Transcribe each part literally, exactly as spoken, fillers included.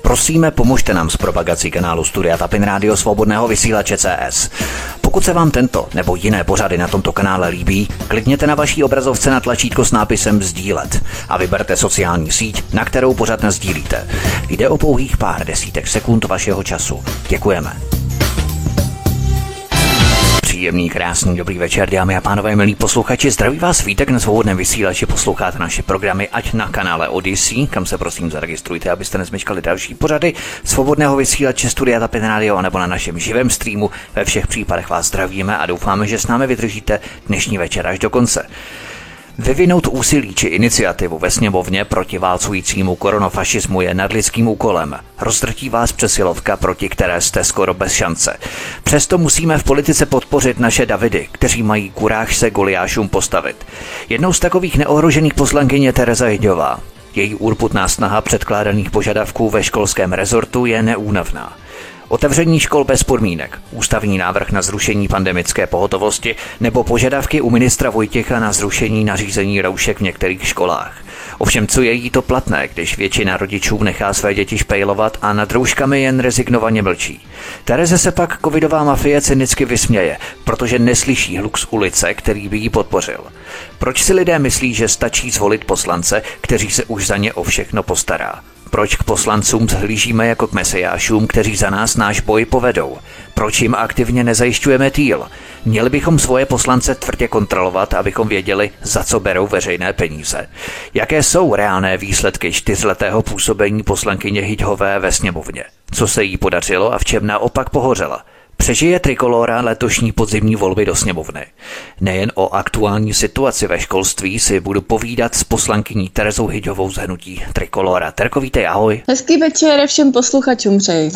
Prosíme, pomožte nám s propagací kanálu Studia Tapin Rádio Svobodného vysílače C S. Pokud se vám tento nebo jiné pořady na tomto kanále líbí, klikněte na vaší obrazovce na tlačítko s nápisem sdílet a vyberte sociální síť, na kterou pořad nasdílíte. Jde o pouhých pár desítek sekund vašeho času. Děkujeme. Příjemný, krásný, dobrý večer, dámy a pánové, milí posluchači. Zdraví vás Vítek na Svobodném vysílači, posloucháte naše programy ať na kanále Odyssey, kam se prosím zaregistrujte, abyste nezmeškali další pořady Svobodného vysílače Studia Tapin Rádio, nebo na našem živém streamu. Ve všech případech vás zdravíme a doufáme, že s námi vydržíte dnešní večer až do konce. Vyvinout úsilí či iniciativu ve sněmovně proti válcujícímu koronafašismu je nadlidským úkolem. Rozdrtí vás přesilovka, proti které jste skoro bez šance. Přesto musíme v politice podpořit naše Davidy, kteří mají kuráž se Goliášům postavit. Jednou z takových neohrožených poslankyň je Tereza Hyďhová. Její urputná snaha předkládaných požadavků ve školském rezortu je neúnavná. Otevření škol bez podmínek, ústavní návrh na zrušení pandemické pohotovosti nebo požadavky u ministra Vojtěcha na zrušení nařízení roušek v některých školách. Ovšem, co je jí to platné, když většina rodičů nechá své děti špejlovat a nad rouškami jen rezignovaně mlčí. Tereze se pak covidová mafie cynicky vysměje, protože neslyší hluk z ulice, který by jí podpořil. Proč si lidé myslí, že stačí zvolit poslance, kteří se už za ně o všechno postará? Proč k poslancům zhlížíme jako k mesiášům, kteří za nás náš boj povedou? Proč jim aktivně nezajišťujeme týl? Měli bychom svoje poslance tvrdě kontrolovat, abychom věděli, za co berou veřejné peníze. Jaké jsou reálné výsledky čtyřletého působení poslankyně Hyďhové ve sněmovně? Co se jí podařilo a v čem naopak pohořela? Přežije Trikolóra letošní podzimní volby do sněmovny? Nejen o aktuální situaci ve školství si budu povídat s poslankyní Terezou Hyďhovou z hnutí Trikolóra. Terko, vítej, ahoj. Hezký večer všem posluchačům přeji.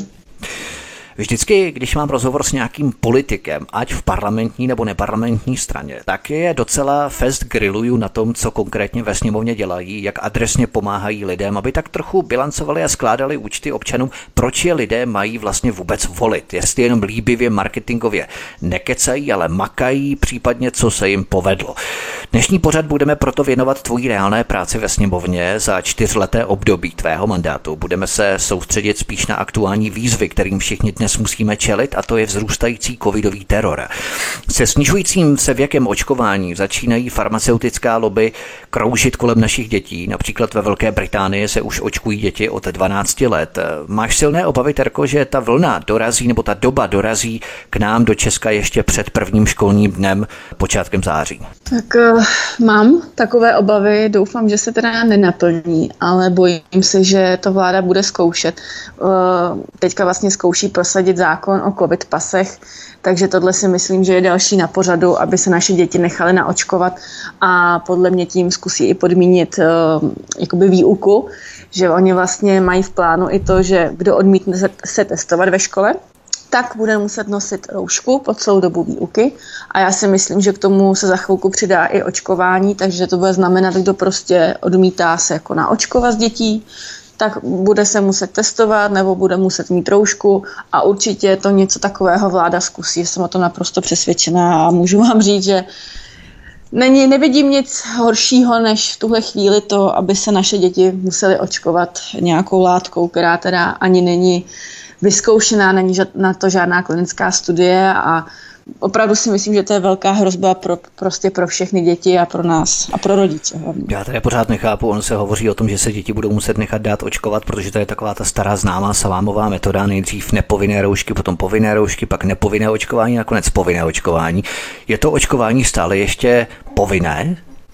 Vždycky, když mám rozhovor s nějakým politikem, ať v parlamentní nebo neparlamentní straně, tak je docela fest grilluju na tom, co konkrétně ve sněmovně dělají, jak adresně pomáhají lidem, aby tak trochu bilancovali a skládali účty občanům, proč je lidé mají vlastně vůbec volit, jestli jenom líbivě marketingově nekecají, ale makají, případně co se jim povedlo. Dnešní pořad budeme proto věnovat tvojí reálné práci ve sněmovně za čtyřleté období tvého mandátu. Budeme se soustředit spíš na aktuální výzvy, kterým všichni dnes musíme čelit, a to je vzrůstající covidový teror. Se snižujícím se věkem očkování začínají farmaceutická lobby kroužit kolem našich dětí. Například ve Velké Británii se už očkují děti od dvanácti let. Máš silné obavy, Terko, že ta vlna dorazí, nebo ta doba dorazí k nám do Česka ještě před prvním školním dnem počátkem září? Tak uh, mám takové obavy, doufám, že se teda nenaplní, ale bojím se, že to vláda bude zkoušet. Uh, teďka vlastně zkouší prosadit zákon o covid pasech, takže tohle si myslím, že je další na pořadu, aby se naše děti nechaly naočkovat a podle mě tím zkusí i podmínit uh, jakoby výuku, že oni vlastně mají v plánu i to, že kdo odmítne se testovat ve škole, tak bude muset nosit roušku po celou dobu výuky a já si myslím, že k tomu se za chvilku přidá i očkování, takže to bude znamenat, kdo prostě odmítá se jako naočkovat z dětí, tak bude se muset testovat nebo bude muset mít roušku a určitě to něco takového vláda zkusí. Jsem o to naprosto přesvědčená a můžu vám říct, že není, nevidím nic horšího, než v tuhle chvíli to, aby se naše děti musely očkovat nějakou látkou, která teda ani není vyzkoušená, není na to žádná klinická studie a opravdu si myslím, že to je velká hrozba pro, prostě pro všechny děti a pro nás a pro rodiče. Hlavně. Já tady pořád nechápu, on se hovoří o tom, že se děti budou muset nechat dát očkovat, protože to je taková ta stará známá salámová metoda, nejdřív nepovinné roušky, potom povinné roušky, pak nepovinné očkování, nakonec povinné očkování. Je to očkování stále ještě povinné?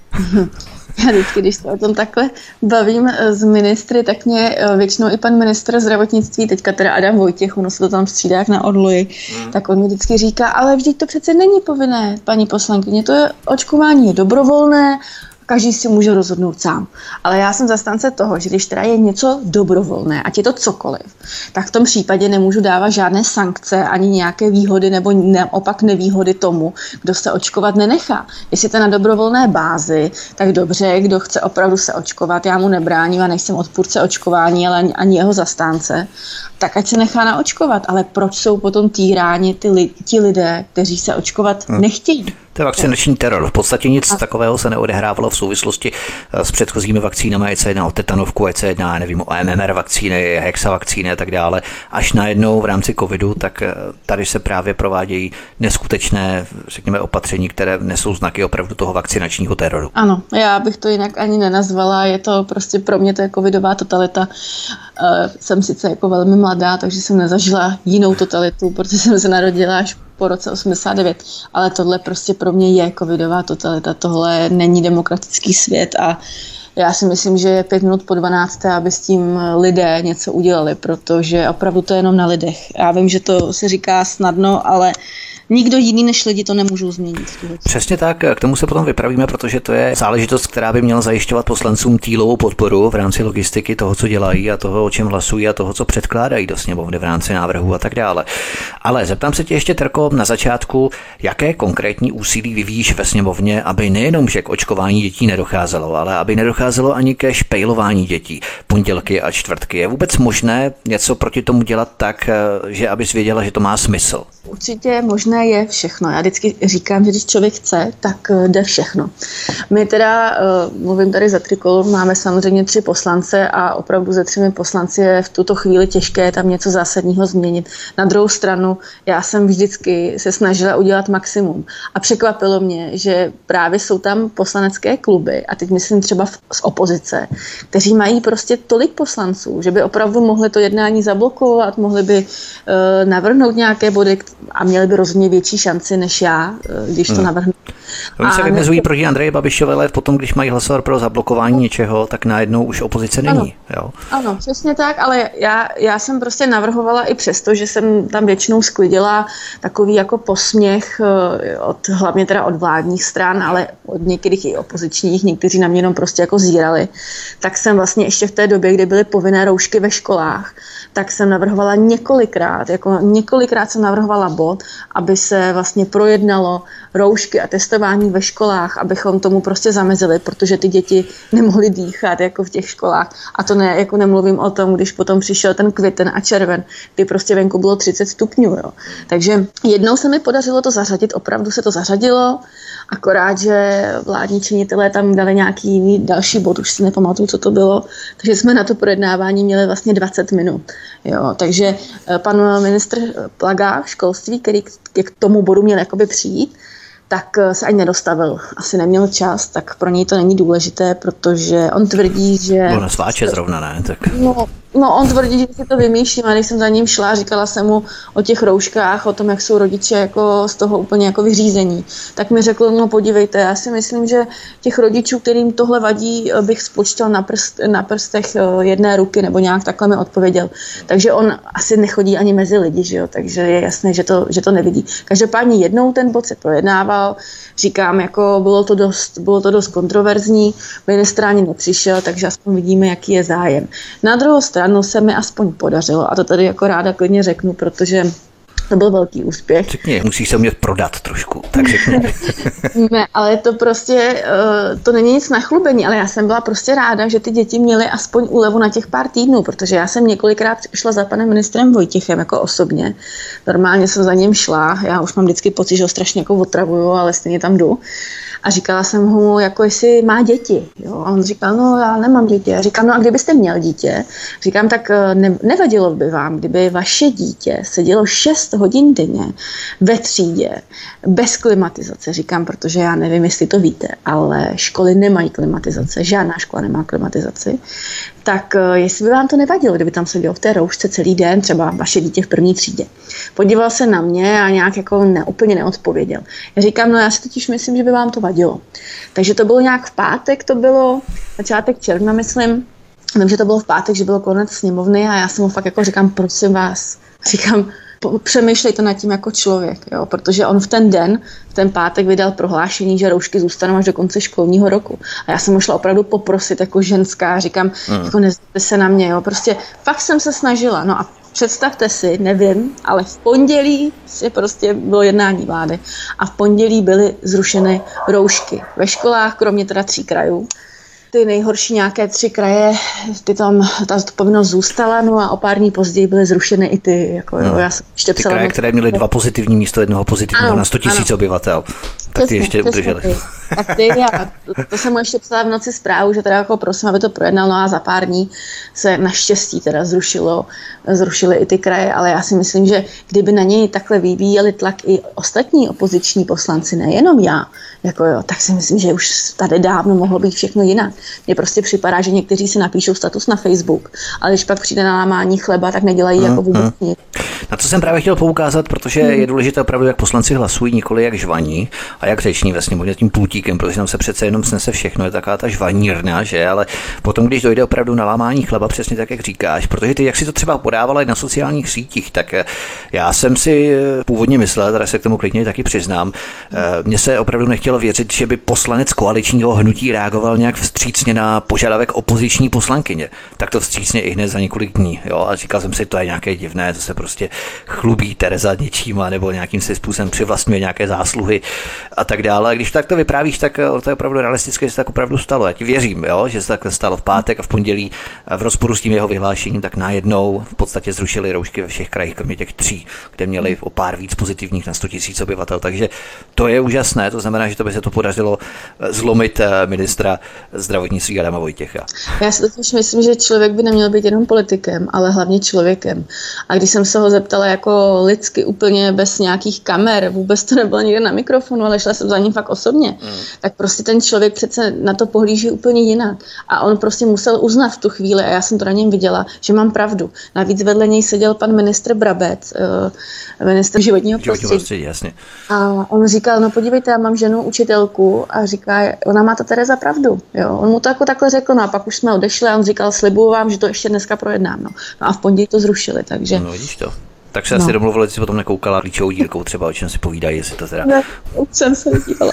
Já vždycky, když se o tom takhle bavím s ministry, tak mě většinou i pan ministr zdravotnictví, teďka teda Adam Vojtěch, ono se to tam střídá jak na odloji, hmm. tak on mi vždycky říká, ale vždyť to přece není povinné, paní poslankyně, to je očkování je dobrovolné, každý si může rozhodnout sám. Ale já jsem zastánce toho, že když teda je něco dobrovolné, ať je to cokoliv, tak v tom případě nemůžu dávat žádné sankce ani nějaké výhody nebo naopak nevýhody tomu, kdo se očkovat nenechá. Jestli to je na dobrovolné bázi, tak dobře, kdo chce opravdu se očkovat, já mu nebráním a nejsem odpůrce očkování, ale ani, ani jeho zastánce, tak ať se nechá naočkovat. Ale proč jsou potom týráni ty li, ti lidé, kteří se očkovat hmm. nechtějí? To je vakcinační teror. V podstatě nic a... takového se neodehrávalo v souvislosti s předchozími vakcínami, ať se jedná o tetanovku, ať se jedná, nevím, o M M R vakcíny, hexavakcíny a tak dále. Až najednou v rámci covidu, tak tady se právě provádějí neskutečné, řekněme, opatření, které nesou znaky opravdu toho vakcinačního teroru. Ano, já bych to jinak ani nenazvala, je to prostě pro mě to je covidová totalita. Uh, jsem sice jako velmi mladá, takže jsem nezažila jinou totalitu, protože jsem se narodila až po roce osmdesát devět, ale tohle prostě pro mě je covidová totalita, tohle není demokratický svět a já si myslím, že je pět minut po dvanácté, aby s tím lidé něco udělali, protože opravdu to je jenom na lidech. Já vím, že to se říká snadno, ale nikdo jiný než lidi to nemůžou změnit. Přesně tak, k tomu se potom vypravíme, protože to je záležitost, která by měla zajišťovat poslancům týlovou podporu v rámci logistiky toho, co dělají a toho, o čem hlasují a toho, co předkládají do sněmovny v rámci návrhu a tak dále. Ale zeptám se tě ještě, Terko, na začátku, jaké konkrétní úsilí vyvíjíš ve sněmovně, aby nejenom že k očkování dětí nedocházelo, ale aby nedocházelo ani ke špejlování dětí pondělky a čtvrtky. Je vůbec možné něco proti tomu dělat tak, že abys věděla, že to má smysl? Určitě možné je všechno. Já vždycky říkám, že když člověk chce, tak jde všechno. My teda, mluvím tady za Trikolor, máme samozřejmě tři poslance a opravdu ze třemi poslanci je v tuto chvíli těžké tam něco zásadního změnit. Na druhou stranu, já jsem vždycky se snažila udělat maximum. A překvapilo mě, že právě jsou tam poslanecké kluby, a teď myslím třeba z opozice, kteří mají prostě tolik poslanců, že by opravdu mohli to jednání zablokovat, mohli by uh, navrhnout nějaké body a měli by rozhodně větší šanci než já, když to hmm. navrhnu. Oni se vymezují ne... proti Andreji Babišovi, ale potom, když mají hlasovat pro zablokování něčeho, tak najednou už opozice není. Ano, jo? ano přesně tak, ale já, já jsem prostě navrhovala i přesto, že jsem tam většinou sklidila takový jako posměch od, hlavně teda od vládních stran, ale od některých i opozičních, někteří na mě jenom prostě jako zírali, tak jsem vlastně ještě v té době, kdy byly povinné roušky ve školách, tak jsem navrhovala několikrát, jako několikrát jsem navrhovala bod, aby se vlastně projednalo roušky a testování ve školách, abychom tomu prostě zamezili, protože ty děti nemohly dýchat jako v těch školách. A to ne, jako nemluvím o tom, když potom přišel ten květen a červen, kdy prostě venku bylo třicet stupňů. Jo. Takže jednou se mi podařilo to zařadit, opravdu se to zařadilo, akorát, že vládní činitelé tam dali nějaký další bod, už si nepamatuju, co to bylo, takže jsme na to projednávání měli vlastně dvacet minut. Jo. Takže pan ministr Plaga školství, který k tomu bodu měl jakoby přijít, tak se ani nedostavil. Asi neměl čas, tak pro něj to není důležité, protože on tvrdí, že... Bylo na sváče zrovna, ne? Tak... No, no, on tvrdí, že si to vymýšlím, a když jsem za ním šla, říkala jsem mu o těch rouškách, o tom, jak jsou rodiče jako z toho úplně jako vyřízení. Tak mi řekl, no podívejte, já si myslím, že těch rodičů, kterým tohle vadí, bych spočítal na, prst, na prstech jedné ruky, nebo nějak takhle mi odpověděl. Takže on asi nechodí ani mezi lidi, že jo? Takže je jasné, že to, že to nevidí. Každopádně jednou ten bod se projednával, říkám, jako bylo to dost, bylo to dost kontroverzní, ministr ani nepřišel, takže aspoň vidíme, jaký je zájem. Na druhou stranu se mi aspoň podařilo, a to tady jako ráda klidně řeknu, protože to byl velký úspěch. Řekni, musíš se umět prodat trošku, tak řekni. Ne, ale to prostě, to není nic na chlubení, ale já jsem byla prostě ráda, že ty děti měly aspoň úlevu na těch pár týdnů, protože já jsem několikrát šla za panem ministrem Vojtěchem jako osobně. Normálně jsem za ním šla, já už mám vždycky pocit, že ho strašně jako otravuju, ale stejně tam jdu. A říkala jsem mu, jako jestli má děti. Jo? A on říkal, no já nemám děti. Já říkám, no a kdybyste měl dítě? Říkám, tak ne, nevadilo by vám, kdyby vaše dítě sedělo šest hodin denně ve třídě, bez klimatizace. Říkám, protože já nevím, jestli to víte, ale školy nemají klimatizace, žádná škola nemá klimatizaci. Tak jestli by vám to nevadilo, kdyby tam sedělo v té roušce celý den, třeba vaše dítě v první třídě. Podíval se na mě a nějak jako ne, úplně neodpověděl. Já říkám, no já si totiž myslím, že by vám to vadilo. Takže to bylo nějak v pátek, to bylo začátek června, myslím. Vím, že to bylo v pátek, že bylo konec sněmovny a já jsem mu fakt jako říkám, prosím vás, říkám, přemýšlejte nad tím jako člověk, jo? Protože on v ten den, v ten pátek vydal prohlášení, že roušky zůstanou až do konce školního roku. A já jsem ho šla opravdu poprosit jako ženská, říkám, mm. jako nezlobte se na mě, jo? Prostě fakt jsem se snažila. No a představte si, nevím, ale v pondělí si prostě bylo jednání vlády a v pondělí byly zrušeny roušky ve školách, kromě teda tří krajů. ty nejhorší nějaké tři kraje, ty tam, ta povinnost zůstala, no a o pár dní později byly zrušeny i ty, jako jo, no. já jsem ještě ty psala, kraje, které měly dva pozitivní místo jednoho pozitivního ano, na sto tisíc obyvatel, tak přesně, ty ještě udrželi. Ty. Tak ty, já, to, to jsem mu ještě psala v noci zprávu, že teda jako prosím, aby to projednal, no a za pár dní se naštěstí teda zrušilo, zrušily i ty kraje, ale já si myslím, že kdyby na něj takhle vyvíjeli tlak i ostatní opoziční poslanci, nejenom já, jako jo, tak si myslím, že už tady dávno mohlo být všechno jinak. Mně prostě připadá, že někteří si napíšou status na Facebook, ale když pak přijde na lámání chleba, tak nedělají hmm, jako vůbec hmm. nic. Na co jsem právě chtěl poukázat, protože hmm. je důležité opravdu, jak poslanci hlasují, nikoli jak žvaní a jak řeční vlastně možná tím pultíkem, protože tam se přece jenom snese všechno, je taková ta žvanírna, že, ale potom, když dojde opravdu na lámání chleba, přesně tak, jak říkáš, protože ty, jak si to třeba podávala i na sociálních sítích, tak já jsem si původně myslel, teda se k tomu klidně taky přiznám, mně se opravdu nechtělo věřit, že by poslanec koaličního hnutí reagoval nějak vstřícně na požadavek opoziční poslankyně. Tak to vstřícně i hned za několik dní, jo, a říkal jsem si, to je nějaké divné, to se prostě chlubí Tereza něčím nebo nějakým se způsobem přivlastňuje nějaké zásluhy a tak dále. A když tak to vyprávíš, tak to je opravdu realistické, že se tak opravdu stalo. Já ti věřím, jo, že se tak stalo v pátek a v pondělí v rozporu s tím jeho vyhlášením, tak najednou v podstatě zrušili roušky ve všech krajích, kromě těch tří, kde měli o pár víc pozitivních na sto tisíc obyvatel. Takže to je úžasné, to znamená, že to by se to podařilo zlomit ministra zdravotnictví Adama Vojtěcha. Já si totiž myslím, že člověk by neměl být jenom politikem, ale hlavně člověkem. A když jsem se ho zeptala jako lidsky úplně bez nějakých kamer, vůbec to nebylo nikde na mikrofonu, ale šla jsem za ním fakt osobně, mm. tak prostě ten člověk přece na to pohlíží úplně jinak. A on prostě musel uznat v tu chvíli, a já jsem to na něm viděla, že mám pravdu. Navíc vedle něj seděl pan ministr Brabec, ministr životního prostředí. prostředí jasně. A on říkal, no podívejte, já mám ženu učitelku a říká, ona má ta Tereza pravdu. Jo? On mu to jako takhle řekl, no a pak už jsme odešli a on říkal, slibuju vám, že to ještě dneska projednám. No, no a v pondělí to zrušili, takže... No vidíš to. Tak se no. asi domluvili, že si potom nekoukala klíčovou dírkou, třeba o čem si povídají, jestli to teda... Ne, jsem se dívala.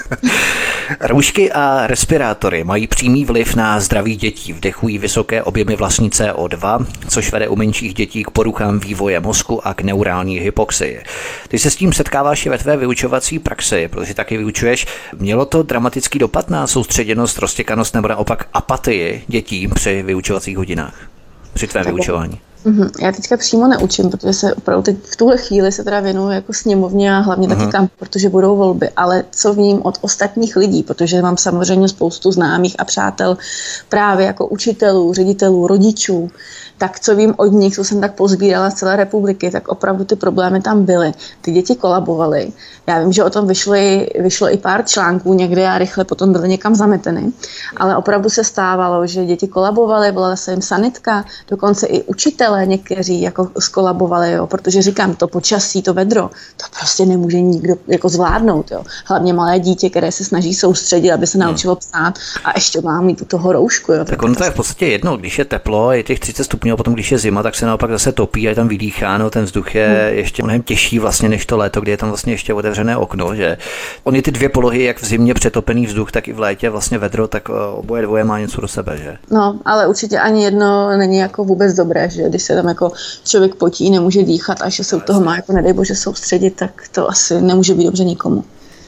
Roušky a respirátory mají přímý vliv na zdraví dětí. Vdechují vysoké objemy vlastní C O dva, což vede u menších dětí k poruchám vývoje mozku a k neurální hypoxii. Ty se s tím setkáváš i ve tvé vyučovací praxi, protože taky vyučuješ. Mělo to dramatický dopad na soustředěnost, roztěkanost nebo naopak apatii dětí při vyučovacích hodinách, při tvém vyučování? Uhum. Já teďka přímo neučím, protože se opravdu teď v tuhle chvíli se teda věnuju jako sněmovně a hlavně uhum. taky kam, protože budou volby, ale co vím od ostatních lidí, protože mám samozřejmě spoustu známých a přátel právě jako učitelů, ředitelů, rodičů, tak co vím od nich, co jsem tak pozbírala z celé republiky, tak opravdu ty problémy tam byly. Ty děti kolabovaly. Já vím, že o tom vyšly, vyšlo i pár článků někde a rychle potom byly někam zameteny, ale opravdu se stávalo, že děti kolabovaly, byla se jim sanitka, dokonce i učitelé někteří jako skolabovali, jo, protože říkám, to počasí, to vedro, to prostě nemůže nikdo jako zvládnout. Jo. Hlavně malé dítě, které se snaží soustředit, aby se naučilo psát a ještě má mít toho roušku. Jo, tak ono to je v podstatě jedno, když je teplo, je těch třicet stupňů, a potom když je zima, tak se naopak zase topí a je tam vydýcháno, ten vzduch je hmm. ještě mnohem těžší vlastně než to léto, kdy je tam vlastně ještě otevřené okno, že oni ty dvě polohy, jak v zimě přetopený vzduch, tak i v létě vlastně vedro, tak oboje dvoje má něco do sebe, že? No, ale určitě ani jedno není jako vůbec dobré, že když se tam jako člověk potí, nemůže dýchat a že se u toho má jako nedej bože soustředit, tak to asi nemůže být dobře nikomu.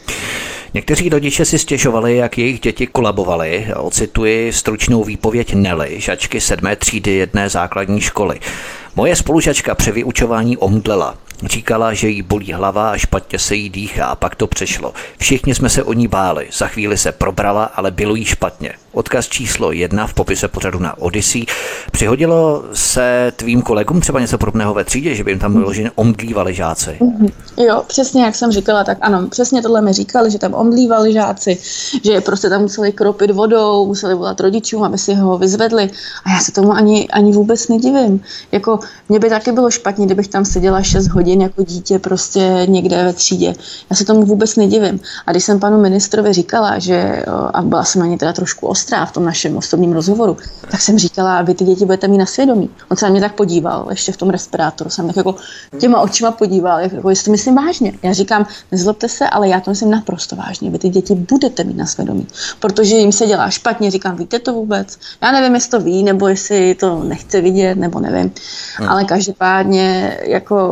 Někteří rodiče si stěžovali, jak jejich děti kolabovaly. Ocituji stručnou výpověď Nelly, žačky sedmé třídy jedné základní školy. Moje spolužačka při vyučování omdlela. Říkala, že jí bolí hlava a špatně se jí dýchá, a pak to přešlo. Všichni jsme se o ní báli. Za chvíli se probrala, ale bylo jí špatně. Odkaz číslo jedna v popise pořadu na Odyssey. Přihodilo se tvým kolegům třeba něco podobného ve třídě, že by jim tam vyloženě omdlívali žáci? Jo, přesně jak jsem říkala, tak ano, přesně tohle mi říkali, že tam omdlívali žáci, že je prostě tam museli kropit vodou, museli volat rodičům, aby si ho vyzvedli. A já se tomu ani, ani vůbec nedivím. Jako, mě by taky bylo špatně, kdybych tam seděla šest hodin jako dítě prostě někde ve třídě. Já se tomu vůbec nedivím. A když jsem panu ministrovi říkala, že, a byla jsem na ně teda trošku ostrá v tom našem osobním rozhovoru, tak jsem říkala, vy ty děti budete mít na svědomí. On se na mě tak podíval, ještě v tom respirátoru, jsem tak jako těma očima podíval, jako jestli to myslím vážně. Já říkám, nezlobte se, ale já to myslím naprosto vážně. Vy ty děti budete mít na svědomí, protože jim se dělá špatně. Říkám, víte to vůbec? Já nevím, jestli to ví, nebo jestli to nechce vidět, nebo nevím. Hmm. Ale každopádně, jako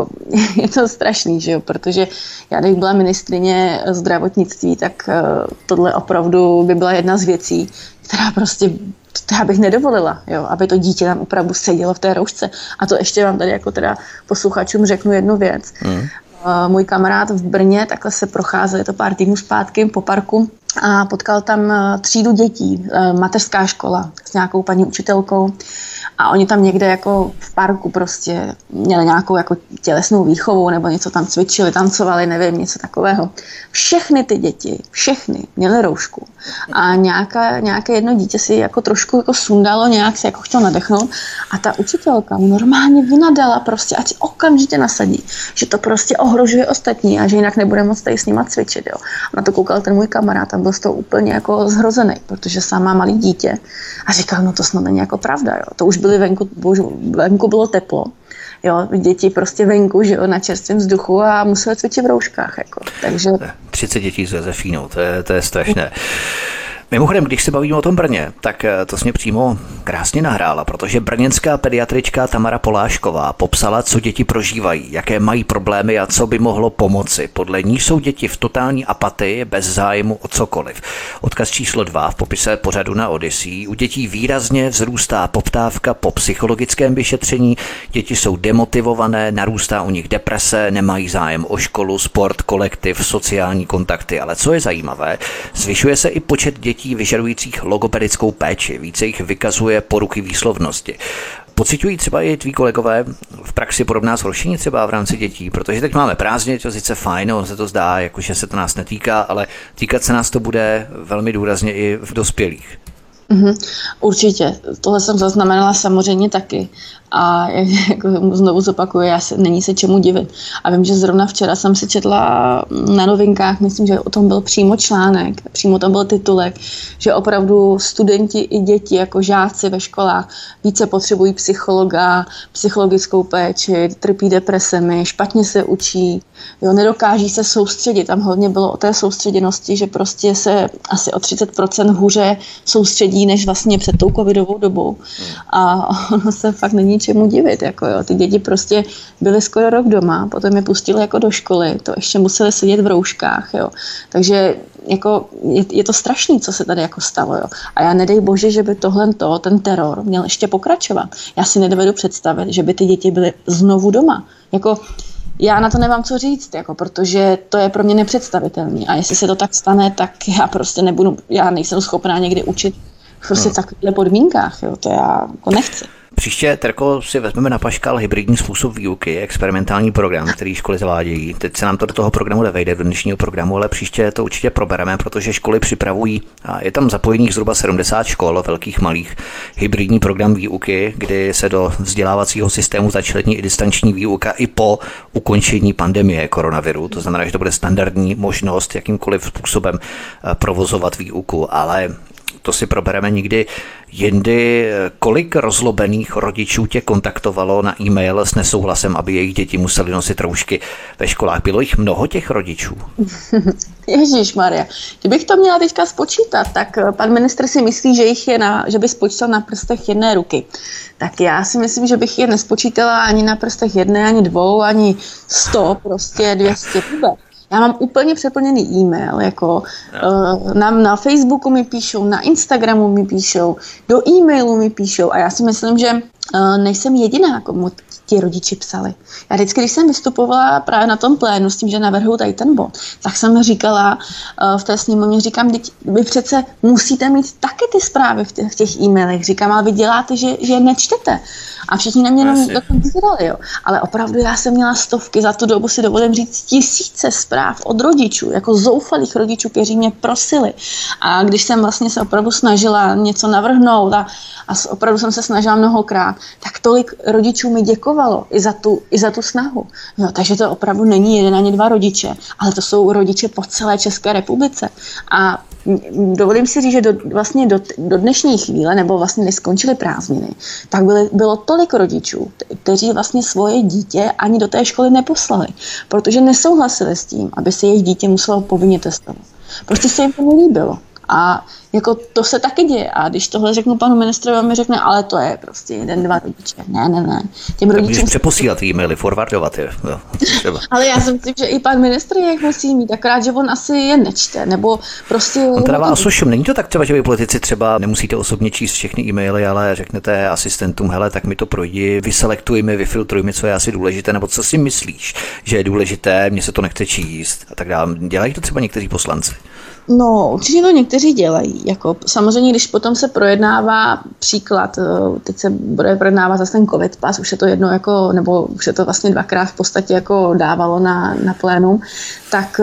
je to strašný, že jo, protože já, když byla ministryně zdravotnictví, tak tohle opravdu by byla jedna z věcí, která prostě, to já bych nedovolila, jo, aby to dítě tam opravdu sedělo v té roušce. A to ještě vám tady jako teda posluchačům řeknu jednu věc. Mm. Můj kamarád v Brně, takhle se procházel, je to pár týdnů zpátky po parku a potkal tam třídu dětí, mateřská škola s nějakou paní učitelkou a oni tam někde jako v parku prostě měli nějakou jako tělesnou výchovu nebo něco tam cvičili, tancovali, nevím, něco takového. Všechny ty děti, všechny měly roušku a nějaká, nějaké jedno dítě si jako trošku jako sundalo, nějak se jako chtěl nadechnout a ta učitelka mu normálně vynadala prostě, ať si okamžitě nasadí, že to prostě ohrožuje ostatní a že jinak nebude moc tady s nima cvičit. Jo. A na to koukal ten můj kamarád a byl z toho úplně jako zhrozený, protože sám má malý dítě a říkal, no to snad není jako pravda. Jo. To už byly venku, božu, venku bylo teplo. Jo, děti prostě venku, že jo, na čerstvém vzduchu a museli cvičit v rouškách. Jako. Takže... třicet dětí s Josefínou, to je, to je strašné. Mimochodem, když se bavíme o tom Brně, tak to jsi mě přímo krásně nahrála, protože brněnská pediatrička Tamara Polášková popsala, co děti prožívají, jaké mají problémy a co by mohlo pomoci. Podle ní jsou děti v totální apatii, bez zájmu o cokoliv. Odkaz číslo dva v popise pořadu na Odyssey. U dětí výrazně vzrůstá poptávka po psychologickém vyšetření, děti jsou demotivované, narůstá u nich deprese, nemají zájem o školu, sport, kolektiv, sociální kontakty. Ale co je zajímavé, zvyšuje se i počet dětí vyžadujících logopedickou péči, více jich vykazuje poruchy výslovnosti. Pociťují třeba i tví kolegové v praxi podobná zhoršení třeba v rámci dětí, protože teď máme prázdně, to sice fajn, on se to zdá, jakože se to nás netýká, ale týkat se nás to bude velmi důrazně i v dospělých. Mm-hmm, určitě, tohle jsem zaznamenala samozřejmě taky a jako znovu zopakuju, já se, není se čemu divit. A vím, že zrovna včera jsem si četla na Novinkách, myslím, že o tom byl přímo článek, přímo tam byl titulek, že opravdu studenti i děti jako žáci ve školách více potřebují psychologa, psychologickou péči, trpí depresemi, špatně se učí, jo, nedokáží se soustředit. Tam hodně bylo o té soustředěnosti, že prostě se asi o třicet procent hůře soustředí, než vlastně před tou covidovou dobou. A ono se fakt není čemu divit. Jako jo. Ty děti prostě byly skoro rok doma, potom je pustili jako do školy, to ještě museli sedět v rouškách. Jo. Takže jako je, je to strašný, co se tady jako stalo. Jo. A já nedej bože, že by tohle, ten teror měl ještě pokračovat. Já si nedovedu představit, že by ty děti byly znovu doma. Jako já na to nemám co říct, jako, protože to je pro mě nepředstavitelné. A jestli se to tak stane, tak já prostě nebudu, já nejsem schopná někdy učit prostě v takových podmínkách. Jo. To já jako nechci. Příště, Terko, si vezmeme na paškal hybridní způsob výuky, experimentální program, který školy zavádějí. Teď se nám to do toho programu nevejde, do dnešního programu, ale příště to určitě probereme, protože školy připravují, a je tam zapojených zhruba sedmdesát škol, velkých, malých, hybridní program výuky, kdy se do vzdělávacího systému začlení i distanční výuka i po ukončení pandemie koronaviru. To znamená, že to bude standardní možnost jakýmkoliv způsobem provozovat výuku, ale to si probereme někdy jindy. Kolik rozlobených rodičů tě kontaktovalo na e-mail s nesouhlasem, aby jejich děti museli nosit roušky ve školách? Bylo jich mnoho těch rodičů? Ježišmarja, kdybych to měla teďka spočítat, tak pan ministr si myslí, že jich je na, že by spočítal na prstech jedné ruky. Tak já si myslím, že bych je nespočítala ani na prstech jedné, ani dvou, ani sto, prostě dvě stě vůbec. Já mám úplně přeplněný e-mail, jako uh, na, na Facebooku mi píšou, na Instagramu mi píšou, do e-mailu mi píšou a já si myslím, že uh, nejsem jediná, komu ti rodiči psali. Já vždycky, když jsem vystupovala právě na tom plénu s tím, že navrhuji tady ten bod, tak jsem říkala uh, v té sněmovně, říkám, vy přece musíte mít taky ty zprávy v těch, v těch e-mailech. Říkám, ale vy děláte, že, že je nečtete. A všichni na mě jenom dokonce dali, jo. Ale opravdu já jsem měla stovky, za tu dobu si dovolím říct tisíce zpráv od rodičů, jako zoufalých rodičů, kteří mě prosili. A když jsem vlastně se opravdu snažila něco navrhnout a, a opravdu jsem se snažila mnohokrát, tak tolik rodičů mi děkovalo i za tu, i za tu snahu. Jo, takže to opravdu není jeden ani dva rodiče, ale to jsou rodiče po celé České republice. A dovolím si říct, že do, vlastně do, do dnešní chvíle, nebo vlastně neskončily prázdniny, tak byly, bylo tolik rodičů, kteří vlastně svoje dítě ani do té školy neposlali, protože nesouhlasili s tím, aby se jejich dítě muselo povinně testovat. Prostě se jim to nelíbilo. A jako to se taky děje. A když tohle řeknu panu ministrovi, on mi řekne, ale to je prostě jeden, dva rodiče. Ne, ne, ne. Těm tak rodičům... můžeš přeposílat e-maily, forwardovat je. No, ale já si myslím, že i pan ministr jak musí mít, akorát, že on asi je nečte, nebo prostě... On to dává osušum. Není to tak třeba, že vy politici třeba nemusíte osobně číst všechny e-maily, ale řeknete asistentům, hele, tak mi to projdi, vyselektuj mi, vyfiltruj mi, co je asi důležité, nebo co si myslíš, že je důležité, mně se to nechce číst a tak dále. Dělají to třeba někteří poslanci? No, určitě to někteří dělají. Jako, samozřejmě, když potom se projednává příklad, teď se bude projednávat zase ten covid pas, už je to jedno, jako, nebo už je to vlastně dvakrát v podstatě jako dávalo na, na plénum, tak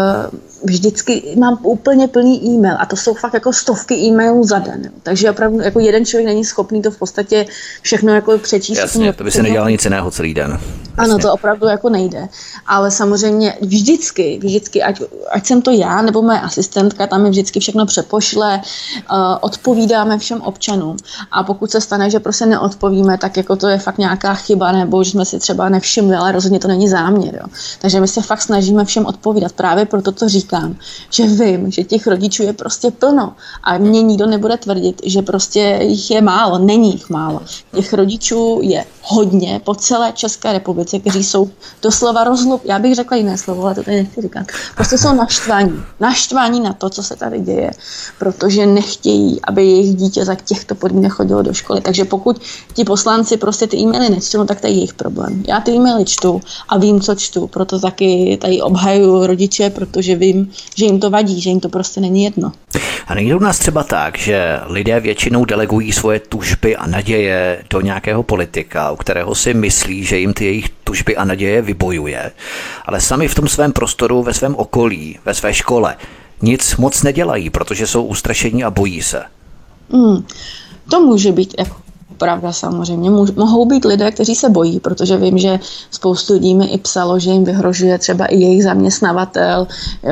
vždycky mám úplně plný e-mail a to jsou fakt jako stovky e-mailů za den. Takže opravdu jako jeden člověk není schopný to v podstatě všechno jako přečíst. Jasně, to by se nedělal nic jiného celý den. Jasně. Ano, to opravdu jako nejde. Ale samozřejmě vždycky, vždycky, ať, ať jsem to já nebo moje asistentka, tam mi vždycky všechno přepošle, uh, odpovídáme všem občanům. A pokud se stane, že prostě neodpovíme, tak jako to je fakt nějaká chyba, nebo že jsme si třeba nevšimli, ale rozhodně to není záměr. Jo. Takže my se fakt snažíme všem odpovídat. Právě proto to říkám, že vím, že těch rodičů je prostě plno. A mě nikdo nebude tvrdit, že prostě jich je málo. Není jich málo. Těch rodičů je hodně po celé České republice, kteří jsou doslova rozlup. Já bych řekla jiné slovo, ale to tady nechci říkat. Prostě jsou naštvaní. Naštvaní na to, co se tady děje, protože nechtějí, aby jejich dítě za těchto podmínek chodilo do školy. Takže pokud ti poslanci prostě ty e-maily nečtou, tak to je jejich problém. Já ty e-maily čtu a vím, co čtu, proto taky tady obhajuju rodiče, protože vím, že jim to vadí, že jim to prostě není jedno. A nejde u nás třeba tak, že lidé většinou delegují svoje tužby a naděje do nějakého politika, u kterého si myslí, že jim ty jejich tužby a naděje vybojuje, ale sami v tom svém prostoru, ve svém okolí, ve své škole nic moc nedělají, protože jsou ustrašení a bojí se. Hmm, to může být jako pravda samozřejmě. Mohou být lidé, kteří se bojí, protože vím, že spoustu lidí mi i psalo, že jim vyhrožuje třeba i jejich zaměstnavatel,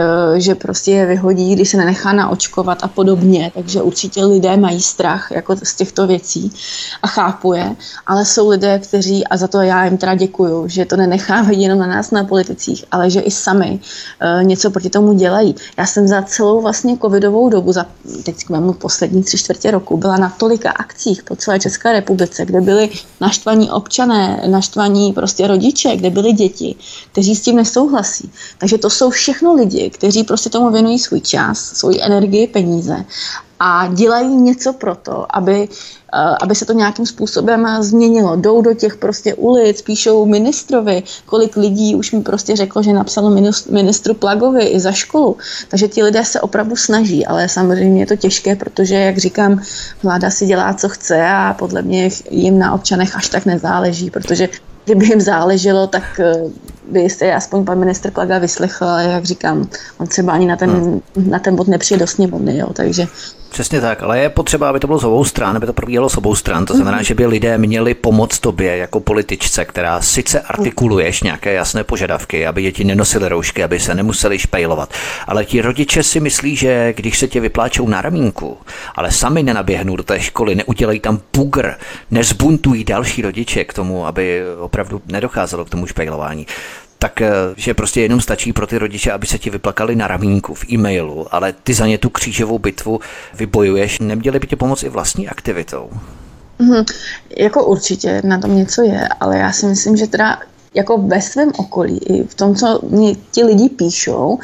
že prostě je vyhodí, když se nenechá naočkovat a podobně. Takže určitě lidé mají strach jako z těchto věcí a chápu je, ale jsou lidé, kteří, a za to já jim teda děkuju, že to nenechávají jenom na nás, na politicích, ale že i sami něco proti tomu dělají. Já jsem za celou vlastně covidovou dobu, za teď k mému poslední tři čtvrtě roku, byla na tolika akcích po celé České republice, kde byli naštvaní občané, naštvaní prostě rodiče, kde byly děti, kteří s tím nesouhlasí. Takže to jsou všechno lidi, kteří prostě tomu věnují svůj čas, svoji energii, peníze a dělají něco pro to, aby, aby se to nějakým způsobem změnilo. Jdou do těch prostě ulic, píšou ministrovi, kolik lidí už mi prostě řeklo, že napsalo ministru Plagovi i za školu. Takže ti lidé se opravdu snaží, ale samozřejmě je to těžké, protože, jak říkám, vláda si dělá, co chce a podle mě jim na občanech až tak nezáleží, protože kdyby jim záleželo, tak by jste aspoň pan ministr Plaga vyslechl, ale jak říkám, on třeba ani na ten, hmm. na ten bod nepřijde do sněmovny, jo, takže... Přesně tak, ale je potřeba, aby to bylo z obou stran, aby to probíhalo z obou stran. To znamená, mm. že by lidé měli pomoct tobě jako političce, která sice artikuluješ nějaké jasné požadavky, aby děti nenosily roušky, aby se nemuseli špejlovat. Ale ti rodiče si myslí, že když se tě vypláčou na ramínku, ale sami nenaběhnou do té školy, neudělají tam pugr, nezbuntují další rodiče k tomu, aby opravdu nedocházelo k tomu špejlování, tak že prostě jenom stačí pro ty rodiče, aby se ti vyplakali na ramínku v e-mailu, ale ty za ně tu křížovou bitvu vybojuješ. Neměli by tě pomoct i vlastní aktivitou? Mm, jako určitě na tom něco je, ale já si myslím, že teda jako ve svém okolí, i v tom, co mě ti lidi píšou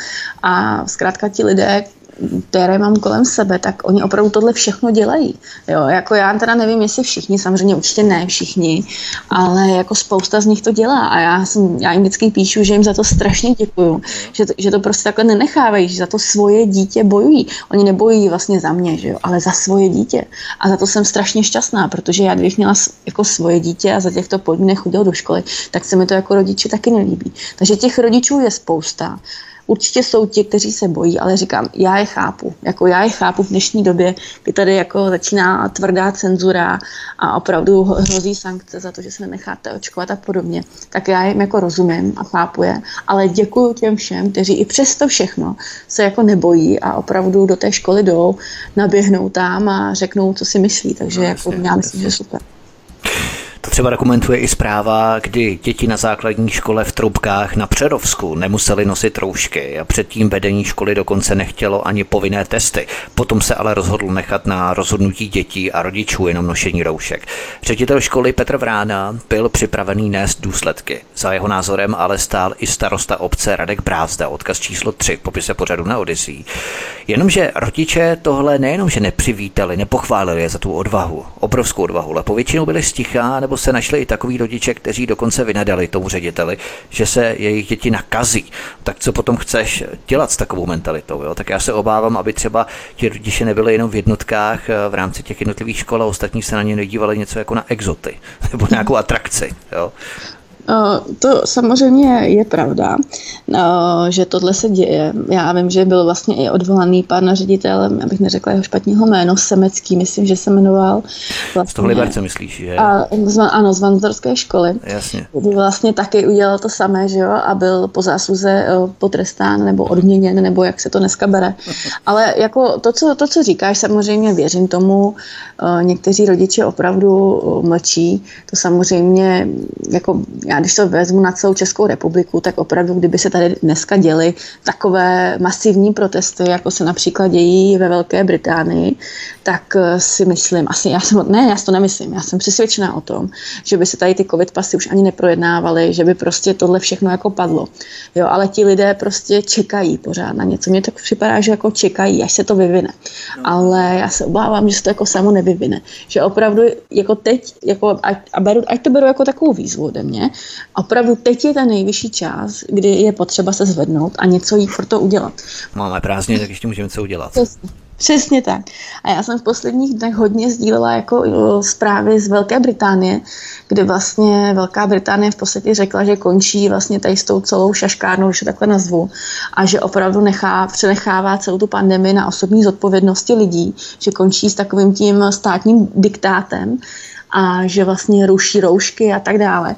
a zkrátka ti lidé, které mám kolem sebe, tak oni opravdu tohle všechno dělají. Jo, jako já teda nevím, jestli všichni, samozřejmě určitě ne všichni, ale jako spousta z nich to dělá a já, jsem, já jim vždycky píšu, že jim za to strašně děkuju, že to, že to prostě takhle nenechávají, že za to svoje dítě bojují. Oni nebojují vlastně za mě, že jo, ale za svoje dítě. A za to jsem strašně šťastná, protože já kdybych měla jako svoje dítě a za těchto podmínek chodila do školy, tak se mi to jako rodiče taky nelíbí. Takže těch rodičů je spousta. Určitě jsou ti, kteří se bojí, ale říkám, já je chápu. Jako já je chápu v dnešní době, kdy tady jako začíná tvrdá cenzura a opravdu hrozí sankce za to, že se nenecháte očkovat a podobně. Tak já jim jako rozumím a chápu je, ale děkuju těm všem, kteří i přesto všechno se jako nebojí a opravdu do té školy jdou, naběhnou tam a řeknou, co si myslí. Takže no, jako já myslím, že super. To třeba dokumentuje i zpráva, kdy děti na základní škole v Troubkách na Přerovsku nemuseli nosit roušky a předtím vedení školy dokonce nechtělo ani povinné testy. Potom se ale rozhodl nechat na rozhodnutí dětí a rodičů jenom nošení roušek. Ředitel školy Petr Vrána byl připravený nést důsledky. Za jeho názorem ale stál i starosta obce Radek Brázda, odkaz číslo tři v popise pořadu na Odyssey. Jenomže rodiče tohle nejenom, že nepřivítali, nepochválili je za tu odvahu, obrovskou odvahu, ale povětšinou byli sticha, nebo se našli i takový rodiče, kteří dokonce vynadali tomu řediteli, že se jejich děti nakazí. Tak co potom chceš dělat s takovou mentalitou? Jo? Tak já se obávám, aby třeba ti rodiče nebyli jenom v jednotkách v rámci těch jednotlivých škol a ostatní se na ně nedívali něco jako na exoty nebo nějakou atrakci. Jo? To samozřejmě je pravda, že tohle se děje. Já vím, že byl vlastně i odvolaný pan ředitel, abych neřekla jeho špatného jméno, Semecký, myslím, že se jmenoval. Vlastně, z toho Liberce myslíš, že? A, ano, z Vanzdorské školy. Jasně. Vlastně taky udělal to samé, že jo, a byl po zásluze potrestán nebo odměněn, nebo jak se to dneska bere. Ale jako to, co, to, co říkáš, samozřejmě věřím tomu, někteří rodiče opravdu mlčí, to samozřejmě jako já když to vezmu na celou Českou republiku, tak opravdu, kdyby se tady dneska děly takové masivní protesty, jako se například dějí ve Velké Británii, tak si myslím, asi já jsem, ne, já si to nemyslím, já jsem přesvědčená o tom, že by se tady ty covid pasy už ani neprojednávaly, že by prostě tohle všechno jako padlo. Jo, ale ti lidé prostě čekají pořád na něco. Mně tak připadá, že jako čekají, až se to vyvine. No. Ale já se obávám, že se to jako samo nevyvine. Že opravdu jako teď, jako, ať, a beru, ať to beru jako takovou výzvu ode mě, opravdu teď je ten nejvyšší čas, kdy je potřeba se zvednout a něco jít pro to udělat. Máme prázdniny, tak ještě můžeme co udělat. Přesně, přesně tak. A já jsem v posledních dnech hodně sdílela jako o, zprávy z Velké Británie, kde vlastně Velká Británie v podstatě řekla, že končí vlastně tady s tou celou šaškárnou, když to takhle nazvu, a že opravdu nechá, přenechává celou tu pandemii na osobní zodpovědnosti lidí, že končí s takovým tím státním diktátem a že vlastně ruší roušky a tak dále.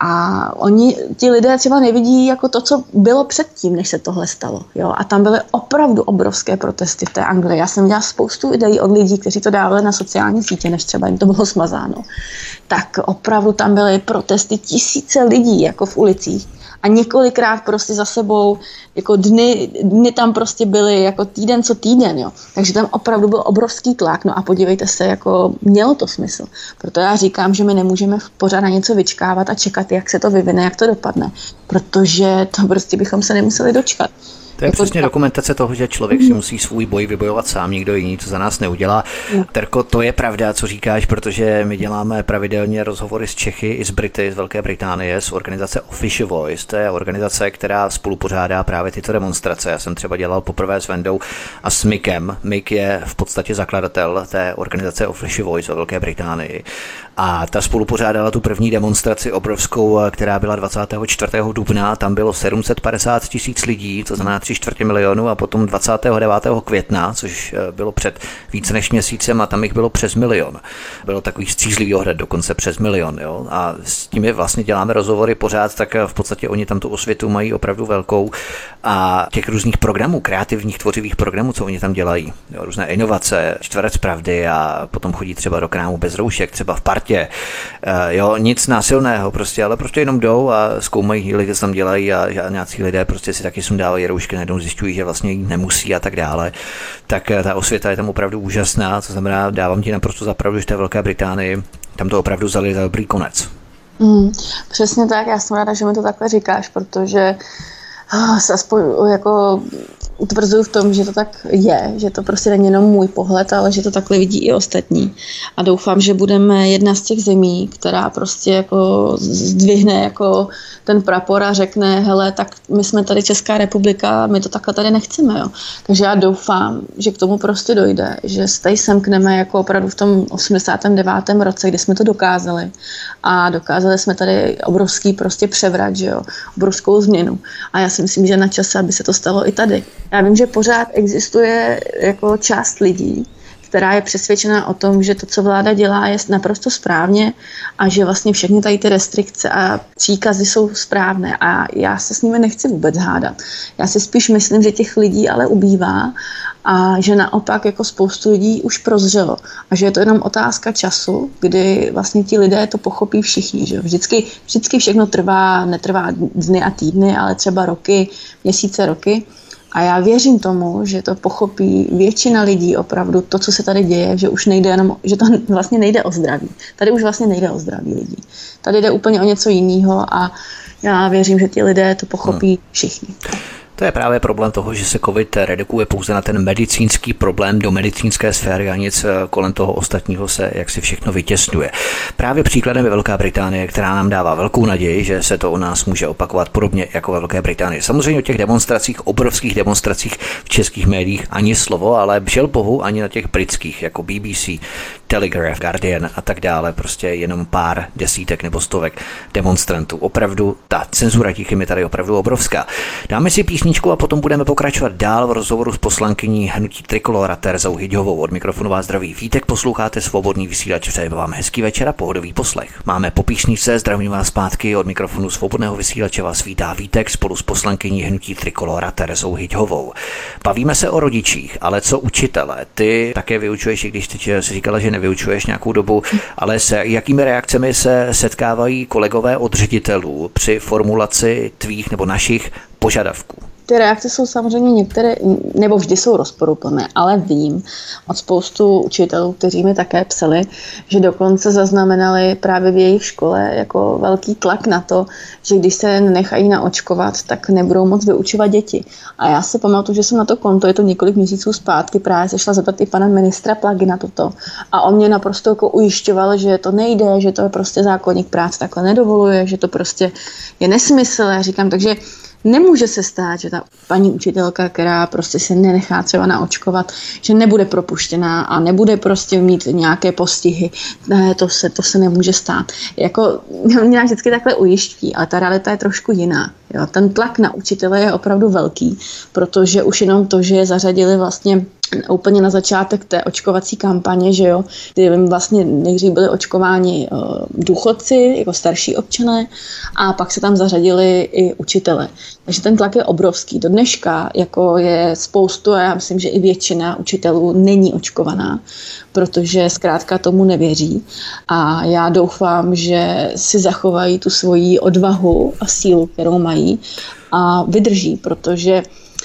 A oni, ti lidé třeba nevidí jako to, co bylo předtím, než se tohle stalo. Jo? A tam byly opravdu obrovské protesty v té Anglii. Já jsem viděla spoustu videí od lidí, kteří to dávali na sociální sítě, než třeba jim to bylo smazáno. Tak opravdu tam byly protesty tisíce lidí jako v ulicích. A několikrát prostě za sebou, jako dny, dny tam prostě byly jako týden co týden, jo. Takže tam opravdu byl obrovský tlak, no a podívejte se, jako mělo to smysl. Proto já říkám, že my nemůžeme pořád na něco vyčkávat a čekat, jak se to vyvine, jak to dopadne, protože to prostě bychom se nemuseli dočkat. To je jako přesně dokumentace toho, že člověk si musí svůj boj vybojovat sám, nikdo jiný to za nás neudělá. No. Terko, to je pravda, co říkáš, protože my děláme pravidelně rozhovory s Čechy i s Brity, z Velké Británie, z organizace Official Voice. To je organizace, která spolupořádá právě tyto demonstrace. Já jsem třeba dělal poprvé s Vendou a s Mikem. Mik je v podstatě zakladatel té organizace Official Voice ve Velké Británii. A ta spolupořádala tu první demonstraci obrovskou, která byla dvacátého čtvrtého dubna. Tam bylo sedm set padesát tisíc lidí, to znamená tři čtvrtě milionu, a potom dvacátého devátého května, což bylo před více než měsícem, a tam jich bylo přes milion. Bylo takový střízlivý ohled, dokonce přes milion. Jo? A s tím je vlastně děláme rozhovory pořád, tak v podstatě oni tam tu osvětu mají opravdu velkou. A těch různých programů, kreativních, tvořivých programů, co oni tam dělají, jo? Různé inovace, čtverec pravdy, a potom chodí třeba do krámu bez roušek, třeba v partě. Jo, nic násilného prostě, ale prostě jenom jdou a zkoumají lidi, co tam dělají, a, a nějací lidé prostě si taky sundávají roušky, najednou zjišťují, že vlastně jí nemusí a tak dále. Tak ta osvěta je tam opravdu úžasná, co znamená, dávám ti naprosto za pravdu, že té Velké Británii tam to opravdu vzali za dobrý konec. Mm, přesně tak, já jsem ráda, že mi to takhle říkáš, protože se aspoň jako utvrzuju v tom, že to tak je, že to prostě není jenom můj pohled, ale že to takhle vidí i ostatní. A doufám, že budeme jedna z těch zemí, která prostě jako zdvihne jako ten prapor a řekne, hele, tak my jsme tady Česká republika, my to takhle tady nechceme, jo. Takže já doufám, že k tomu prostě dojde, že se tady semkneme jako opravdu v tom osmdesátém devátém roce, kdy jsme to dokázali. A dokázali jsme tady obrovský prostě převrat, že jo, obrovskou změnu. A já si myslím, že na čase, aby se to stalo i tady. Já vím, že pořád existuje jako část lidí, která je přesvědčená o tom, že to, co vláda dělá, je naprosto správně a že vlastně všechny tady ty restrikce a příkazy jsou správné a já se s nimi nechci vůbec hádat. Já si spíš myslím, že těch lidí ale ubývá a že naopak jako spoustu lidí už prozřelo a že je to jenom otázka času, kdy vlastně ti lidé to pochopí všichni. Že? Vždycky, vždycky všechno trvá, netrvá dny a týdny, ale třeba roky, měsíce, roky. A já věřím tomu, že to pochopí většina lidí opravdu to, co se tady děje, že už nejde jenom, že to vlastně nejde o zdraví. Tady už vlastně nejde o zdraví lidí. Tady jde úplně o něco jiného a já věřím, že ti lidé to pochopí všichni. To je právě problém toho, že se covid redukuje pouze na ten medicínský problém do medicínské sféry a nic kolem toho ostatního se jaksi všechno vytěsňuje. Právě příkladem je Velká Británie, která nám dává velkou naději, že se to u nás může opakovat podobně jako ve Velké Británii. Samozřejmě o těch demonstracích, obrovských demonstracích v českých médiích ani slovo, ale žel bohu ani na těch britských, jako B B C, Telegraph, Guardian a tak dále, prostě jenom pár desítek nebo stovek demonstrantů. Opravdu ta cenzura těch je tady opravdu obrovská. Dáme si písničku a potom budeme pokračovat dál v rozhovoru s poslankyní hnutí Trikolóra Terezou Hyťhovou. Od mikrofonu vás zdraví Vítek, posloucháte Svobodný vysílač, přejeme vám hezký večer a pohodový poslech. Máme po písničce, zdravím vás zpátky, od mikrofonu Svobodného vysílače vás vítá Vítek spolu s poslankyní hnutí Trikolóra Terezou Hyťhovou. Bavíme se o rodičích, ale co učitele? Ty také vyučuješ, i když teď si říkala, že nevyučuješ nějakou dobu, ale se jakými reakcemi se setkávají kolegové od ředitelů při formulaci tvých nebo našich požadavků? Ty reakce jsou samozřejmě některé, nebo vždy jsou rozporuplné, ale vím od spoustu učitelů, kteří mi také psali, že dokonce zaznamenali právě v jejich škole jako velký tlak na to, že když se nechají naočkovat, tak nebudou moc vyučovat děti. A já si pamatuju, že jsem na to konto, je to několik měsíců zpátky, právě se šla zeptat i pana ministra Plagy na toto. A on mě naprosto jako ujišťoval, že to nejde, že to je prostě zákoník práce takhle nedovoluje, že to prostě je nesmysl. Já říkám, takže nemůže se stát, že ta paní učitelka, která prostě se nenechá třeba naočkovat, že nebude propuštěná a nebude prostě mít nějaké postihy. Ne, to se, to se nemůže stát. Jako, mě vždycky takhle ujišťují, ale ta realita je trošku jiná. Jo. Ten tlak na učitele je opravdu velký, protože už jenom to, že je zařadili vlastně úplně na začátek té očkovací kampaně, že jo, kdy vlastně nejdřív byli očkováni uh, důchodci, jako starší občané, a pak se tam zařadili i učitele. Takže ten tlak je obrovský. Do dneška jako je spoustu, a já myslím, že i většina učitelů není očkovaná, protože zkrátka tomu nevěří. A já doufám, že si zachovají tu svoji odvahu a sílu, kterou mají, a vydrží, protože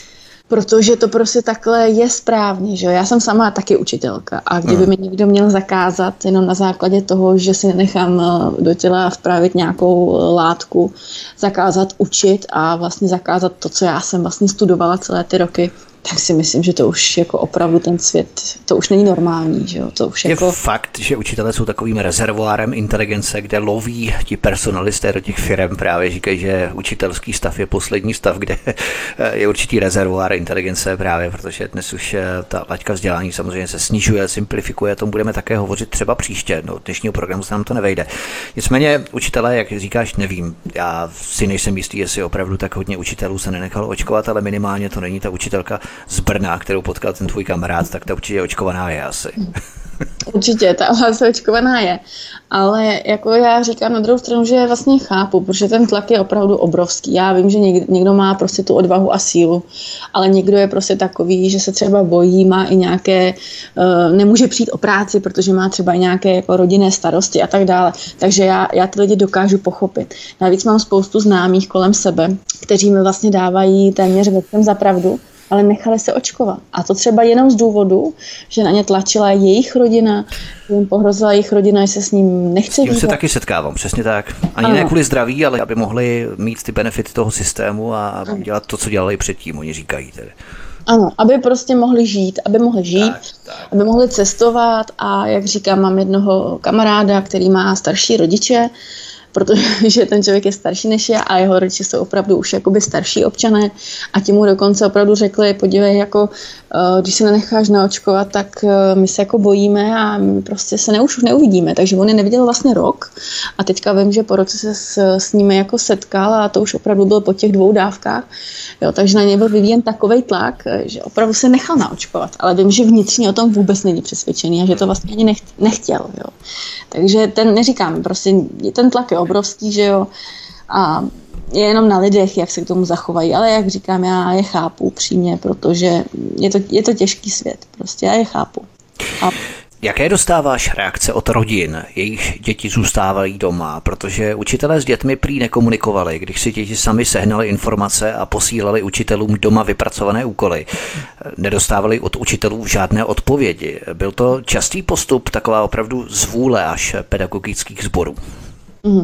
Protože to prostě takhle je správně, že já jsem sama taky učitelka a kdyby mi někdo měl zakázat jenom na základě toho, že si nechám do těla vpravit nějakou látku, zakázat učit a vlastně zakázat to, co já jsem vlastně studovala celé ty roky, tak si myslím, že to už jako opravdu ten svět, to už není normální, že jo, to už je jako... fakt, že učitelé jsou takovým rezervoárem inteligence, kde loví ti personalisté do těch firem, právě říkají, že učitelský stav je poslední stav, kde je určitý rezervoár inteligence právě, protože dnes už ta laťka vzdělání samozřejmě se snižuje, simplifikuje, o tom budeme také hovořit třeba příště, no dnešního programu se nám to nevejde. Nicméně učitelé, jak říkáš, nevím, já si nejsem jistý, jestli opravdu tak hodně učitelů se nenechalo očkovat, ale minimálně to není ta učitelka z Brna, kterou potkal ten tvůj kamarád, tak ta určitě očkovaná je asi. Určitě, ta hlása očkovaná je. Ale jako já říkám na druhou stranu, že vlastně chápu, protože ten tlak je opravdu obrovský. Já vím, že někdo, někdo má prostě tu odvahu a sílu, ale někdo je prostě takový, že se třeba bojí, má i nějaké, uh, nemůže přijít o práci, protože má třeba i nějaké jako rodinné starosti a tak dále. Takže já, já ty lidi dokážu pochopit. Navíc mám spoustu známých kolem sebe, kteří mi vlastně dávají téměř ve všem za pravdu, ale nechali se očkovat. A to třeba jenom z důvodu, že na ně tlačila jejich rodina, že jim pohrozila jejich rodina, že se s ním nechce dívat. Já se taky setkávám, přesně tak. Ani ano. Ne kvůli zdraví, ale aby mohli mít ty benefity toho systému a ano. dělat to, co dělali předtím, oni říkají tedy. Ano, aby prostě mohli žít, aby mohli žít, tak, tak. aby mohli cestovat a jak říkám, mám jednoho kamaráda, který má starší rodiče, protože ten člověk je starší než já a jeho rodiče jsou opravdu už jakoby starší občané a ti mu dokonce opravdu řekli, podívej, jako když se nenecháš naočkovat, tak my se jako bojíme a my prostě se ne, už neuvidíme, takže on je neviděl vlastně rok a teďka vím, že po roce se s, s nimi jako setkal a to už opravdu bylo po těch dvou dávkách, jo, takže na něj byl vyvíjen takovej tlak, že opravdu se nechal naočkovat, ale vím, že vnitřně o tom vůbec není přesvědčený a že to vlastně ani nechtěl, jo. Takže ten, neříkám, prostě ten tlak je obrovský, že jo, a je jenom na lidech, jak se k tomu zachovají, ale jak říkám, já je chápu upřímně, protože je to, je to těžký svět, prostě já je chápu. chápu. Jaké dostáváš reakce od rodin, jejich děti zůstávají doma, protože učitelé s dětmi prý nekomunikovali, když si děti sami sehnali informace a posílali učitelům doma vypracované úkoly. Nedostávali od učitelů žádné odpovědi. Byl to častý postup, taková opravdu zvůle až pedagogických sborů. Mm.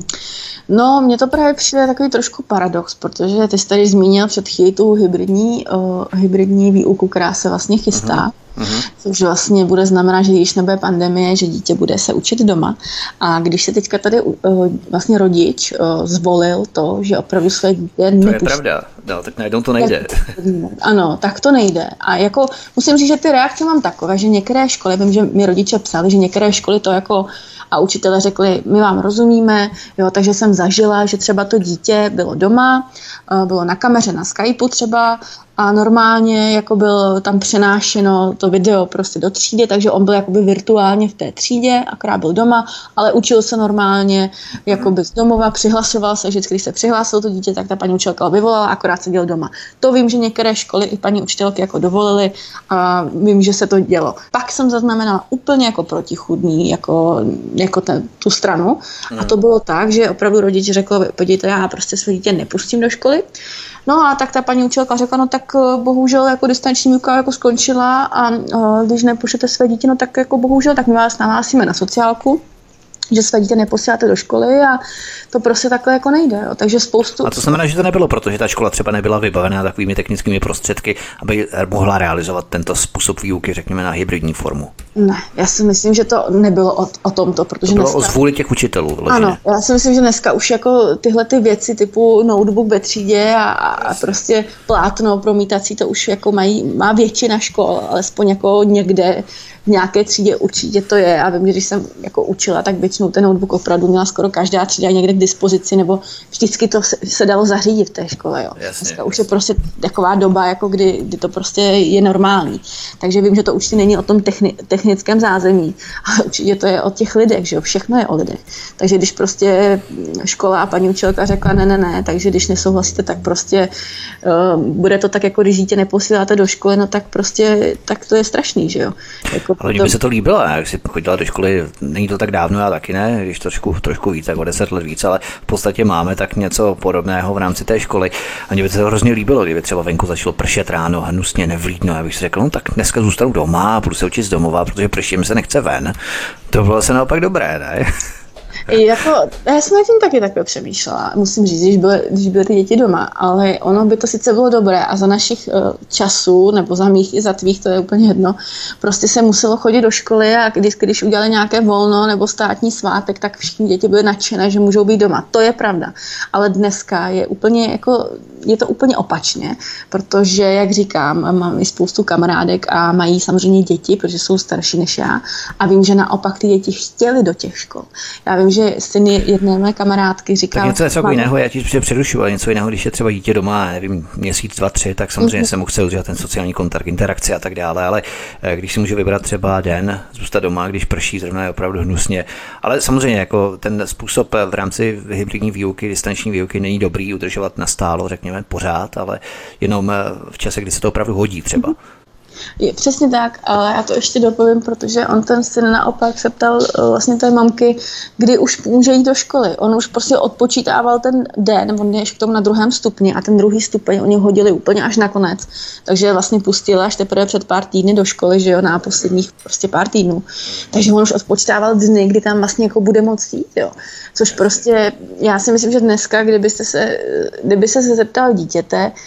No, mně to právě přijde takový trošku paradox, protože ty jsi tady zmínil před chvíli tu hybridní, uh, hybridní výuku, která se vlastně chystá, uh-huh. což vlastně bude znamenat, že když nebude pandemie, že dítě bude se učit doma. A když se teďka tady uh, vlastně rodič uh, zvolil to, že opravdu své dítě nepustí. To je pravda, no, tak najednou to nejde. Ano, tak to nejde. A jako musím říct, že ty reakce mám takové, že některé školy, vím, že mi rodiče psali, že některé školy to jako a učitelé řekli, my vám rozumíme, jo, takže jsem zažila, že třeba to dítě bylo doma, bylo na kameře, na Skypeu třeba a normálně jako bylo tam přenášeno to video prostě do třídy, takže on byl jakoby virtuálně v té třídě, akorát byl doma, ale učil se normálně jakoby z domova, přihlasoval se, vždycky, když se přihlásil to dítě, tak ta paní učitelka ho vyvolala, akorát seděl doma. To vím, že některé školy i paní učitelky jako dovolily a vím, že se to dělo. Pak jsem zaznamenala úplně jako protichůdný, jako, jako ten, tu stranu a to bylo tak, že opravdu rodič řekl, podívejte, já prostě své dítě nepustím do školy. No a tak ta paní učitelka řekla, no tak bohužel jako distanční výuka jako skončila a uh, když nepošlete své dítě, no tak jako bohužel, tak my vás nahlásíme na sociálku, že své dítě neposíláte do školy a to prostě takhle jako nejde. Jo. Takže spoustu... A to znamená, že to nebylo, protože ta škola třeba nebyla vybavená takovými technickými prostředky, aby mohla realizovat tento způsob výuky, řekněme, na hybridní formu. Ne, já si myslím, že to nebylo o, o tomto, protože to bylo dneska... o zvůli těch učitelů. Vloženě. Ano, já si myslím, že dneska už jako tyhle ty věci typu notebook ve třídě a, a prostě plátno promítací, to už jako mají, má většina škol, alespoň jako někde v nějaké třídě určitě to je. A vím, že když jsem jako učila, tak většinou ten notebook opravdu měla skoro každá třída někde k dispozici, nebo vždycky to se, se dalo zařídit v té škole. Jo. Jasně, dneska už je prostě taková doba, jako kdy, kdy to prostě je normální. Takže vím, že to určitě není o tom techni, technickém zázemí, ale určitě to je o těch lidech, že jo, všechno je o lidech. Takže když prostě škola a paní učitelka řekla ne, ne, ne, takže když nesouhlasíte, tak prostě uh, bude to tak, jako když dítě neposíláte do školy, no tak prostě, tak to je strašný, že jo. Jako ale mně by se to líbilo, jak jsi chodila do školy, není to tak dávno, já taky ne, když trošku, trošku víc, tak o deset let víc, ale v podstatě máme tak něco podobného v rámci té školy. A mně by se to hrozně líbilo, kdyby třeba venku začalo pršet ráno, hnusně, nevlídno, já bych si řekl, no tak dneska zůstanu doma a budu se učit z domova, protože prším se nechce ven. To bylo se naopak dobré, ne? Jako, já jsem na tím taky takhle přemýšlela, musím říct, když byly, když byly ty děti doma, ale ono by to sice bylo dobré a za našich uh, časů, nebo za mých i za tvých, to je úplně jedno, prostě se muselo chodit do školy a když, když udělali nějaké volno nebo státní svátek, tak všichni děti byly nadšené, že můžou být doma. To je pravda, ale dneska je úplně jako, je to úplně opačně, protože, jak říkám, mám i spoustu kamarádek a mají samozřejmě děti, protože jsou starší než já a vím, že naopak ty děti chtěly do těch škol. Já vím, že syn jedné mé kamarádky říkal... Tak něco něco jiného, já ti přerušu, ale něco jiného, když je třeba dítě doma, nevím, měsíc, dva, tři, tak samozřejmě mm-hmm. se mu chce udržet ten sociální kontakt, interakce a tak dále, ale když si může vybrat třeba den, zůstat doma, když prší, zrovna je opravdu hnusně. Ale samozřejmě jako ten způsob v rámci hybridní výuky, distanční výuky není dobrý udržovat nastálo, řekněme, pořád, ale jenom v čase, kdy se to opravdu hodí třeba. Mm-hmm. Je, přesně tak, ale já to ještě dopovím, protože on ten syn naopak se ptal vlastně té mamky, kdy už může jít do školy. On už prostě odpočítával ten den, on je ještě k tomu na druhém stupni a ten druhý stupeň oni hodili úplně až na konec. Takže vlastně pustila až teprve před pár týdny do školy, že jo, na posledních prostě pár týdnů. Takže on už odpočítával dny, kdy tam vlastně jako bude moct jít, jo. Což prostě, já si myslím, že dneska, kdybyste se, kdyby se zeptal dítěte,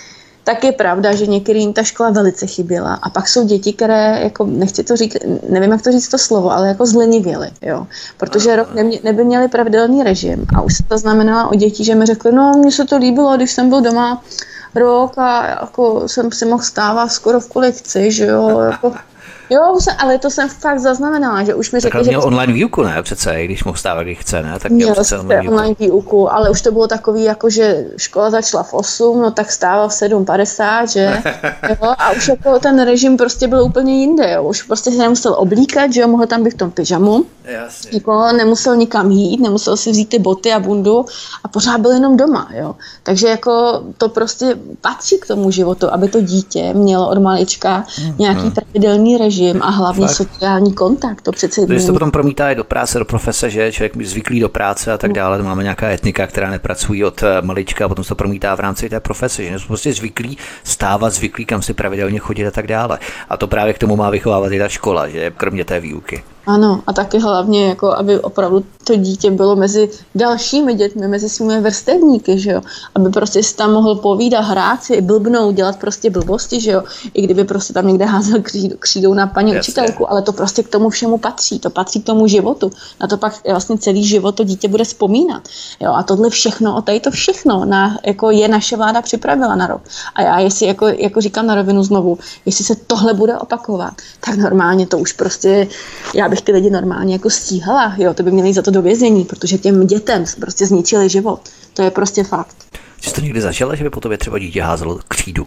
tak je pravda, že některým ta škola velice chyběla. A pak jsou děti, které, jako nechci to říct, nevím, jak to říct to slovo, ale jako zlenivěly, jo. Protože rok nemě, neby měli pravidelný režim. A už se to znamenalo o děti, že mi řekli, no, mně se to líbilo, když jsem byl doma rok a jako jsem si mohl stávat skoro v kolik chci, že jo, jako... Jo, ale to jsem fakt zaznamenala, že už mi řekli, že... měl že... online výuku, ne? Přece, i když mohl stávat, když chce, ne? Tak měl přece online výuku. online výuku, ale už to bylo takový, jako že škola začala v osm, no tak stával v sedm padesát, že? Jo, a už jako ten režim prostě byl úplně jinde, jo. Už prostě se nemusel oblíkat, že jo, mohl tam být v tom pyžamu. Jasně. Jako nemusel nikam jít, nemusel si vzít ty boty a bundu a pořád byl jenom doma, jo. Takže jako to prostě patří k tomu životu, aby to dítě mělo od malička nějaký hmm. pravidelný režim a hlavně fakt. Sociální kontakt. To přece... Když to potom promítá i do práce, do profese, že člověk je zvyklý do práce a tak dále, máme nějaká etnika, která nepracují od malička a potom se to promítá v rámci té profese, že jsou prostě zvyklí stávat, zvyklí kam si pravidelně chodit a tak dále. A to právě k tomu má vychovávat i ta škola, že kromě té výuky. Ano, a taky hlavně, jako, aby opravdu to dítě bylo mezi dalšími dětmi, mezi svými vrstevníky, že jo, aby prostě si tam mohl povídat, hrát si, blbnout, dělat prostě blbosti, že jo, i kdyby prostě tam někde házel křídou, křídou na paní Jasně. učitelku, ale to prostě k tomu všemu patří, to patří k tomu životu, na to pak vlastně celý život to dítě bude vzpomínat, jo, a tohle všechno, o tady to všechno, na, jako je naše vláda připravila na rok. A já, jestli, jako, jako říkám na rovinu znovu, jestli se tohle bude opakovat, tak normálně to už prostě, já bych ty lidi normálně jako stíhala, jo, to by měli za to do vězení, protože těm dětem prostě zničili život. To je prostě fakt. Jsi to někdy zažila, že by po tobě třeba dítě házelo křídu?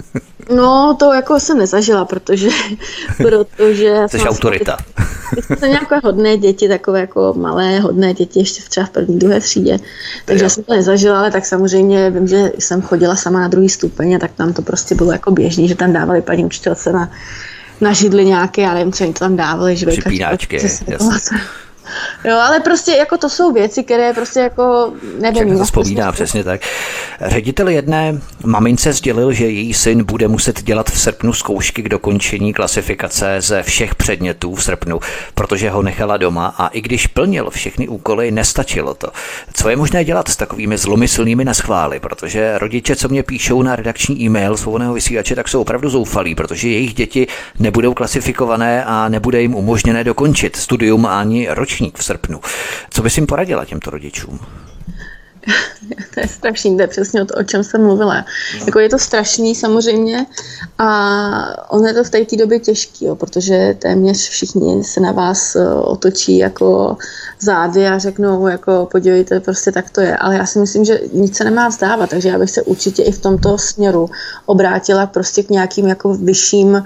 No, to jako jsem nezažila, protože... protože Jsi autorita. Ty jsou nějaké hodné děti, takové jako malé, hodné děti, ještě třeba v první, druhé třídě. Takže já jsem to nezažila, ale tak samozřejmě vím, že jsem chodila sama na druhý stupeň a tak tam to prostě bylo jako běžný, že tam dávali paní učitelce na na židli nějaké, já nevím, co jim to tam dávali, že připínáčky, jasně. Jo, ale prostě jako to jsou věci, které prostě jako nevím. Všechno to vzpomíná, přesně tak. Ředitel jedné mamince sdělil, že její syn bude muset dělat v srpnu zkoušky k dokončení klasifikace ze všech předmětů v srpnu, protože ho nechala doma a i když plnil všechny úkoly, nestačilo to. Co je možné dělat s takovými zlomyslnými naschvály, protože rodiče, co mě píšou na redakční e-mail Svobodného vysílače, tak jsou opravdu zoufalí, protože jejich děti nebudou klasifikované a nebude jim umožněné dokončit studium ani roční v srpnu. Co bys jim poradila těmto rodičům? To je strašný, to je přesně o, to, o čem jsem mluvila. No. Jako je to strašný samozřejmě a ono je to v té době těžký, jo, protože téměř všichni se na vás otočí jako zády a řeknou, jako podívejte, prostě tak to je. Ale já si myslím, že nic se nemá vzdávat, takže já bych se určitě i v tomto směru obrátila prostě k nějakým jako vyšším,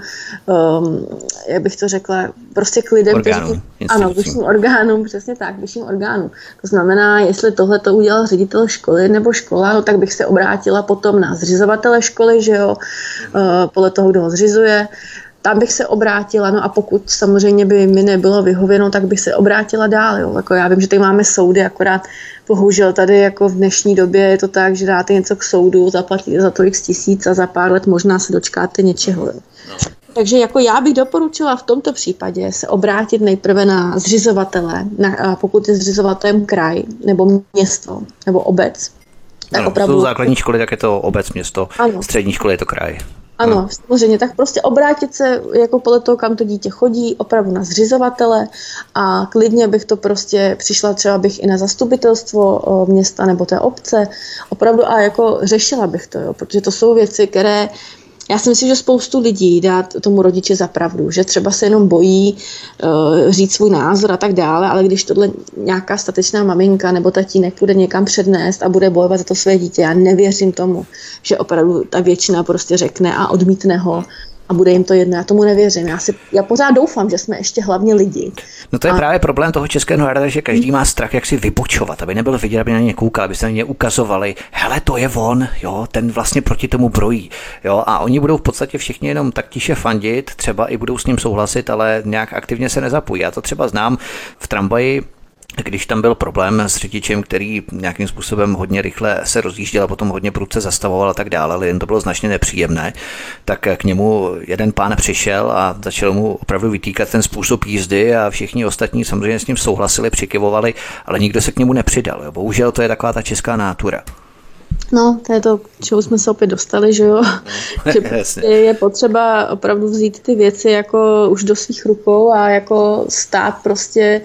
um, jak bych to řekla, prostě k lidem, orgánům, kteří, ano, vyšším orgánům, přesně tak, vyšším orgánům. To znamená, jestli tohle to udělal ředitel školy nebo škola, no tak bych se obrátila potom na zřizovatele školy, že jo, uh, podle toho, kdo ho zřizuje. Tam bych se obrátila, no a pokud samozřejmě by mi nebylo vyhověno, tak bych se obrátila dál. Jo. Jako já vím, že tady máme soudy, akorát bohužel tady jako v dnešní době je to tak, že dáte něco k soudu, zaplatíte za to x tisíc a za pár let možná se dočkáte něčeho. Jo. No. Takže jako já bych doporučila v tomto případě se obrátit nejprve na zřizovatele, na, pokud je zřizovatelem kraj, nebo město, nebo obec. Tak ano, opravdu... jsou základní školy, tak je to obec, město, ano. Střední školy je to kraj. Ano, no. Samozřejmě, tak prostě obrátit se jako podle toho, kam to dítě chodí, opravdu na zřizovatele a klidně bych to prostě přišla třeba bych i na zastupitelstvo města nebo té obce, opravdu a jako řešila bych to, jo, protože to jsou věci, které já si myslím, že spoustu lidí dá tomu rodiči za pravdu, že třeba se jenom bojí uh, říct svůj názor a tak dále, ale když tohle nějaká statečná maminka nebo tatínek půjde někam přednést a bude bojovat za to své dítě, já nevěřím tomu, že opravdu ta většina prostě řekne a odmítne ho a bude jim to jedno. Já tomu nevěřím. Já, si, já pořád doufám, že jsme ještě hlavně lidi. No to je a... právě problém toho českého národa, že každý má strach, jak si vybočovat, aby nebyl vidět, aby na ně koukal, aby se na ně ukazovali. Hele, to je on, jo, ten vlastně proti tomu brojí. Jo, a oni budou v podstatě všichni jenom tak tiše fandit, třeba i budou s ním souhlasit, ale nějak aktivně se nezapojí. Já to třeba znám v tramvaji. Když tam byl problém s řidičem, který nějakým způsobem hodně rychle se rozjížděl a potom hodně prudce zastavoval a tak dále, ale jen to bylo značně nepříjemné, tak k němu jeden pán přišel a začal mu opravdu vytýkat ten způsob jízdy a všichni ostatní samozřejmě s ním souhlasili, přikyvovali, ale nikdo se k němu nepřidal. Bohužel to je taková ta česká nátura. No, to je to, k čemu jsme se opět dostali, že jo? Že je potřeba opravdu vzít ty věci jako už do svých rukou a jako stát prostě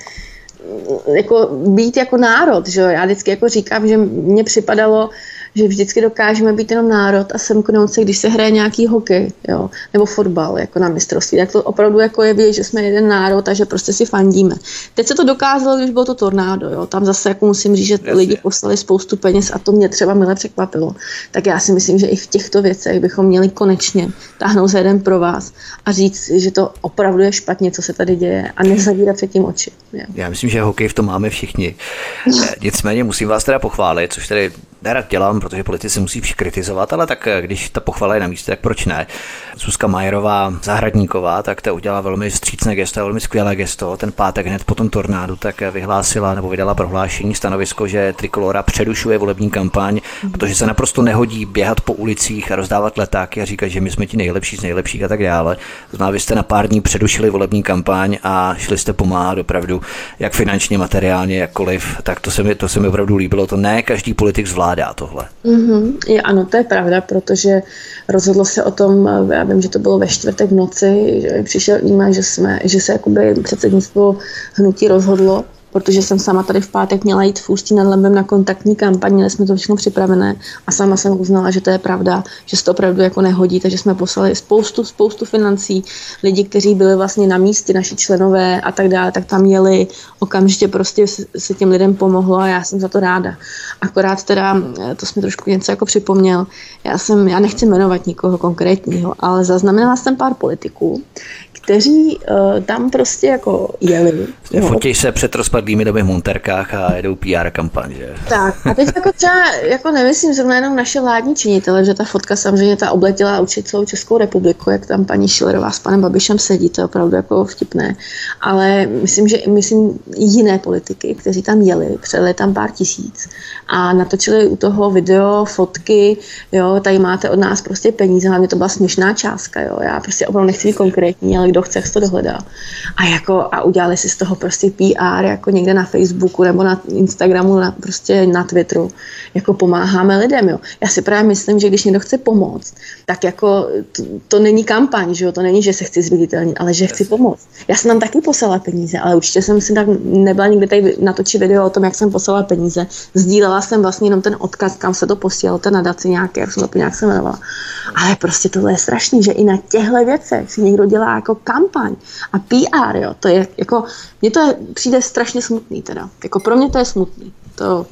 jako být jako národ, že jo? Já vždycky jako říkám, že mně připadalo, že vždycky dokážeme být jenom národ a semknout se, když se hraje nějaký hokej, jo, nebo fotbal, jako na mistrovství. Tak to opravdu jako je vidět, že jsme jeden národ a že prostě si fandíme. Teď se to dokázalo, když bylo to tornádo, jo. Tam zase jako musím říct, že Jasně. lidi poslali spoustu peněz a to mě třeba mile překvapilo. Tak já si myslím, že i v těchto věcech bychom měli konečně táhnout za jeden pro vás a říct, že to opravdu je špatně, co se tady děje a nezavírat před tím oči. Jo. Já myslím, že hokej v tom máme všichni. Nicméně musím vás teda pochválit, což tady nerad dělám, protože politici musí vše kritizovat, ale tak když ta pochvala je na místě, tak proč ne? Zuzka Majerová Zahradníková, tak ta udělala velmi vstřícné gesto, velmi skvělé gesto. Ten pátek hned po tom tornádu tak vyhlásila nebo vydala prohlášení, stanovisko, že Trikolóra přerušuje volební kampaň, protože se naprosto nehodí běhat po ulicích a rozdávat letáky a říkat, že my jsme ti nejlepší z nejlepších a tak dále. To znamená, vy jste na pár dní přerušili volební kampaň a šli jste pomáhat opravdu, jak finančně, materiálně, jakkoliv. Tak to se mi, to se mi opravdu líbilo. To ne každý politik zvládá tohle. Mm-hmm. Je, ano, to je pravda, protože rozhodlo se o tom, já vím, že to bylo ve čtvrtek v noci, že přišel e-mail, že, jsme, že se jakoby předsednictvo hnutí rozhodlo, protože jsem sama tady v pátek měla jít v Ústí nad Labem na kontaktní kampaň, měli jsme to všechno připravené a sama jsem uznala, že to je pravda, že se to opravdu jako nehodí, takže jsme poslali spoustu, spoustu financí, lidi, kteří byli vlastně na místě, naši členové a tak dále, tak tam jeli, okamžitě prostě se těm lidem pomohlo a já jsem za to ráda. Akorát teda, to jsme trošku něco jako připomněl, já jsem, já nechci jmenovat nikoho konkrétního, ale zaznamenala jsem pár politiků, kteří uh, tam prostě jako jeli. Fotěj se před rozpadlými doby v monterkách a jedou P R kampaň, že? Tak a teď jako třeba, jako nemyslím zrovna jenom naše vládní činitele, že ta fotka samozřejmě ta obletěla určitě celou Českou republiku, jak tam paní Schillerová s panem Babišem sedí, to je opravdu jako vtipné. Ale myslím, že myslím jiné politiky, kteří tam jeli, přijeli tam pár tisíc a natočili u toho video, fotky, jo, tady máte od nás prostě peníze, hlavně to byla směšná částka, jo, já prostě opravdu nechci být konkrétní, ale kdo chce, to dohledá. A jako a udělali si z toho prostě P R jako někde na Facebooku nebo na Instagramu, na, prostě na Twitteru. Jako pomáháme lidem, jo. Já si právě myslím, že když někdo chce pomoct, tak jako to, to není kampaň, že jo, to není, že se chci zviditelnit, ale že chci pomoct. Já jsem tam taky poslala peníze, ale určitě jsem si tak nebyla nikdy tady natočit video o tom, jak jsem poslala peníze. Sdílela jsem vlastně jenom ten odkaz, kam se to posílalo, ten nadaci nějaké, jak jsem to nějak se jmenovala. Ale prostě tohle je strašný, že i na těchto věcech si někdo dělá jako kampaň a P R, jo, to je jako, mně to je, přijde strašně smutný teda, jako pro mě to je smutný, to...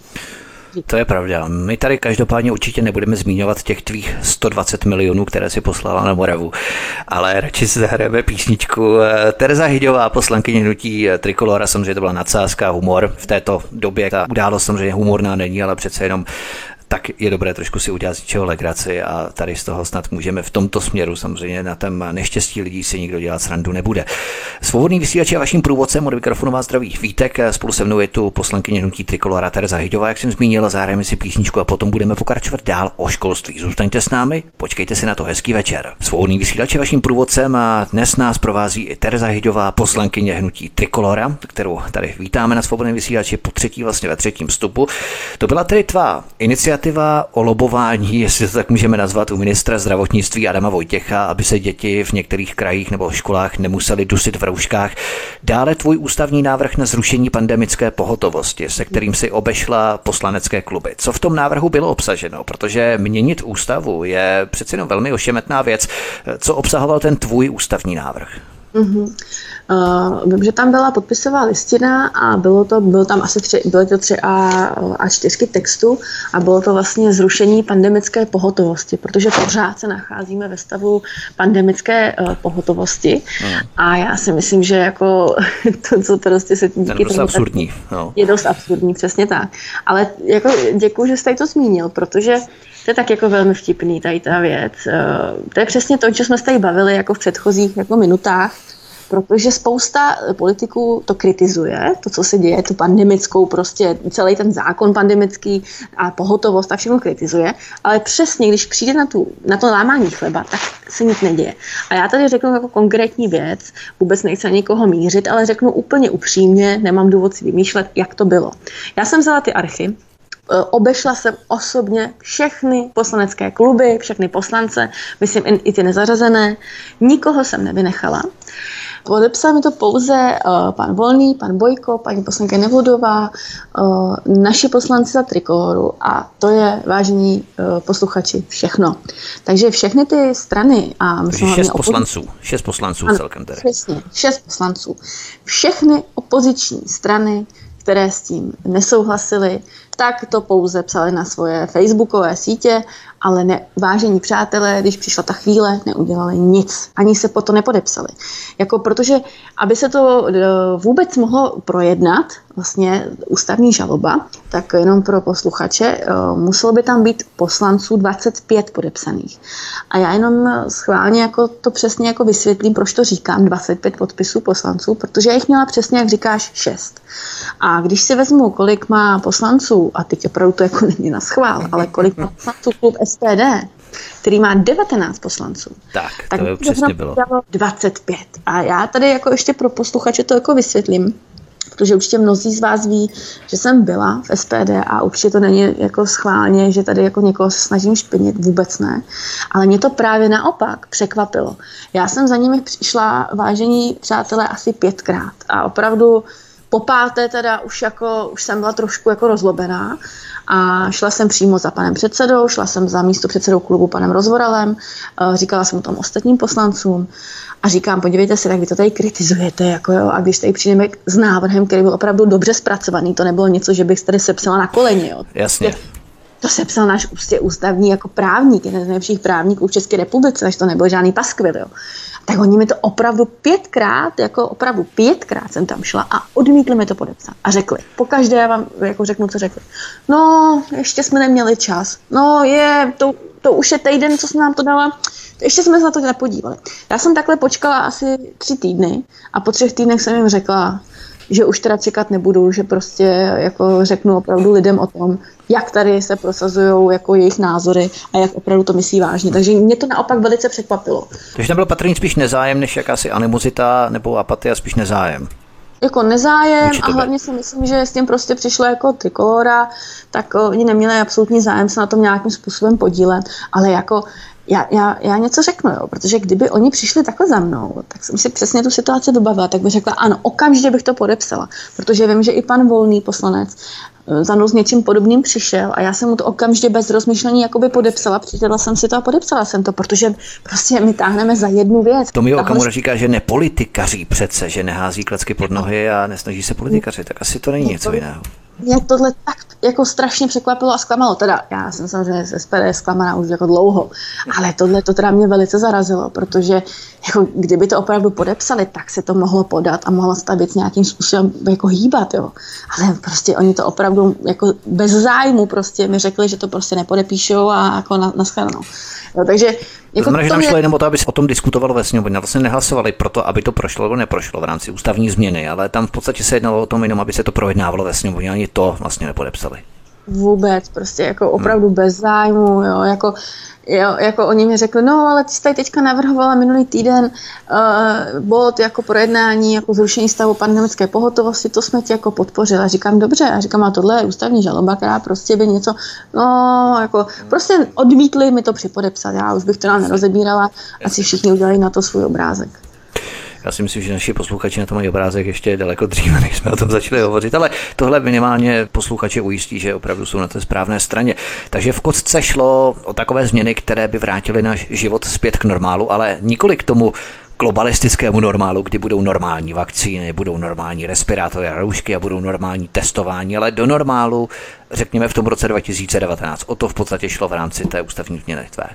To je pravda. My tady každopádně určitě nebudeme zmiňovat těch tvých sto dvacet milionů, které si poslala na Moravu, ale radši si zahrajeme písničku. Tereza Hyďová, poslankyně hnutí Trikolóra, samozřejmě to byla nadsázka, humor v této době. Ta událost samozřejmě humorná není, ale přece jenom tak je dobré trošku si udělat z čeho legraci a tady z toho snad můžeme v tomto směru, samozřejmě na tom neštěstí lidí si nikdo dělat srandu nebude. Svobodný vysílač je vaším průvodcem, od mikrofonu vás zdraví Vítek, spolu se mnou je tu poslankyně hnutí Trikolóra Tereza Hyďová, jak jsem zmínila, zahrajeme si písničku a potom budeme pokračovat dál o školství. Zůstaňte s námi, počkejte si na to, hezký večer. Svobodný vysílač je vaším průvodcem a dnes nás provází i Tereza Hyďová, poslankyně hnutí Trikolóra, kterou tady vítáme na Svobodném vysílači po třetí, vlastně ve třetím vstupu. To byla tedy tvá iniciativa o lobování, jestli to tak můžeme nazvat, u ministra zdravotnictví Adama Vojtěcha, aby se děti v některých krajích nebo školách nemuseli dusit v rouškách. Dále tvůj ústavní návrh na zrušení pandemické pohotovosti, se kterým si obešla poslanecké kluby. Co v tom návrhu bylo obsaženo? Protože měnit ústavu je přeci jenom velmi ošemetná věc. Co obsahoval ten tvůj ústavní návrh? Mm-hmm. Uh, vím, že tam byla podpisová listina a bylo to, bylo tam asi tři, byly to tři a, a čtyřky textů a bylo to vlastně zrušení pandemické pohotovosti, protože pořád se nacházíme ve stavu pandemické uh, pohotovosti mm. a já si myslím, že jako to, co prostě se díky tomu, absurdní, no. je dost absurdní, přesně tak. Ale jako děkuju, že jste to zmínil, protože to je tak jako velmi vtipný tady ta věc. To je přesně to, co jsme se tady bavili jako v předchozích jako minutách, protože spousta politiků to kritizuje, to, co se děje, tu pandemickou, prostě celý ten zákon pandemický a pohotovost a všechno kritizuje, ale přesně, když přijde na, tu, na to lámání chleba, tak se nic neděje. A já tady řeknu jako konkrétní věc, vůbec nechci na nikoho mířit, ale řeknu úplně upřímně, nemám důvod si vymýšlet, jak to bylo. Já jsem vzala ty archy, Obešla jsem osobně všechny poslanecké kluby, všechny poslance, myslím i ty nezařazené. Nikoho jsem nevynechala. Podepsal mi to pouze uh, pan Volný, pan Bojko, paní poslankyně Nevludová, uh, naši poslanci za Trikoloru a to je, vážení uh, posluchači, všechno. Takže všechny ty strany a myslím, šest poslanců, šest poslanců ano, celkem tedy. Přesně, šest poslanců. Všechny opoziční strany, které s tím nesouhlasily, tak to pouze psali na svoje facebookové sítě, ale ne, vážení přátelé, když přišla ta chvíle, neudělali nic. Ani se po to nepodepsali. Jako protože, aby se to vůbec mohlo projednat, vlastně ústavní žaloba, tak jenom pro posluchače, muselo by tam být poslanců dvacet pět podepsaných. A já jenom schválně jako to přesně jako vysvětlím, proč to říkám, dvacet pět podpisů poslanců, protože já jich měla přesně, jak říkáš, šest. A když si vezmu, kolik má poslanců, a teď opravdu to jako není na schvál, ale kolik má poslanců klub S P D, který má devatenáct poslanců. Tak, tak to by přesně bylo. dvacet pět. A já tady jako ještě pro posluchače to jako vysvětlím, protože určitě mnozí z vás ví, že jsem byla v S P D a určitě to není jako schválně, že tady jako někoho se snažím špinit, vůbec ne. Ale mě to právě naopak překvapilo. Já jsem za nimi přišla, vážení přátelé, asi pětkrát a opravdu po páté teda už, jako, už jsem byla trošku jako rozlobená a šla jsem přímo za panem předsedou, šla jsem za místopředsedou klubu panem Rozvoralem, říkala jsem o tom ostatním poslancům a říkám, podívejte se, tak vy to tady kritizujete, jako jo, a když tady přijdeme s návrhem, který byl opravdu dobře zpracovaný, to nebylo něco, že bych tady sepsala na koleni, jo. Jasně. To sepsal náš ústě ústavní jako právník, jeden z nejlepších právníků v České republice, takže to nebyl žádný paskvil, jo. Tak oni mi to opravdu pětkrát, jako opravdu pětkrát jsem tam šla a odmítli mi to podepsat. A řekli, pokaždé já vám jako řeknu, co řekli. No, ještě jsme neměli čas. No je, to, to už je týden, co jsem nám to dala. Ještě jsme se na to nepodívali. Já jsem takhle počkala asi tři týdny a po třech týdnech jsem jim řekla, že už teda čekat nebudu, že prostě jako řeknu opravdu lidem o tom, jak tady se prosazují jako jejich názory a jak opravdu to myslí vážně. Takže mě to naopak velice překvapilo. Takže tam byl patrně spíš nezájem, než jakási animozita nebo apatie, spíš nezájem. Jako nezájem a hlavně si myslím, že s tím prostě přišlo jako Trikolora, tak oni neměli absolutní zájem se na tom nějakým způsobem podílet, ale jako Já, já, já něco řeknu, jo, protože kdyby oni přišli takhle za mnou, tak jsem si přesně tu situaci vybavila, tak bych řekla, ano, okamžitě bych to podepsala, protože vím, že i pan Volný poslanec za mnou s něčím podobným přišel a já jsem mu to okamžitě bez rozmýšlení jakoby podepsala, přečetla jsem si to a podepsala jsem to, protože prostě my táhneme za jednu věc. Tomio Okamura říká, že nepolitikaří přece, že nehází klacky pod nohy a nesnaží se politikařit, tak asi to není něco jiného. Mě tohle tak jako strašně překvapilo a zklamalo. Teda já jsem samozřejmě z S P D zklamaná už jako dlouho, ale tohle to teda mě velice zarazilo, protože jako kdyby to opravdu podepsali, tak se to mohlo podat a mohlo se ta věc nějakým způsobem jako hýbat, jo. Ale prostě oni to opravdu jako bez zájmu prostě mi řekli, že to prostě nepodepíšou a jako na, na shledanou. Jo, takže to znamená, že tam šlo jenom o to, aby se o tom diskutovalo ve sněmovně. Vlastně nehlasovali proto, aby to prošlo nebo neprošlo v rámci ústavní změny, ale tam v podstatě se jednalo o tom jenom, aby se to projednávalo ve sněmovně. Ani to vlastně nepodepsali. Vůbec, prostě jako opravdu hmm. bez zájmu, jo, jako, jo, jako oni mi řekli, no ale ty jsi tady teďka navrhovala minulý týden uh, bod jako projednání, jako zrušení stavu pandemické pohotovosti, to jsme ti jako podpořili. A říkám, dobře, a říkám, a tohle je ústavní žaloba, která prostě by něco, no, jako, prostě odmítli mi to připodepsat, já už bych to nám nerozebírala, asi všichni udělali na to svůj obrázek. Já si myslím, že naši posluchači na to mají obrázek ještě daleko dříve, než jsme o tom začali hovořit, ale tohle minimálně posluchače ujistí, že opravdu jsou na té správné straně. Takže v kostce šlo o takové změny, které by vrátily náš život zpět k normálu, ale nikoli k tomu globalistickému normálu, kdy budou normální vakcíny, budou normální respirátory a roušky a budou normální testování, ale do normálu, řekněme v tom roce dva tisíce devatenáct. O to v podstatě šlo v rámci té ústavní změny tvé.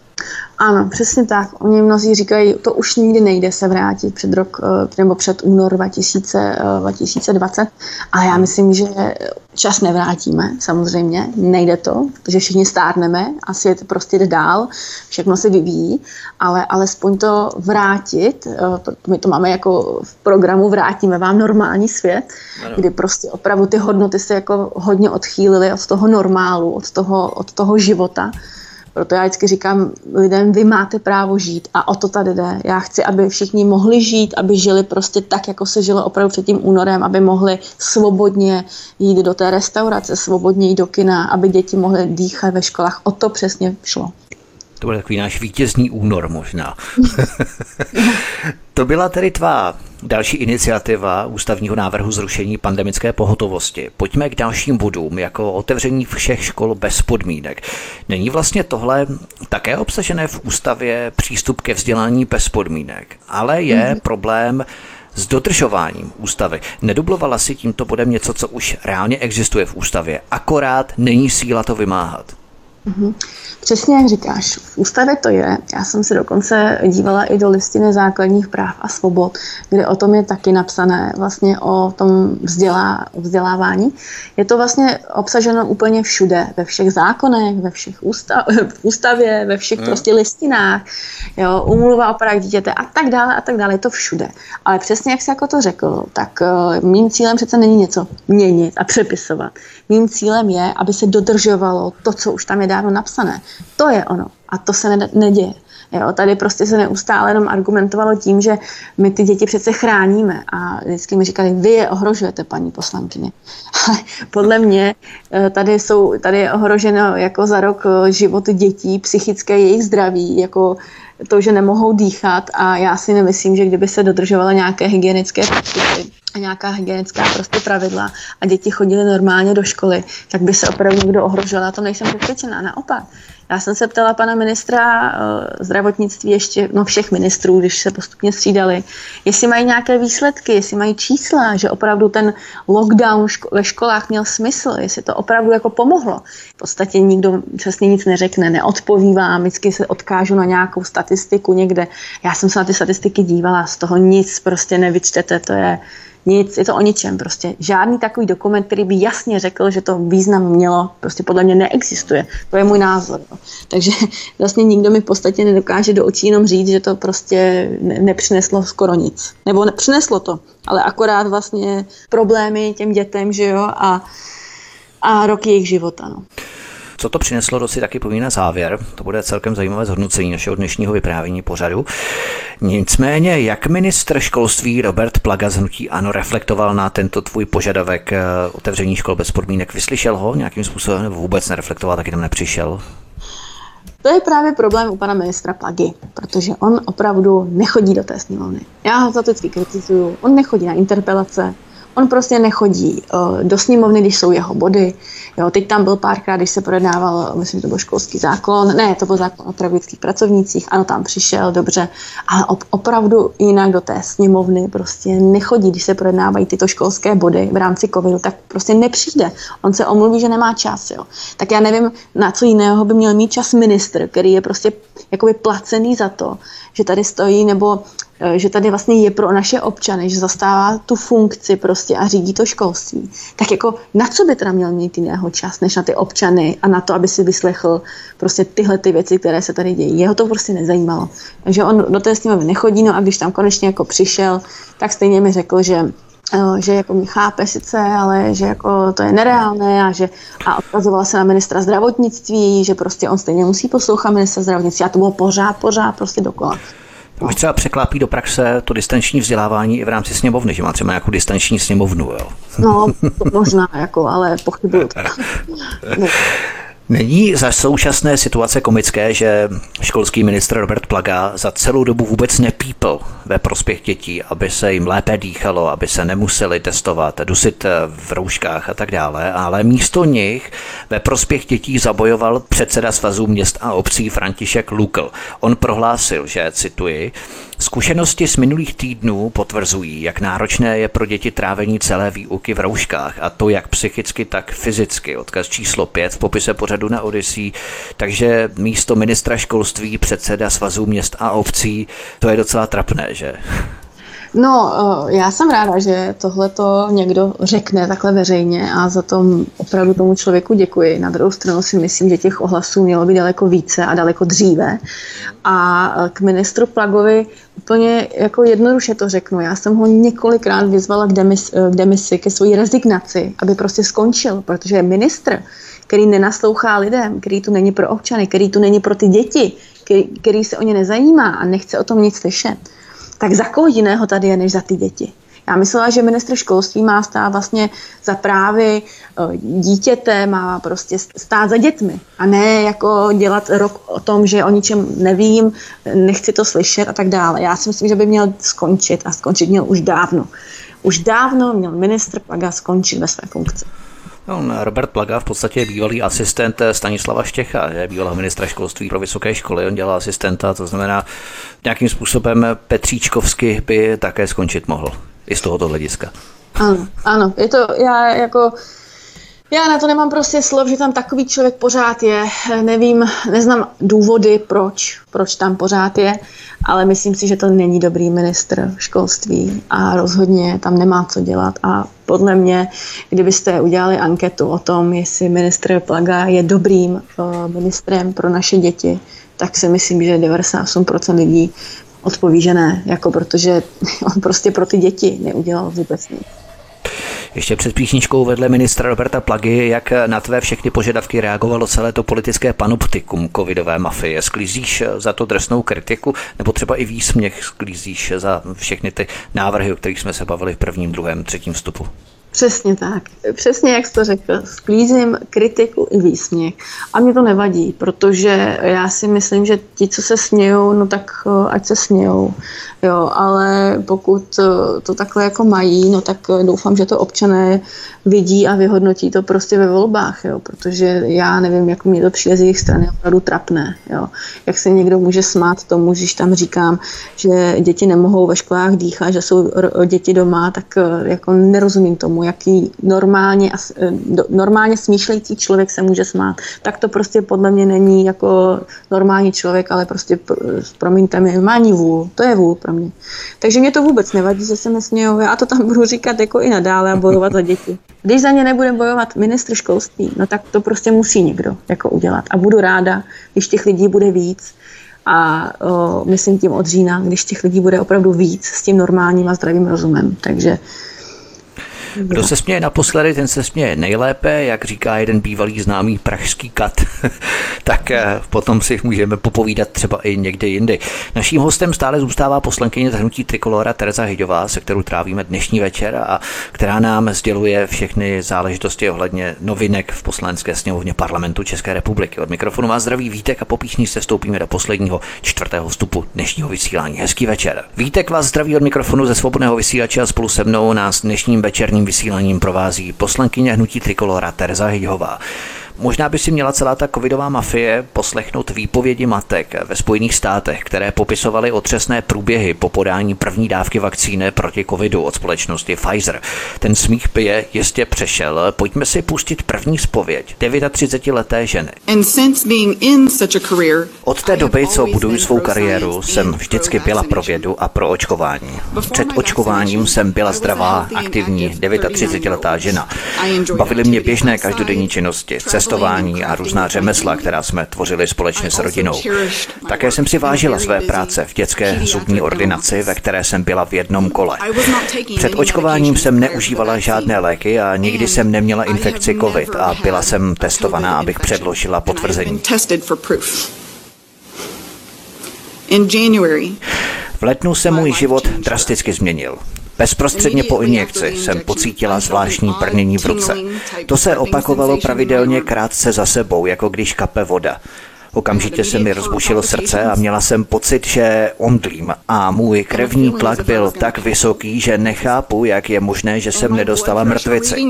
Ano, přesně tak. Oni mnozí říkají, to už nikdy nejde se vrátit před rok nebo před únor dva tisíce dvacet, ale já myslím, že čas nevrátíme, samozřejmě, nejde to, protože všichni stárneme a svět prostě jde dál, všechno se vyvíjí, ale alespoň to vrátit, my to máme jako v programu Vrátíme vám normální svět, ano. Kdy prostě opravdu ty hodnoty se jako hodně odchýlily od toho normálu, od toho, od toho života. Proto já vždycky říkám lidem, vy máte právo žít a o to tady jde. Já chci, aby všichni mohli žít, aby žili prostě tak, jako se žilo opravdu před tím únorem, aby mohli svobodně jít do té restaurace, svobodně jít do kina, aby děti mohly dýchat ve školách. O to přesně šlo. To byl takový náš vítězný únor možná. To byla tedy tvá další iniciativa ústavního návrhu zrušení pandemické pohotovosti. Pojďme k dalším bodům, jako otevření všech škol bez podmínek. Není vlastně tohle také obsažené v ústavě přístup ke vzdělání bez podmínek, ale je mm-hmm. problém s dodržováním ústavy. Nedublovala si tímto bodem něco, co už reálně existuje v ústavě, akorát není síla to vymáhat. Mm-hmm. Přesně jak říkáš, v ústavě to je. Já jsem se dokonce dívala i do listiny základních práv a svobod, kde o tom je taky napsané vlastně o tom vzdělá, vzdělávání. Je to vlastně obsaženo úplně všude, ve všech zákonech, ve všech ústav, v ústavě, ve všech hmm. prostě listinách, jo, úmluva o právech dítěte a tak dále a tak dále, je to všude. Ale přesně jak jsi jako to řekl, tak uh, mým cílem přece není něco měnit a přepisovat. Mým cílem je, aby se dodržovalo to, co už tam je dávno napsané. To je ono. A to se ne- neděje. Jo, tady prostě se neustále jenom argumentovalo tím, že my ty děti přece chráníme. A vždycky mi říkali, vy je ohrožujete, paní poslankyně. Ale podle mě tady, jsou, tady je ohroženo jako za rok životy dětí, psychické jejich zdraví, jako to, že nemohou dýchat. A já si nemyslím, že kdyby se dodržovaly nějaké hygienické postupy a nějaká hygienická prostě pravidla a děti chodily normálně do školy, tak by se opravdu někdo ohrožoval. Já to nejsem přesvědčená, naopak. Já jsem se ptala pana ministra uh, zdravotnictví ještě, no všech ministrů, když se postupně střídali, jestli mají nějaké výsledky, jestli mají čísla, že opravdu ten lockdown ško- ve školách měl smysl, jestli to opravdu jako pomohlo. V podstatě nikdo přesně nic neřekne, neodpoví vám, vždycky se odkážu na nějakou statistiku někde. Já jsem se na ty statistiky dívala, z toho nic prostě nevyčtete, to je nic, je to o ničem prostě. Žádný takový dokument, který by jasně řekl, že to význam mělo, prostě podle mě neexistuje. To je můj názor. Takže vlastně nikdo mi v podstatě nedokáže do očí jenom říct, že to prostě ne- nepřineslo skoro nic. Nebo nepřineslo to, ale akorát vlastně problémy těm dětem, že jo, a, a roky jejich života, no. Co to přineslo, to si taky poví na závěr. To bude celkem zajímavé zhodnocení našeho dnešního vyprávění pořadu. Nicméně, jak ministr školství Robert Plaga z hnutí ANO reflektoval na tento tvůj požadavek otevření škol bez podmínek? Vyslyšel ho nějakým způsobem nebo vůbec nereflektoval, taky tam nepřišel? To je právě problém u pana ministra Plagy, protože on opravdu nechodí do té sněmovny. Já ho za to vždycky kritizuju. On nechodí na interpelace, on prostě nechodí uh, do sněmovny, když jsou jeho body. Jo, teď tam byl párkrát, když se projednával, myslím, že to byl školský zákon, ne, to byl zákon o pedagogických pracovnících, ano, tam přišel, dobře, ale op- opravdu jinak do té sněmovny prostě nechodí, když se projednávají tyto školské body v rámci covidu, tak prostě nepřijde. On se omluví, že nemá čas, jo. Tak já nevím, na co jiného by měl mít čas ministr, který je prostě jakoby placený za to, že tady stojí, nebo že tady vlastně je pro naše občany, že zastává tu funkci prostě a řídí to školství. Tak jako na co by teda měl mít jiného čas, než na ty občany a na to, aby si vyslechl prostě tyhle ty věci, které se tady dějí. Jeho to prostě nezajímalo. Takže on do té sněmovny nechodí, no a když tam konečně jako přišel, tak stejně mi řekl, že že jako mě chápe sice, ale že jako to je nereálné a že a odkazovala se na ministra zdravotnictví, že prostě on stejně musí poslouchat ministra zdravotnictví a to bylo pořád, pořád prostě dokola. Už třeba překlápí do praxe to distanční vzdělávání i v rámci sněmovny, že má třeba nějakou distanční sněmovnu, jo? No, možná, jako, ale pochybuju. Není za současné situace komické, že školský ministr Robert Plaga za celou dobu vůbec nepípl ve prospěch dětí, aby se jim lépe dýchalo, aby se nemuseli testovat, dusit v rouškách a tak dále, ale místo nich ve prospěch dětí zabojoval předseda Svazu měst a obcí František Lukl. On prohlásil, že, cituji, zkušenosti z minulých týdnů potvrzují, jak náročné je pro děti trávení celé výuky v rouškách, a to jak psychicky, tak fyzicky. Odkaz číslo pět v popise pořadu na Odyssey. Takže místo ministra školství předseda Svazu měst a obcí, to je docela trapné, že? No, já jsem ráda, že tohle to někdo řekne takhle veřejně a za to opravdu tomu člověku děkuji. Na druhou stranu si myslím, že těch ohlasů mělo být daleko více a daleko dříve. A k ministru Plagovi úplně jako jednoduše to řeknu. Já jsem ho několikrát vyzvala k, demis, k demisi, ke své rezignaci, aby prostě skončil, protože ministr který nenaslouchá lidem, který tu není pro občany, který tu není pro ty děti, který, který se o ně nezajímá a nechce o tom nic slyšet, tak za koho jiného tady je, než za ty děti? Já myslela, že ministr školství má stát vlastně za právy dítěte, má prostě stát za dětmi a ne jako dělat rok o tom, že o ničem nevím, nechci to slyšet a tak dále. Já si myslím, že by měl skončit a skončit měl už dávno. Už dávno měl ministr Plaga skončit ve své funkci. No, Robert Plaga v podstatě je bývalý asistent Stanislava Štěcha, je bývalého ministra školství pro vysoké školy, on dělal asistenta, to znamená nějakým způsobem Petříčkovsky by také skončit mohl. I z tohoto hlediska. Ano, ano, je to, já jako, já na to nemám prostě slov, že tam takový člověk pořád je, nevím, neznám důvody, proč, proč tam pořád je, ale myslím si, že to není dobrý ministr školství a rozhodně tam nemá co dělat a podle mě, kdybyste udělali anketu o tom, jestli ministr Plaga je dobrým uh, ministrem pro naše děti, tak si myslím, že devadesát osm procent lidí odpoví, že ne, jako protože on prostě pro ty děti neudělal vůbec nic. Ještě před písničkou vedle ministra Roberta Plagy, jak na tvé všechny požadavky reagovalo celé to politické panoptikum covidové mafie. Sklízíš za to drsnou kritiku, nebo třeba i výsměch sklízíš za všechny ty návrhy, o kterých jsme se bavili v prvním, druhém, třetím vstupu? Přesně tak. Přesně jak jsi to řekl. Sklízím kritiku i výsměch. A mě to nevadí, protože já si myslím, že ti, co se smějou, no tak ať se smějou. Jo, ale pokud to takhle jako mají, no tak doufám, že to občané vidí a vyhodnotí to prostě ve volbách, jo, protože já nevím, jak mě to přijde z jejich strany opravdu trapné. Jo. Jak se někdo může smát tomu, když tam říkám, že děti nemohou ve školách dýchat, že jsou děti doma, tak jako nerozumím tomu, jaký normálně, normálně smýšlející člověk se může smát. Tak to prostě podle mě není jako normální člověk, ale prostě, promiňte mi, normální vůl. To je vůl pro mě. Takže mě to vůbec nevadí, že se nesmějou. Já to tam budu říkat jako i nadále a bojovat za děti. Když za ně nebude bojovat ministr školství, no tak to prostě musí někdo jako udělat. A budu ráda, když těch lidí bude víc. A o, myslím tím od října, když těch lidí bude opravdu víc s tím normálním a zdravým rozumem. Takže kdo se směje naposledy, ten se směje nejlépe, jak říká jeden bývalý známý pražský kat. Tak potom si můžeme popovídat třeba i někde jindy. Naším hostem stále zůstává poslankyně hnutí Trikolóra Tereza Hyďová, se kterou trávíme dnešní večer a která nám sděluje všechny záležitosti ohledně novinek v Poslanecké sněmovně Parlamentu České republiky. Od mikrofonu vás zdraví Vítek a po písni se vstoupíme do posledního čtvrtého vstupu dnešního vysílání. Hezký večer. Vítek vás zdraví od mikrofonu ze Svobodného vysílače a spolu se mnou nás dnešním večerním vysíláním provází poslankyně hnutí Trikolóra Tereza Hyďová. Možná by si měla celá ta covidová mafie poslechnout výpovědi matek ve Spojených státech, které popisovaly otřesné průběhy po podání první dávky vakcíny proti covidu od společnosti Pfizer. Ten smích je jistě přešel. Pojďme si pustit první zpověď třicetidevítileté ženy. Od té doby, co buduji svou kariéru, jsem vždycky byla pro vědu a pro očkování. Před očkováním jsem byla zdravá, aktivní třicetidevítiletá žena. Bavily mě běžné každodenní činnosti, cestování a různá řemesla, která jsme tvořili společně s rodinou. Také jsem si vážila své práce v dětské zubní ordinaci, ve které jsem byla v jednom kole. Před očkováním jsem neužívala žádné léky a nikdy jsem neměla infekci COVID a byla jsem testovaná, abych předložila potvrzení. V lednu se můj život drasticky změnil. Bezprostředně po injekci jsem pocítila zvláštní brnění v ruce. To se opakovalo pravidelně krátce za sebou, jako když kape voda. Okamžitě se mi rozbušilo srdce a měla jsem pocit, že omdlím a můj krevní tlak byl tak vysoký, že nechápu, jak je možné, že jsem nedostala mrtvici.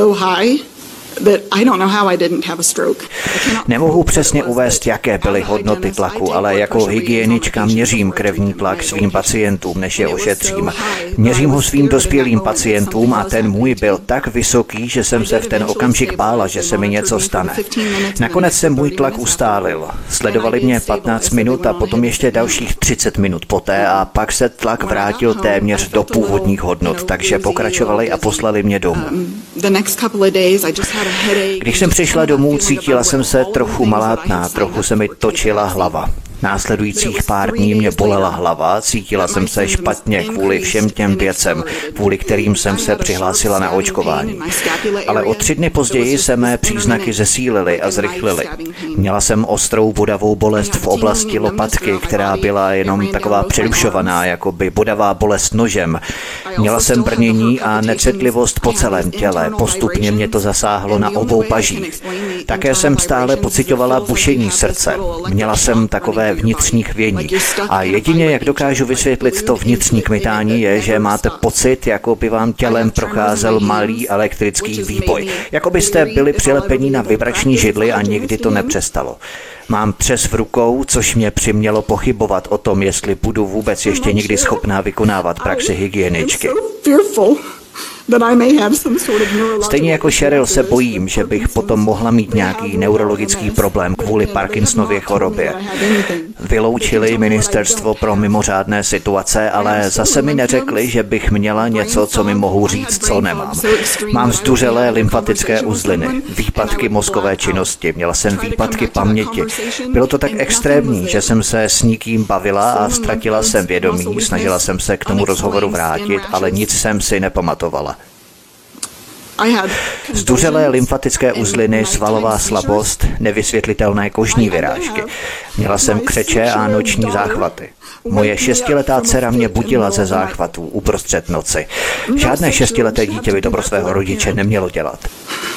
Nemohu přesně uvést, jaké byly hodnoty tlaku, ale jako hygienička měřím krevní tlak svým pacientům, než je ošetřím. Měřím ho svým dospělým pacientům a ten můj byl tak vysoký, že jsem se v ten okamžik bála, že se mi něco stane. Nakonec se můj tlak ustálil. Sledovali mě patnáct minut a potom ještě dalších třicet minut poté a pak se tlak vrátil téměř do původních hodnot, takže pokračovali a poslali mě domů. Když jsem přišla domů, cítila jsem se trochu malátná, trochu se mi točila hlava. Následujících pár dní mě bolela hlava, cítila jsem se špatně kvůli všem těm věcem, kvůli kterým jsem se přihlásila na očkování. Ale o tři dny později se mé příznaky zesílily a zrychlily. Měla jsem ostrou bodavou bolest v oblasti lopatky, která byla jenom taková přerušovaná, jako by bodavá bolest nožem. Měla jsem brnění a necitlivost po celém těle, postupně mě to zasáhlo na obou pažích. Také jsem stále pociťovala bušení srdce. Měla jsem takové vnitřní chvění. A jedině, jak dokážu vysvětlit to vnitřní kmitání, je, že máte pocit, jako by vám tělem procházel malý elektrický výboj. Jako byste byli přilepení na vibrační židli a nikdy to nepřestalo. Mám třes v rukou, což mě přimělo pochybovat o tom, jestli budu vůbec ještě někdy schopná vykonávat praxi hygieničky. Stejně jako Sheryl se bojím, že bych potom mohla mít nějaký neurologický problém kvůli Parkinsonově chorobě. Vyloučili ministerstvo pro mimořádné situace, ale zase mi neřekli, že bych měla něco, co mi mohou říct, co nemám. Mám zduřelé lymfatické uzliny, výpadky mozkové činnosti, měla jsem výpadky paměti. Bylo to tak extrémní, že jsem se s nikým bavila a ztratila jsem vědomí, snažila jsem se k tomu rozhovoru vrátit, ale nic jsem si nepamatovala. Zduřelé lymfatické uzliny, svalová slabost, nevysvětlitelné kožní vyrážky. Měla jsem křeče a noční záchvaty. Moje šestiletá dcera mě budila ze záchvatů uprostřed noci. Žádné šestileté dítě by to pro svého rodiče nemělo dělat.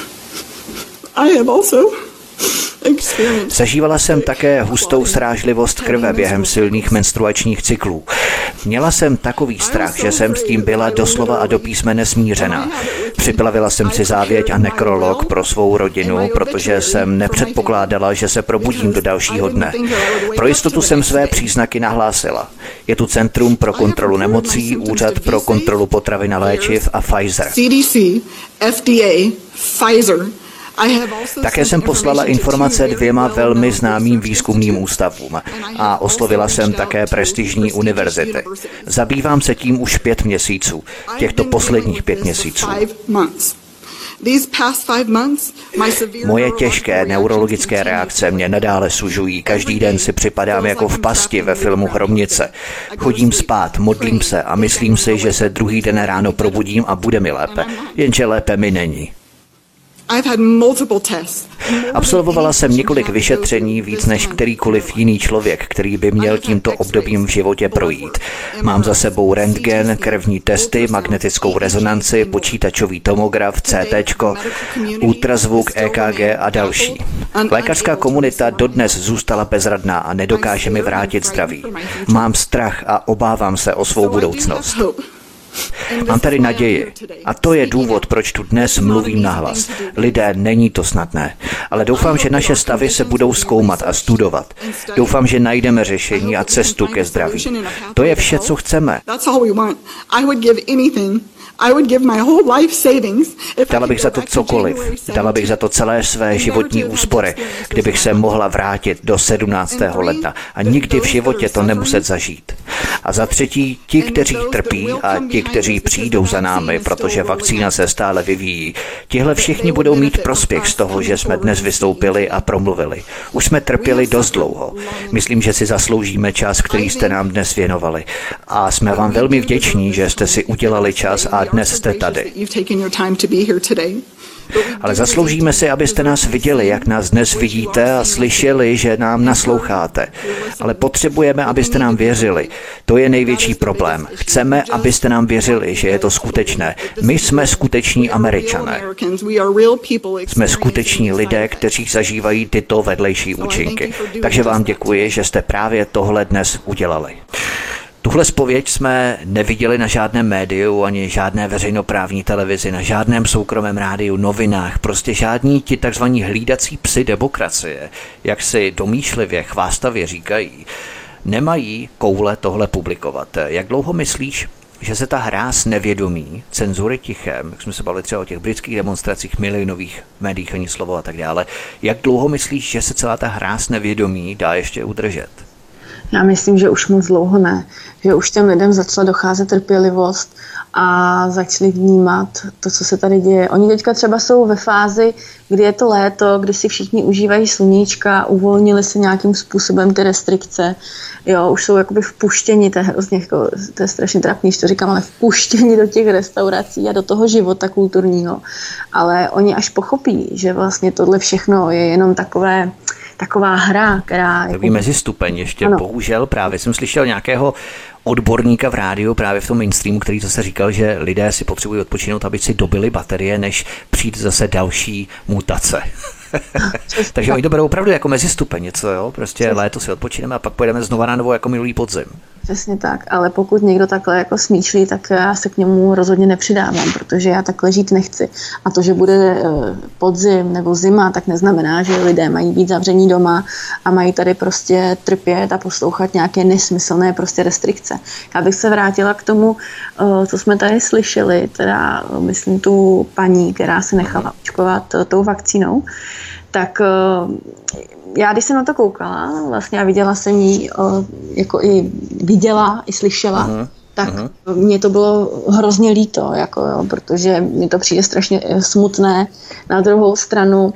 Zažívala jsem také hustou srážlivost krve během silných menstruačních cyklů. Měla jsem takový strach, že jsem s tím byla doslova a do písmene smířená. Připlavila jsem si závěť a nekrolog pro svou rodinu, protože jsem nepředpokládala, že se probudím do dalšího dne. Pro jistotu jsem své příznaky nahlásila. Je tu Centrum pro kontrolu nemocí, Úřad pro kontrolu potravin a léčiv a Pfizer. C D C, F D A, Pfizer. Také jsem poslala informace dvěma velmi známým výzkumným ústavům a oslovila jsem také prestižní univerzity. Zabývám se tím už pět měsíců, těchto posledních pět měsíců. Moje těžké neurologické reakce mě nadále sužují. Každý den si připadám jako v pasti ve filmu Hromnice. Chodím spát, modlím se a myslím si, že se druhý den ráno probudím a bude mi lépe. Jenže lépe mi není. Absolvovala jsem několik vyšetření, víc než kterýkoliv jiný člověk, který by měl tímto obdobím v životě projít. Mám za sebou rentgen, krevní testy, magnetickou rezonanci, počítačový tomograf, C T, ultrazvuk, E K G a další. Lékařská komunita dodnes zůstala bezradná a nedokáže mi vrátit zdraví. Mám strach a obávám se o svou budoucnost. Mám tady naději a to je důvod, proč tu dnes mluvím nahlas. Lidé, není to snadné, ale doufám, že naše stavy se budou zkoumat a studovat. Doufám, že najdeme řešení a cestu ke zdraví. To je vše, co chceme. Dala bych za to cokoliv. Dala bych za to celé své životní úspory, kdybych se mohla vrátit do sedmnáctého ledna a nikdy v životě to nemuset zažít. A za třetí, ti, kteří trpí a ti, kteří přijdou za námi, protože vakcína se stále vyvíjí, tihle všichni budou mít prospěch z toho, že jsme dnes vystoupili a promluvili. Už jsme trpěli dost dlouho. Myslím, že si zasloužíme čas, který jste nám dnes věnovali. A jsme vám velmi vděční, že jste si udělali čas a dnes jste tady. Ale zasloužíme si, abyste nás viděli, jak nás dnes vidíte a slyšeli, že nám nasloucháte. Ale potřebujeme, abyste nám věřili. To je největší problém. Chceme, abyste nám věřili, že je to skutečné. My jsme skuteční Američané. Jsme skuteční lidé, kteří zažívají tyto vedlejší účinky. Takže vám děkuji, že jste právě tohle dnes udělali. Tuhle zpověď jsme neviděli na žádném médiu, ani žádné veřejnoprávní televizi, na žádném soukromém rádiu, novinách, prostě žádní ti takzvaní hlídací psi demokracie, jak si domýšlivě, chvástavě říkají, nemají koule tohle publikovat. Jak dlouho myslíš, že se ta hra s nevědomí, cenzury tichem, jak jsme se bavili třeba o těch britských demonstracích, milionových médiích, ani slovo a tak dále, jak dlouho myslíš, že se celá ta hra s nevědomí dá ještě udržet? Já myslím, že už moc dlouho ne. Že už těm lidem začala docházet trpělivost a začali vnímat to, co se tady děje. Oni teďka třeba jsou ve fázi, kdy je to léto, kdy si všichni užívají sluníčka, uvolnili se nějakým způsobem ty restrikce. Jo, už jsou jakoby vpuštěni, to je hrozně, jako, to je strašně trapný, že to říkám, ale vpuštěni do těch restaurací a do toho života kulturního. Ale oni až pochopí, že vlastně tohle všechno je jenom takové taková hra, která... Takový jako... mezistupeň ještě, ano. Bohužel právě jsem slyšel nějakého odborníka v rádiu právě v tom mainstreamu, který zase říkal, že lidé si potřebují odpočinout, aby si dobili baterie, než přijít zase další mutace. Takže oni to berou opravdu jako mezistupeň něco, jo? Prostě Přesně. Léto si odpočineme a pak pojedeme znova na novo jako minulý podzim. Přesně tak, ale pokud někdo takhle jako smýšlí, tak já se k němu rozhodně nepřidávám, protože já takhle žít nechci. A to, že bude podzim nebo zima, tak neznamená, že lidé mají být zavření doma a mají tady prostě trpět a poslouchat nějaké nesmyslné prostě restrikce. Já bych se vrátila k tomu, co jsme tady slyšeli, teda myslím tu paní, která se nechala očkovat tou vakcínou, tak já, když jsem na to koukala, vlastně a viděla jsem ji, jako i viděla, i slyšela, uh-huh. tak uh-huh. mně to bylo hrozně líto, jako, jo, protože mi to přijde strašně smutné. Na druhou stranu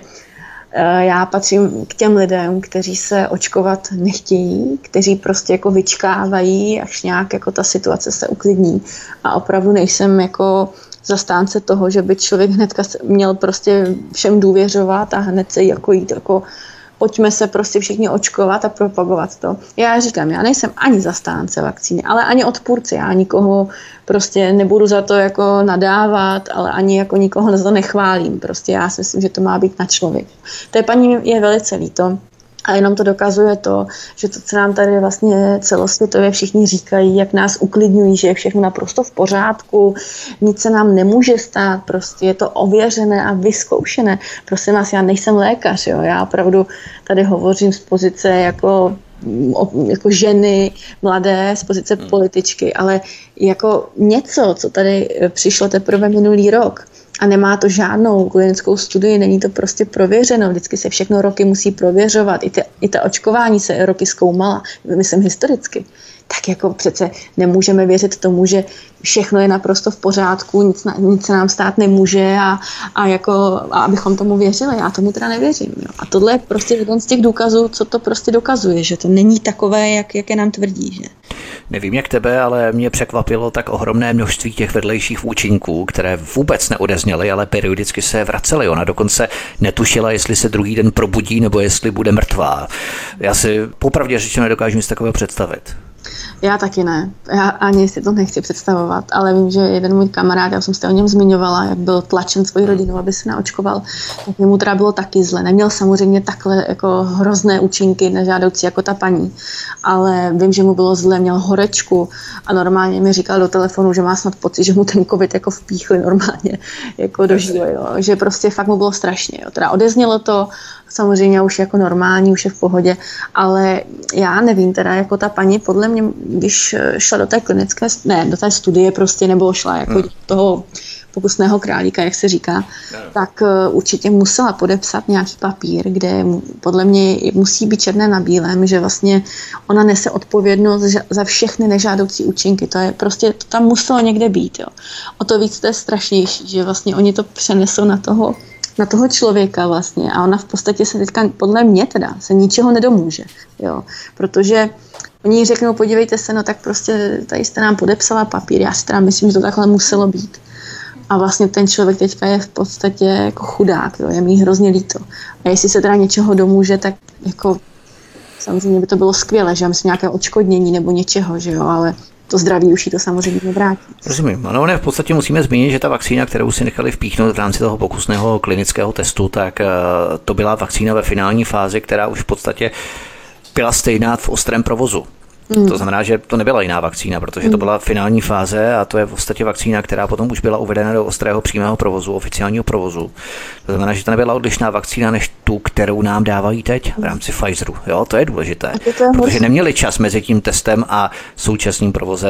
já patřím k těm lidem, kteří se očkovat nechtějí, kteří prostě jako vyčkávají, až nějak jako ta situace se uklidní. A opravdu nejsem jako zastánce toho, že by člověk hnedka měl prostě všem důvěřovat a hned se jako jít jako pojďme se prostě všichni očkovat a propagovat to. Já říkám, já nejsem ani zastánce vakcíny, ale ani odpůrce. Já nikoho prostě nebudu za to jako nadávat, ale ani jako nikoho za to nechválím. Prostě já si myslím, že to má být na člověk. Té paní je velice líto. A jenom to dokazuje to, že to, co nám tady vlastně celosvětově všichni říkají, jak nás uklidňují, že je všechno naprosto v pořádku, nic se nám nemůže stát, prostě je to ověřené a vyzkoušené. Prosím vás, já nejsem lékař, jo? Já opravdu tady hovořím z pozice jako, jako ženy, mladé, z pozice političky, ale jako něco, co tady přišlo teprve minulý rok, a nemá to žádnou klinickou studii, není to prostě prověřeno. Vždycky se všechno roky musí prověřovat. I, te, i ta očkování se roky zkoumala, myslím historicky. Tak jako přece nemůžeme věřit tomu, že všechno je naprosto v pořádku, nic, na, nic se nám stát nemůže a, a, jako, a abychom tomu věřili. Já tomu teda nevěřím. Jo. A tohle je prostě jeden z těch důkazů, co to prostě dokazuje, že to není takové, jak, jak je nám tvrdí. Že? Nevím jak tebe, ale mě překvapilo tak ohromné množství těch vedlejších účinků, které vůbec neodezněly, ale periodicky se vracely. Ona dokonce netušila, jestli se druhý den probudí nebo jestli bude mrtvá. Já si popravdě řečeno nedokážu nic takového představit. Já taky ne. Já ani si to nechci představovat, ale vím, že jeden můj kamarád, já jsem se o něm zmiňovala, jak byl tlačen svojí rodinou, aby se naočkoval, tak mu teda bylo taky zle. Neměl samozřejmě takhle jako hrozné účinky nežádoucí jako ta paní, ale vím, že mu bylo zle, měl horečku a normálně mi říkal do telefonu, že má snad pocit, že mu ten covid jako vpíchli normálně jako do žíly, že prostě fakt mu bylo strašně. Jo. Teda odeznělo to, samozřejmě už jako normální, už je v pohodě, ale já nevím, teda jako ta paní, podle mě, když šla do té klinické, ne, do té studie prostě, nebo šla jako hmm. do toho pokusného králíka, jak se říká, no. tak uh, určitě musela podepsat nějaký papír, kde podle mě musí být černé na bílém, že vlastně ona nese odpovědnost za všechny nežádoucí účinky. To je prostě, to tam muselo někde být. Jo. O to víc to je strašnější, že vlastně oni to přenesou na toho na toho člověka vlastně a ona v podstatě se teďka, podle mě teda, se ničeho nedomůže, jo, protože oni jí řeknou, podívejte se, no tak prostě tady jste nám podepsala papír, já si teda myslím, že to takhle muselo být. A vlastně ten člověk teďka je v podstatě jako chudák, jo, je mi hrozně líto. A jestli se teda něčeho domůže, tak jako samozřejmě by to bylo skvělé, že já myslím nějaké odškodnění nebo něčeho, že jo, ale to zdraví už jí to samozřejmě nevrátí. Rozumím. Ano, ne, v podstatě musíme zmínit, že ta vakcína, kterou si nechali vpíchnout v rámci toho pokusného klinického testu, tak to byla vakcína ve finální fázi, která už v podstatě byla stejná v ostrém provozu. Hmm. To znamená, že to nebyla jiná vakcína, protože to byla finální fáze a to je v podstatě vakcína, která potom už byla uvedena do ostrého přímého provozu, oficiálního provozu. To znamená, že to nebyla odlišná vakcína než tu, kterou nám dávají teď v rámci Pfizeru. Jo, to je důležité, to je protože neměli čas mezi tím testem a současným provozem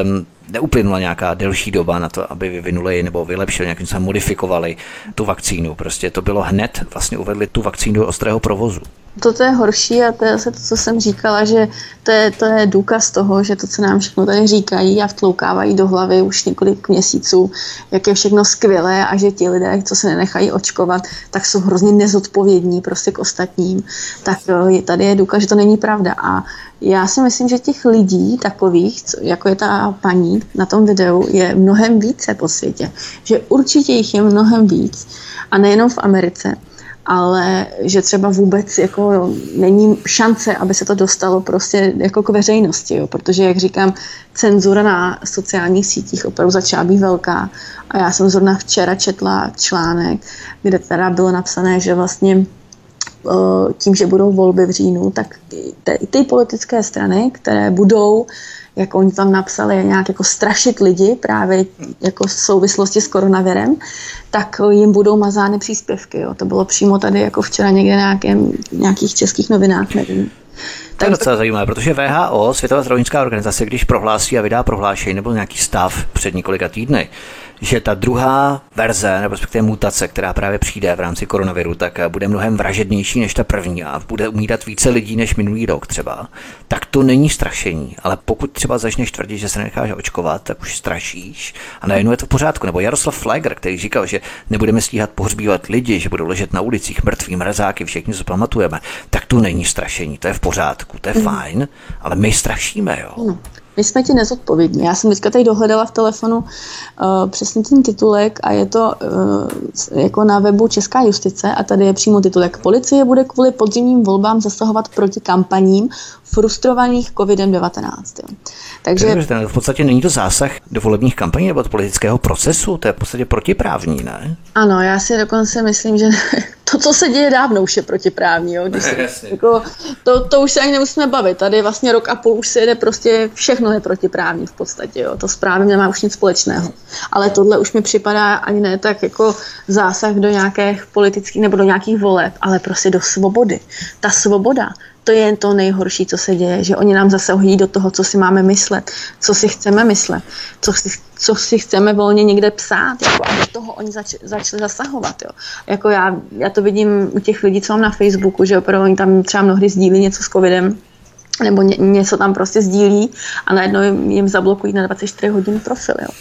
neuplynula nějaká delší doba na to, aby vyvinuli nebo vylepšili, nějakým způsobem modifikovali tu vakcínu. Prostě to bylo hned, vlastně uvedli tu vakcínu do ostrého provozu. Toto je horší a to je zase to, co jsem říkala, že to je, to je důkaz toho, že to, co nám všechno tady říkají a vtloukávají do hlavy už několik měsíců, jak je všechno skvělé a že ti lidé, co se nenechají očkovat, tak jsou hrozně nezodpovědní prostě k ostatním. Tak je, tady je důkaz, že to není pravda. A já si myslím, že těch lidí takových, jako je ta paní na tom videu, je mnohem více po světě. Že určitě jich je mnohem víc. A nejenom v Americe, ale že třeba vůbec jako není šance, aby se to dostalo prostě jako k veřejnosti, jo? Protože, jak říkám, cenzura na sociálních sítích opravdu začala být velká a já jsem zrovna včera četla článek, kde teda bylo napsané, že vlastně tím, že budou volby v říjnu, tak ty, ty politické strany, které budou, jak oni tam napsali, nějak jako strašit lidi právě jako v souvislosti s koronavirem, tak jim budou mazány příspěvky. Jo. To bylo přímo tady jako včera někde na nějakém, nějakých českých novinách, nevím. To je docela zajímavé, protože W H O, Světová zdravotnická organizace, když prohlásí a vydá prohlášení nebo nějaký stav před několika týdny, že ta druhá verze, nebo respektive mutace, která právě přijde v rámci koronaviru, tak bude mnohem vražednější než ta první a bude umírat více lidí než minulý rok třeba, tak to není strašení. Ale pokud třeba začneš tvrdit, že se nenecháš očkovat, tak už strašíš a najednou je to v pořádku. Nebo Jaroslav Flegr, který říkal, že nebudeme stíhat pohřbívat lidi, že budou ležet na ulicích mrtví, mrzáky, všichni se pamatujeme, tak to není strašení, to je v pořádku, to je mm. fajn, ale my strašíme, jo. Mm. My jsme ti nezodpovědní. Já jsem vždycky tady dohledala v telefonu uh, přesně ten titulek a je to uh, jako na webu Česká justice a tady je přímo titulek. Policie bude kvůli podzimním volbám zasahovat proti kampaním frustrovaných covidem devatenáct. Jo. Takže v podstatě není to zásah do volebních kampaní nebo do politického procesu, to je v podstatě protiprávní, ne? Ano, já si dokonce myslím, že to, co se děje dávno, už je protiprávní. Jo? Když se, jako, to, to už se ani nemusíme bavit. Tady vlastně rok a půl už se jede prostě, všechno je protiprávní v podstatě. Jo? To s právem nemá už nic společného. Ale tohle už mi připadá ani ne tak jako zásah do nějakých politických nebo do nějakých voleb, ale prostě do svobody. Ta svoboda, to je to nejhorší, co se děje, že oni nám zase hodí do toho, co si máme myslet, co si chceme myslet, co si, co si chceme volně někde psát, jako, a do toho oni zač, začali zasahovat. Jo. Jako já, já to vidím u těch lidí, co mám na Facebooku, že opravdu oni tam třeba mnohdy sdílí něco s covidem, nebo ně, něco tam prostě sdílí a najednou jim, jim zablokují na dvacet čtyři hodin profil. Jo.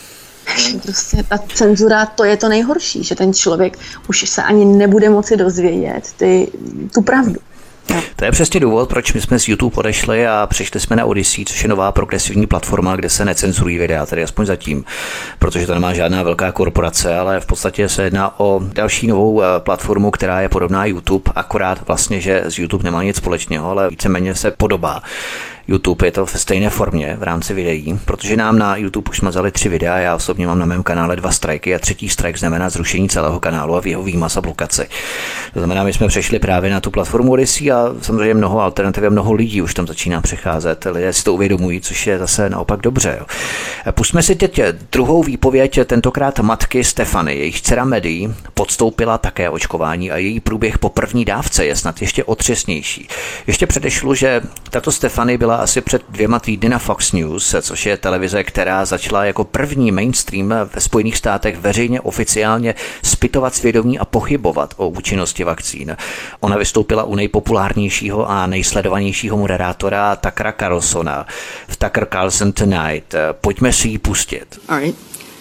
Prostě ta cenzura, to je to nejhorší, že ten člověk už se ani nebude moci dozvědět ty, tu pravdu. To je přesně důvod, proč my jsme z YouTube odešli a přišli jsme na Odyssey, což je nová progresivní platforma, kde se necenzurují videa, tedy aspoň zatím, protože to nemá žádná velká korporace, ale v podstatě se jedná o další novou platformu, která je podobná YouTube, akorát vlastně, že z YouTube nemá nic společného, ale víceméně se podobá. YouTube je to v stejné formě v rámci videí, protože nám na YouTube už smazali tři videa, já osobně mám na mém kanále dva strajky a třetí strike znamená zrušení celého kanálu a v jeho výmaz a blokaci. To znamená, my jsme přešli právě na tu platformu Odyssey a samozřejmě mnoho alternativ a mnoho lidí už tam začíná přecházet. Lidé si to uvědomují, což je zase naopak dobře. Jo. Pusťme si teď druhou výpověď, tentokrát matky Stefany. Jejich dcera Maddie podstoupila také očkování a její průběh po první dávce je snad ještě otřesnější. Ještě předešlu, že tato Stefany byla asi před dvěma týdny na Fox News, což je televize, která začala jako první mainstream ve Spojených státech veřejně oficiálně zpytovat svědomí a pochybovat o účinnosti vakcín. Ona vystoupila u nejpopulárnějšího a nejsledovanějšího moderátora Tuckera Carlsona v Tucker Carlson Tonight. Pojďme si ji pustit. All right.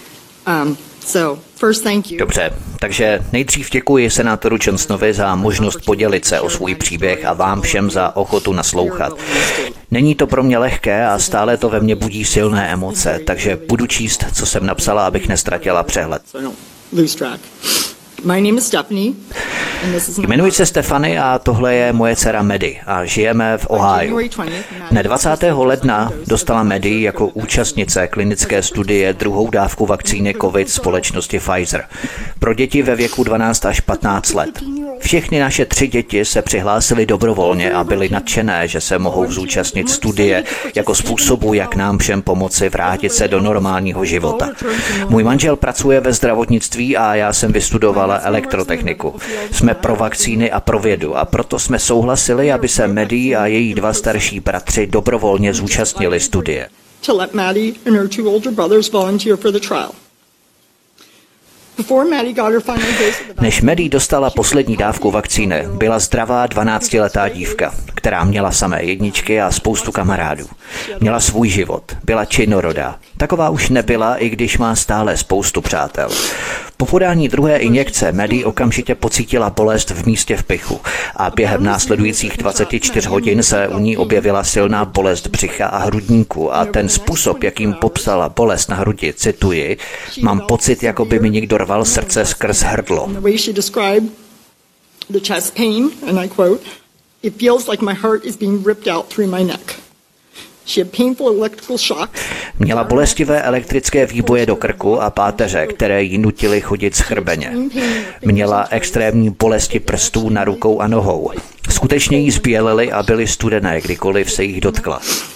Um, so, first thank you. Dobře, takže nejdřív děkuji senátoru Johnsonovi za možnost podělit se o svůj příběh a vám všem za ochotu naslouchat. Není to pro mě lehké a stále to ve mně budí silné emoce, takže budu číst, co jsem napsala, abych nestratila přehled. My name is Stephanie. Jmenuji se Stefany a tohle je moje dcera Maddie a žijeme v Ohio. Dne dvacátého ledna dostala Maddie jako účastnice klinické studie druhou dávku vakcíny COVID společnosti Pfizer pro děti ve věku dvanáct až patnáct let. Všechny naše tři děti se přihlásily dobrovolně a byly nadšené, že se mohou zúčastnit studie jako způsobu, jak nám všem pomoci vrátit se do normálního života. Můj manžel pracuje ve zdravotnictví a já jsem vystudovala elektrotechniku. Jsme pro vakcíny a pro vědu a proto jsme souhlasili, aby se Maddie a její dva starší bratři dobrovolně zúčastnili studie. to let Maddie and her two older brothers volunteer for the trial. Než Maddie dostala poslední dávku vakcíny, byla zdravá dvanáctiletá dívka, která měla samé jedničky a spoustu kamarádů. Měla svůj život, byla činorodá. Taková už nebyla, i když má stále spoustu přátel. Po podání druhé injekce Maddie okamžitě pocítila bolest v místě vpichu a během následujících dvaceti čtyř hodin se u ní objevila silná bolest břicha a hrudníku a ten způsob, jakým popsala bolest na hrudi, cituji, mám pocit, jako by mi někdo rval srdce skrz hrdlo. Měla bolestivé elektrické výboje do krku a páteře, které ji nutily chodit schrbeně. Měla extrémní bolesti prstů na rukou a nohou. Skutečně jí zbělily a byly studené, kdykoliv se jich dotkla.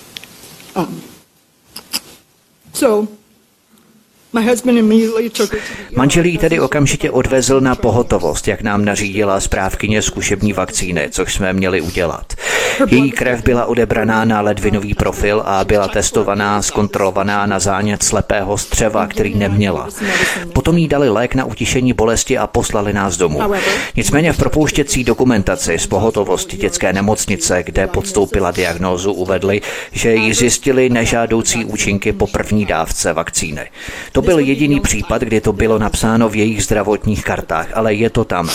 Manžel jí tedy okamžitě odvezl na pohotovost, jak nám nařídila správkyně zkušební vakcíny, což jsme měli udělat. Její krev byla odebraná na ledvinový profil a byla testovaná, zkontrolovaná na zánět slepého střeva, který neměla. Potom jí dali lék na utišení bolesti a poslali nás domů. Nicméně v propouštěcí dokumentaci z pohotovosti dětské nemocnice, kde podstoupila diagnózu, uvedli, že jí zjistili nežádoucí účinky po první dávce vakcíny. To byl jediný případ, kdy to bylo napsáno v jejich zdravotních kartách, ale je to tam.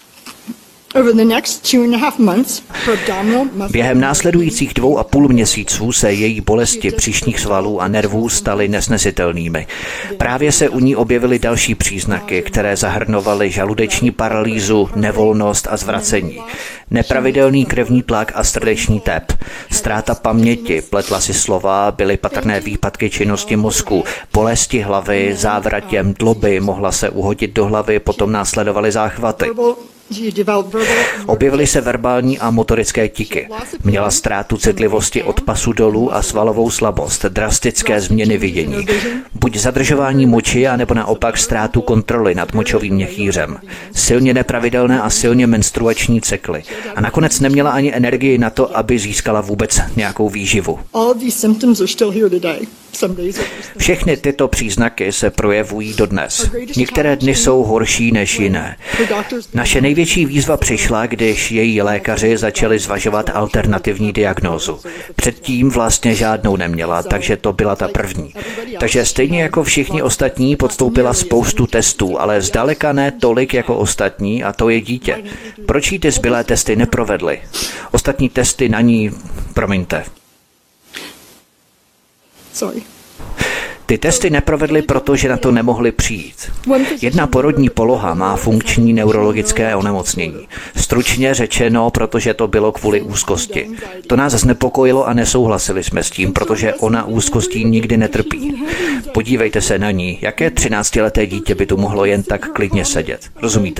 Během následujících dvou a půl měsíců se její bolesti břišních svalů a nervů staly nesnesitelnými. Právě se u ní objevily další příznaky, které zahrnovaly žaludeční paralýzu, nevolnost a zvracení. Nepravidelný krevní tlak a srdeční tep. Ztráta paměti, pletla si slova, byly patrné výpadky činnosti mozku, bolesti hlavy, závratě mdloby, mohla se uhodit do hlavy, potom následovaly záchvaty. Objevily se verbální a motorické tiky. Měla ztrátu citlivosti od pasu dolů a svalovou slabost, drastické změny vidění. Buď zadržování moči, anebo naopak ztrátu kontroly nad močovým měchýřem. Silně nepravidelné a silně menstruační cykly. A nakonec neměla ani energii na to, aby získala vůbec nějakou výživu. Všechny tyto příznaky se projevují dodnes. Některé dny jsou horší než jiné. Naše největší výzva přišla, když její lékaři začali zvažovat alternativní diagnózu. Předtím vlastně žádnou neměla, takže to byla ta první. Takže stejně jako všichni ostatní podstoupila spoustu testů, ale zdaleka ne tolik jako ostatní, a to je dítě. Proč jí ty zbylé testy neprovedly? Ostatní testy na ní, promiňte. Sorry. Ty testy neprovedly, protože na to nemohli přijít. Jedna porodní poloha má funkční neurologické onemocnění. Stručně řečeno, protože to bylo kvůli úzkosti. To nás znepokojilo a nesouhlasili jsme s tím, protože ona úzkostí nikdy netrpí. Podívejte se na ní, jaké třináctileté dítě by tu mohlo jen tak klidně sedět. Rozumíte?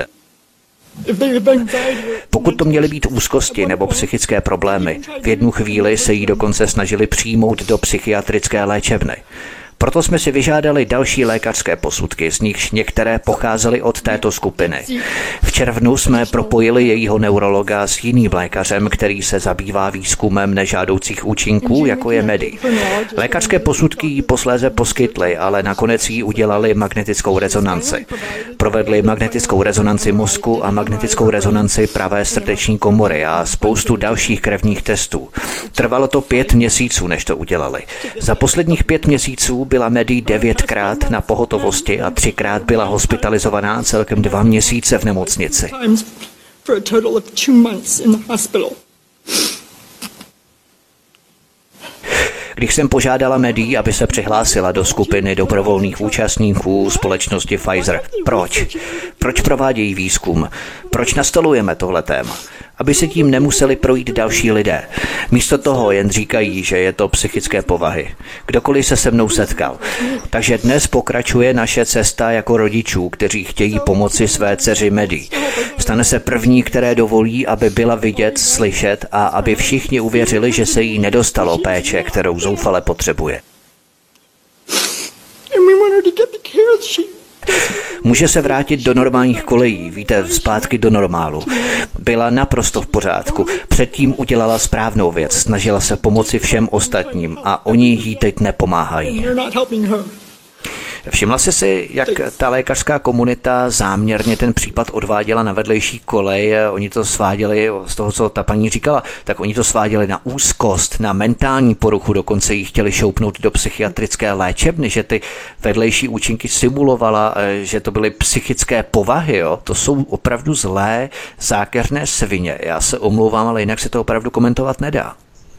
Pokud to měly být úzkosti nebo psychické problémy, v jednu chvíli se jí dokonce snažili přijmout do psychiatrické léčebny. Proto jsme si vyžádali další lékařské posudky, z nichž některé pocházely od této skupiny. V červnu jsme propojili jejího neurologa s jiným lékařem, který se zabývá výzkumem nežádoucích účinků, jako je Maddie. Lékařské posudky jí posléze poskytly, ale nakonec jí udělali magnetickou rezonanci. Provedli magnetickou rezonanci mozku a magnetickou rezonanci pravé srdeční komory a spoustu dalších krevních testů. Trvalo to pět měsíců, než to udělali. Za posledních pět měsíců byla Maddie devětkrát na pohotovosti a třikrát byla hospitalizovaná celkem dva měsíce v nemocnici. Když jsem požádala Maddie, aby se přihlásila do skupiny dobrovolných účastníků společnosti Pfizer. Proč? Proč provádějí výzkum? Proč nastolujeme tohle téma? Aby se tím nemuseli projít další lidé. Místo toho jen říkají, že je to psychické povahy. Kdokoliv se se mnou setkal. Takže dnes pokračuje naše cesta jako rodičů, kteří chtějí pomoci své dceři Maddie. Stane se první, které dovolí, aby byla vidět, slyšet a aby všichni uvěřili, že se jí nedostalo péče, kterou zoufale potřebuje. Může se vrátit do normálních kolejí, víte, zpátky do normálu. Byla naprosto v pořádku. Předtím udělala správnou věc, snažila se pomoci všem ostatním a oni jí teď nepomáhají. Všimla jsi si, jak ta lékařská komunita záměrně ten případ odváděla na vedlejší kolej? Oni to sváděli, z toho, co ta paní říkala, tak oni to sváděli na úzkost, na mentální poruchu, dokonce jí chtěli šoupnout do psychiatrické léčebny, že ty vedlejší účinky simulovala, že to byly psychické povahy. Jo? To jsou opravdu zlé, zákeřné svině. Já se omlouvám, ale jinak se to opravdu komentovat nedá.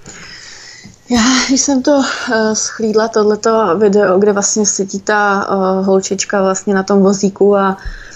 Já, když jsem to uh, schlídla, tohleto video, kde vlastně sedí ta uh, holčička vlastně na tom vozíku a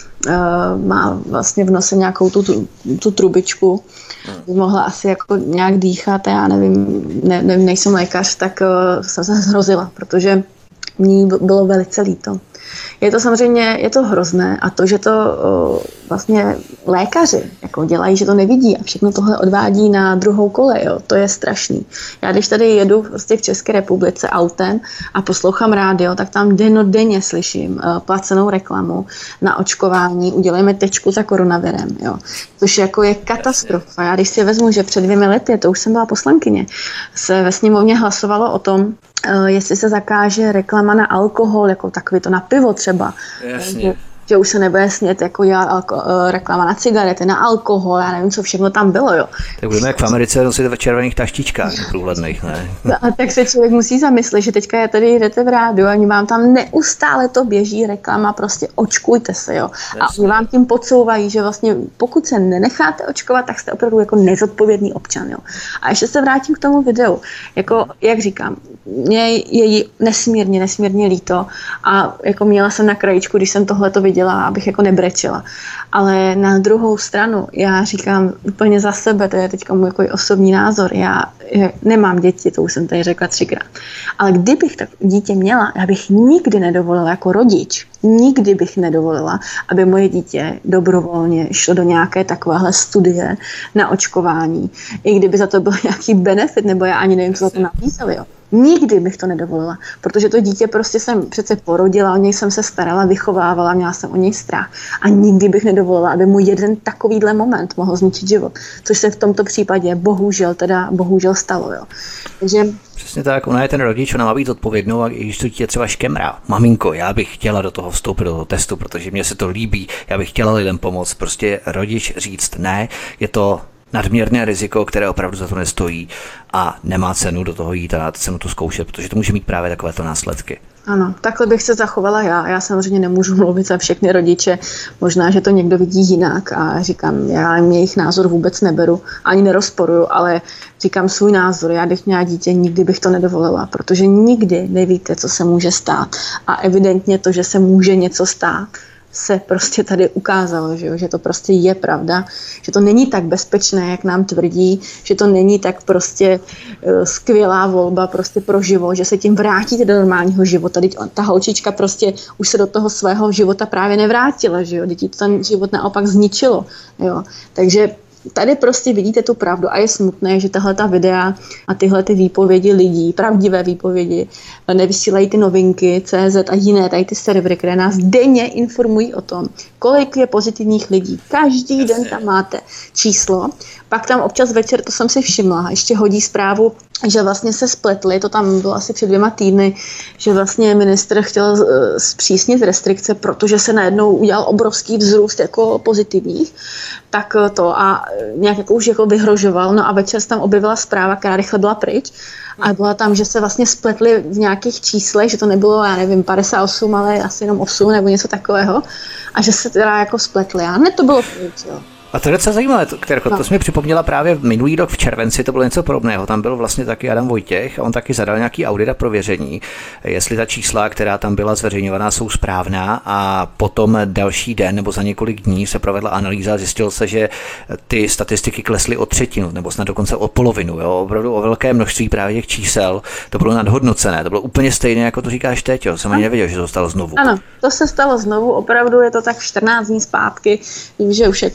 uh, má vlastně v nose nějakou tu, tu, tu trubičku, by mohla asi jako nějak dýchat, já nevím, ne, ne, nejsem lékař, tak uh, jsem se zhrozila, protože mně bylo velice líto. Je to samozřejmě, je to hrozné a to, že to o, vlastně lékaři jako dělají, že to nevidí a všechno tohle odvádí na druhou kolej, jo, to je strašný. Já když tady jedu prostě v České republice autem a poslouchám rádio, tak tam dennodenně slyším uh, placenou reklamu na očkování, udělejme tečku za koronavirem, jo, což jako je katastrofa. Já když si vezmu, že před dvěmi lety, to už jsem byla poslankyně, se ve sněmovně hlasovalo o tom, Uh, jestli se zakáže reklama na alkohol, jako takový to na pivo třeba. Jasně. Že, že už se nebude smět jako já, alko, uh, reklama na cigarety, na alkohol, já nevím, co všechno tam bylo, jo. Tak budeme jak v Americe nosit v červených taštičkách průhledných, ne? No, a tak se člověk musí zamyslet, že teďka je tady jdete v rádiu a oni vám tam neustále to běží reklama, prostě očkujte se, jo. A oni vám tím podsouvají, že vlastně pokud se nenecháte očkovat, tak jste opravdu jako nezodpovědný občan, jo. A ještě se vrátím k tomu videu. Jako, jak říkám, mě je jí nesmírně, nesmírně líto a jako měla jsem na krajičku, když jsem tohleto viděla, abych jako nebrečela. Ale na druhou stranu, já říkám úplně za sebe, to je teďka můj jako osobní názor, já nemám děti, to už jsem tady řekla třikrát, ale kdybych tak dítě měla, já bych nikdy nedovolila jako rodič, nikdy bych nedovolila, aby moje dítě dobrovolně šlo do nějaké takovéhle studie na očkování, i kdyby za to byl nějaký benefit, nebo já ani nevím, co za to nabízeli, jo. Nikdy bych to nedovolila, protože to dítě prostě jsem přece porodila, o něj jsem se starala, vychovávala, měla jsem o něj strach a nikdy bych nedovolila, aby mu jeden takovýhle moment mohl zničit život, což se v tomto případě bohužel teda bohužel stalo, jo. Takže přesně tak, ona je ten rodič, ona má být odpovědnou a když to dítě třeba škemrá. Maminko, já bych chtěla do toho vstoupit, do toho testu, protože mně se to líbí, já bych chtěla lidem pomoct. Prostě rodič říct ne, je to nadměrné riziko, které opravdu za to nestojí a nemá cenu do toho jít a cenu to zkoušet, protože to může mít právě takovéto následky. Ano, takhle bych se zachovala já. Já samozřejmě nemůžu mluvit za všechny rodiče. Možná, že to někdo vidí jinak a říkám, já jejich názor vůbec neberu, ani nerozporuju, ale říkám svůj názor. Já bych měla dítě, nikdy bych to nedovolila, protože nikdy nevíte, co se může stát. A evidentně to, že se může něco stát, se prostě tady ukázalo, že, jo? Že to prostě je pravda, že to není tak bezpečné, jak nám tvrdí, že to není tak prostě uh, skvělá volba prostě pro život, že se tím vrátíte do normálního života. Teď ta holčička prostě už se do toho svého života právě nevrátila, že jo? Teď to ten život naopak zničilo, jo? Takže tady prostě vidíte tu pravdu a je smutné, že tahle ta videa a tyhle ty výpovědi lidí, pravdivé výpovědi, nevysílají ty novinky, C Z a jiné tady ty servery, které nás denně informují o tom, kolik je pozitivních lidí. Každý den tam máte číslo, pak tam občas večer, to jsem si všimla, ještě hodí zprávu, že vlastně se spletli, to tam bylo asi před dvěma týdny, že vlastně ministr chtěl zpřísnit restrikce, protože se najednou udělal obrovský vzrůst jako pozitivních, tak to a nějak jako už jako vyhrožoval, no a večer se tam objevila zpráva, která rychle byla pryč a byla tam, že se vlastně spletli v nějakých číslech, že to nebylo, já nevím, padesát osm, ale asi jenom osm nebo něco takového a že se teda jako spletli a hned to bylo pryč, jo. A to je docela zajímavé, to, Kterko, to jsi mi připomněla právě minulý rok v červenci, to bylo něco podobného, tam byl vlastně taky Adam Vojtěch a on taky zadal nějaký audit a prověření, jestli ta čísla, která tam byla zveřejňovaná, jsou správná a potom další den nebo za několik dní se provedla analýza a zjistilo se, že ty statistiky klesly o třetinu nebo snad dokonce o polovinu, jo, opravdu o velké množství právě těch čísel, to bylo nadhodnocené, to bylo úplně stejné, jako to říkáš teď, jo, jsem ani nevěděl, že to stalo znovu. Ano, to se stalo znovu, opravdu je to tak čtrnáct dní zpátky, vím, že už jako ministr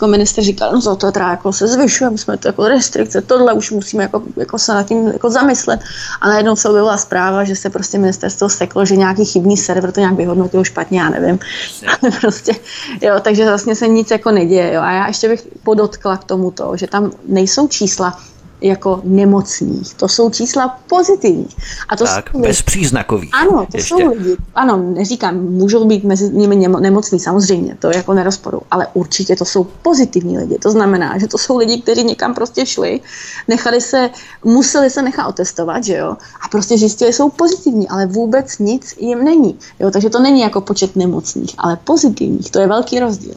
říkali, no to, to teda jako se zvyšuje, musíme to jako restrikce, tohle už musíme jako, jako se nad tím jako zamyslet. A najednou se objevila zpráva, že se prostě ministerstvo seklo, že nějaký chybný server to nějak vyhodnotilo špatně, já nevím. Ale prostě, jo, takže vlastně se nic jako neděje. Jo. A já ještě bych podotkla k tomuto, že tam nejsou čísla jako nemocných. To jsou čísla pozitivní. A to tak, jsou bezpříznakových. Ano, to ještě. Jsou lidi. Ano, neříkám, můžou být mezi nimi nemocní, samozřejmě, to jako nerozporu, ale určitě to jsou pozitivní lidi. To znamená, že to jsou lidi, kteří někam prostě šli, nechali se, museli se nechat otestovat, že jo, a prostě zjistili, že jsou pozitivní, ale vůbec nic jim není. Jo, takže to není jako počet nemocných, ale pozitivních. To je velký rozdíl.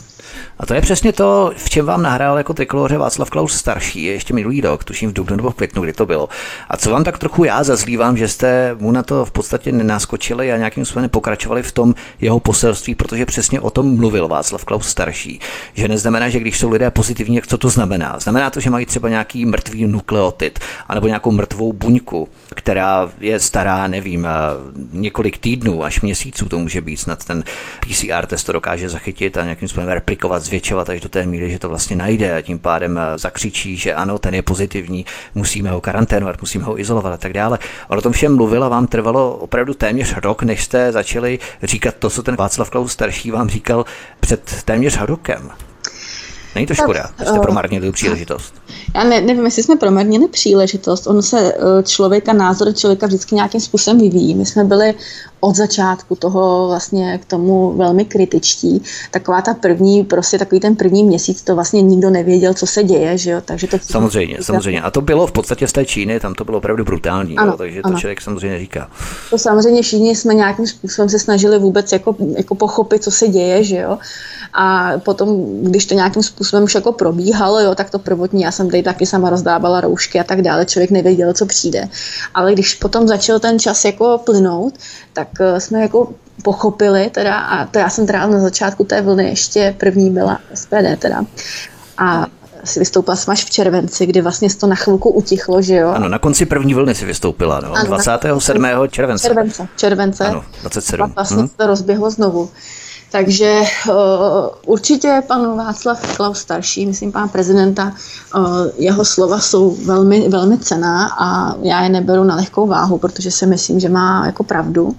A to je přesně to, v čem vám nahrál jako Trikoloře Václav Klaus starší, ještě minulý rok, tuším v dubnu nebo v květnu, kdy to bylo. A co vám tak trochu já zazlívám, že jste mu na to v podstatě nenaskočili a nějakým způsobem pokračovali v tom jeho poselství, protože přesně o tom mluvil Václav Klaus starší. Že neznamená, že když jsou lidé pozitivní, jak co to znamená? Znamená to, že mají třeba nějaký mrtvý nukleotid, anebo nějakou mrtvou buňku, která je stará, nevím, několik týdnů až měsíců, to může být, snad ten P C R test to dokáže zachytit a nějakým způsobem replikovat, zvětšovat až do té míry, že to vlastně najde a tím pádem zakřičí, že ano, ten je pozitivní, musíme ho karanténovat, musíme ho izolovat a tak dále. On o tom všem mluvil a vám trvalo opravdu téměř rok, než jste začali říkat to, co ten Václav Klaus starší vám říkal před téměř rokem. Není to škoda, že jste promarnili tu příležitost? Já ne, nevím, jestli jsme promarnili příležitost. On se člověka, názor člověka vždycky nějakým způsobem vyvíjí. My jsme byli od začátku toho vlastně k tomu velmi kritičtí. Taková ta první, prostě takový ten první měsíc, to vlastně nikdo nevěděl, co se děje, že jo, takže to... Samozřejmě, to... samozřejmě. A to bylo v podstatě z té Číny, tam to bylo opravdu brutální, ano, jo, takže ano. To člověk samozřejmě říká. To samozřejmě všichni jsme nějakým způsobem se snažili vůbec jako, jako pochopit, co se děje, že jo. A potom, když to nějakým způsobem už jako probíhalo, jo, tak to prvotní, já jsem tady taky sama rozdávala roušky a tak dále, člověk nevěděl, co přijde. Ale když potom začal ten čas jako plynout, tak jsme jako pochopili teda, a to já jsem teda na začátku té vlny ještě první byla S P D teda. A si vystoupila jsem až v červenci, kdy vlastně to na chvilku utichlo, že jo. Ano, na konci první vlny si vystoupila, no, ano, dvacátého sedmého července. Července, července. Ano, dvacet sedm. Vlastně hmm. to rozběhlo znovu. Takže uh, určitě pan Václav Klaus starší, myslím pan prezidenta, uh, jeho slova jsou velmi, velmi cenná a já je neberu na lehkou váhu, protože si myslím, že má jako pravdu.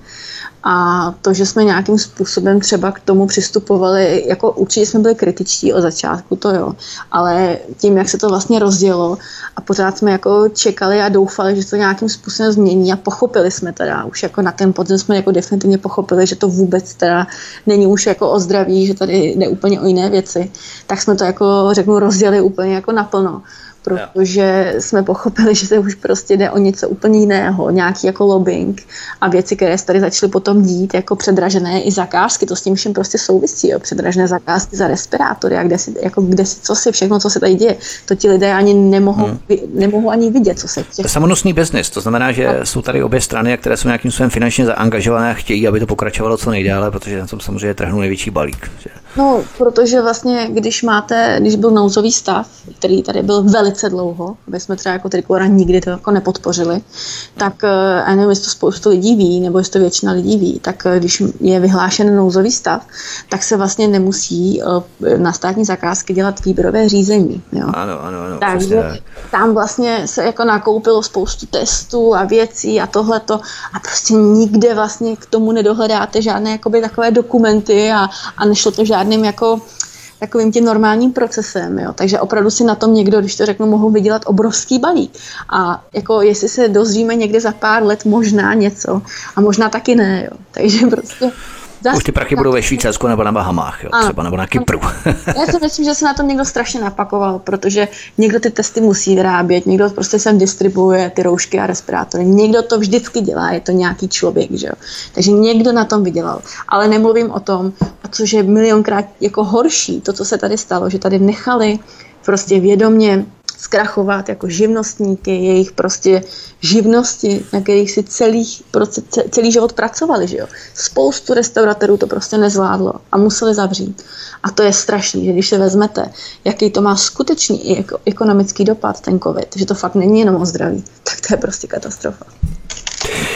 A to, že jsme nějakým způsobem třeba k tomu přistupovali, jako určitě jsme byli kritičtí od začátku, to jo, ale tím, jak se to vlastně rozdělo a pořád jsme jako čekali a doufali, že to nějakým způsobem změní a pochopili jsme teda, už jako na ten podzim jsme jako definitivně pochopili, že to vůbec teda není už jako o zdraví, že tady jde úplně o jiné věci, tak jsme to jako, řeknu, rozdělili úplně jako naplno. Protože jsme pochopili, že se už prostě jde o něco úplně jiného, nějaký jako lobbying a věci, které se tady začaly potom dít, jako předražené i zakázky, to s tím všem prostě souvisí, jo, předražené zakázky za respirátory a kde si, jako kde si, co si, všechno, co se tady děje, to ti lidé ani nemohou, hmm. nemohou ani vidět, co se To je samonosný biznis, to znamená, že no. jsou tady obě strany, které jsou nějakým způsobem finančně zaangažované a chtějí, aby to pokračovalo co nejdále, protože na tom samozřejmě trhnou největší balík. Že? No, protože vlastně, když máte, když byl nouzový stav, který tady byl velice dlouho, aby jsme třeba jako Trikolora nikdy to jako nepodpořili, tak já nevím, jestli to spoustu lidí ví, nebo jestli to většina lidí ví, tak když je vyhlášen nouzový stav, tak se vlastně nemusí na státní zakázky dělat výběrové řízení. Jo. Ano, ano, ano. Takže tam vlastně se jako nakoupilo spoustu testů a věcí a tohleto a prostě nikde vlastně k tomu nedohledáte žádné jakoby takové dokumenty a, a nešlo to žádným jako takovým tím normálním procesem, jo. Takže opravdu si na tom někdo, když to řeknu, mohou vydělat obrovský balík. A jako jestli se dozvíme někde za pár let možná něco a možná taky ne, jo. Takže prostě Zas, Už ty prachy budou ve Švýcarsku nebo na Bahamách, jo, ano, třeba nebo na Kypru. Já si myslím, že se na tom někdo strašně napakoval, protože někdo ty testy musí vyrábět, někdo prostě sem distribuuje ty roušky a respirátory. Někdo to vždycky dělá, je to nějaký člověk, že jo. Takže někdo na tom vydělal. Ale nemluvím o tom, což je milionkrát jako horší, to, co se tady stalo, že tady nechali prostě vědomě zkrachovat jako živnostníky, jejich prostě živnosti, na kterých si celý, celý život pracovali, že jo. Spoustu restauratérů to prostě nezvládlo a museli zavřít. A to je strašný, že když se vezmete, jaký to má skutečný i jako ekonomický dopad, ten covid, že to fakt není jenom o zdraví, tak to je prostě katastrofa.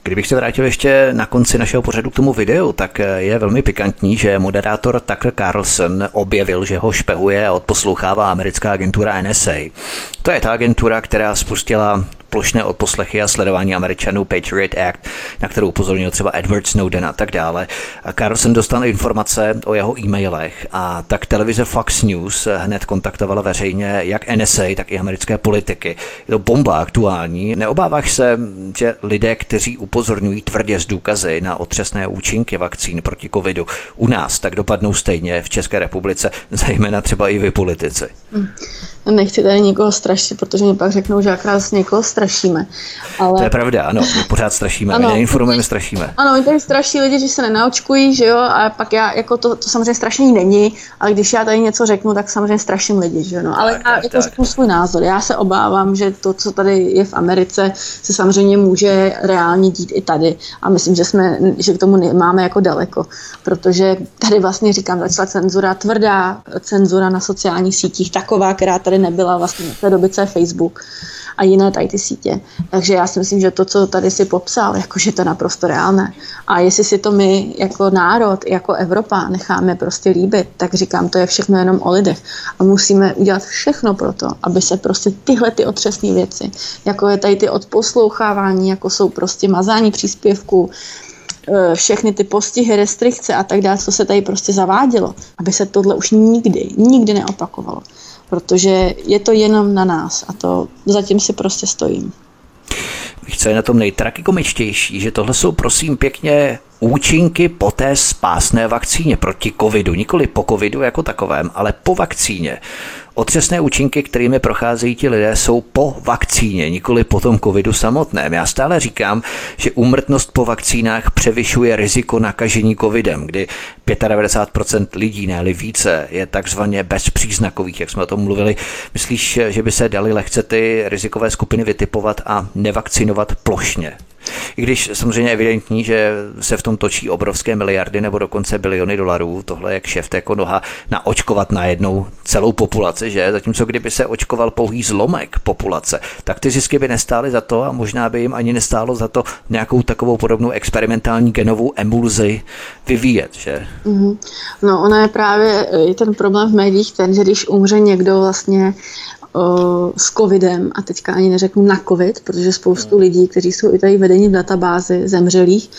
Kdybych se vrátil ještě na konci našeho pořadu k tomu videu, tak je velmi pikantní, že moderátor Tucker Carlson objevil, že ho špehuje a odposlouchává americká agentura N S A. To je ta agentura, která spustila plošné odposlechy a sledování Američanů Patriot Act, na kterou upozornil třeba Edward Snowden a tak dále. A Carlson dostal informace o jeho e-mailech a tak televize Fox News hned kontaktovala veřejně jak N S A, tak i americké politiky. Je to bomba aktuální. Neobáváš se, že lidé, kteří upozorňují tvrdě z důkazy na otřesné účinky vakcín proti covidu u nás, tak dopadnou stejně v České republice, zejména třeba i vy politici? Hmm. Nechci tady nikoho strašit, protože mi pak řeknou, že akrát někoho strašíme. Ale... To je pravda, ano, my pořád strašíme, ano, my neinformujeme, strašíme. Ano, my tady straší lidi, že se nenaočkují, že jo, a pak já, jako to, to samozřejmě strašení není, ale když já tady něco řeknu, tak samozřejmě straším lidi, že jo, no, ale tak, já tak, jako tak. řeknu svůj názor. Já se obávám, že to, co tady je v Americe, se samozřejmě může reálně dít i tady a myslím, že jsme, že k tomu nemáme jako daleko, protože tady vlastně říkám, začala cenzura, tvrdá cenzura na sociálních sítích, taková, která tady nebyla vlastně v té době, co je Facebook a jiné tady ty sítě. Takže já si myslím, že to, co tady si popsal, jakože to je naprosto reálné. A jestli si to my jako národ, jako Evropa necháme prostě líbit, tak říkám, to je všechno jenom o lidech. A musíme udělat všechno pro to, aby se prostě tyhle ty otřesné věci, jako je tady ty odposlouchávání, jako jsou prostě mazání příspěvků, všechny ty postihy, restrikce a tak dále, co se tady prostě zavádělo, aby se tohle už nikdy, nikdy neopakovalo. Protože je to jenom na nás a to zatím si prostě stojím. Víš, co je na tom nejtragikomičtější, že tohle jsou prosím pěkně účinky po té spásné vakcíně proti covidu, nikoli po covidu jako takovém, ale po vakcíně. Otřesné účinky, kterými procházejí ti lidé, jsou po vakcíně, nikoli po tom covidu samotném. Já stále říkám, že úmrtnost po vakcínách převyšuje riziko nakažení covidem, kdy devadesát pět procent lidí, ne-li více, je takzvaně bezpříznakových, jak jsme o tom mluvili. Myslíš, že by se daly lehce ty rizikové skupiny vytipovat a nevakcinovat plošně? I když samozřejmě evidentní, že se v tom točí obrovské miliardy nebo dokonce biliony dolarů, tohle je kšeft jako noha, naočkovat najednou celou populaci, že? Zatímco kdyby se očkoval pouhý zlomek populace, tak ty zisky by nestály za to a možná by jim ani nestálo za to nějakou takovou podobnou experimentální genovou emulzi vyvíjet, že? Mm-hmm. No, ona je právě je ten problém v médiích ten, že když umře někdo vlastně s covidem, a teďka ani neřeknu na covid, protože spoustu lidí, kteří jsou i tady vedeni v databázi zemřelých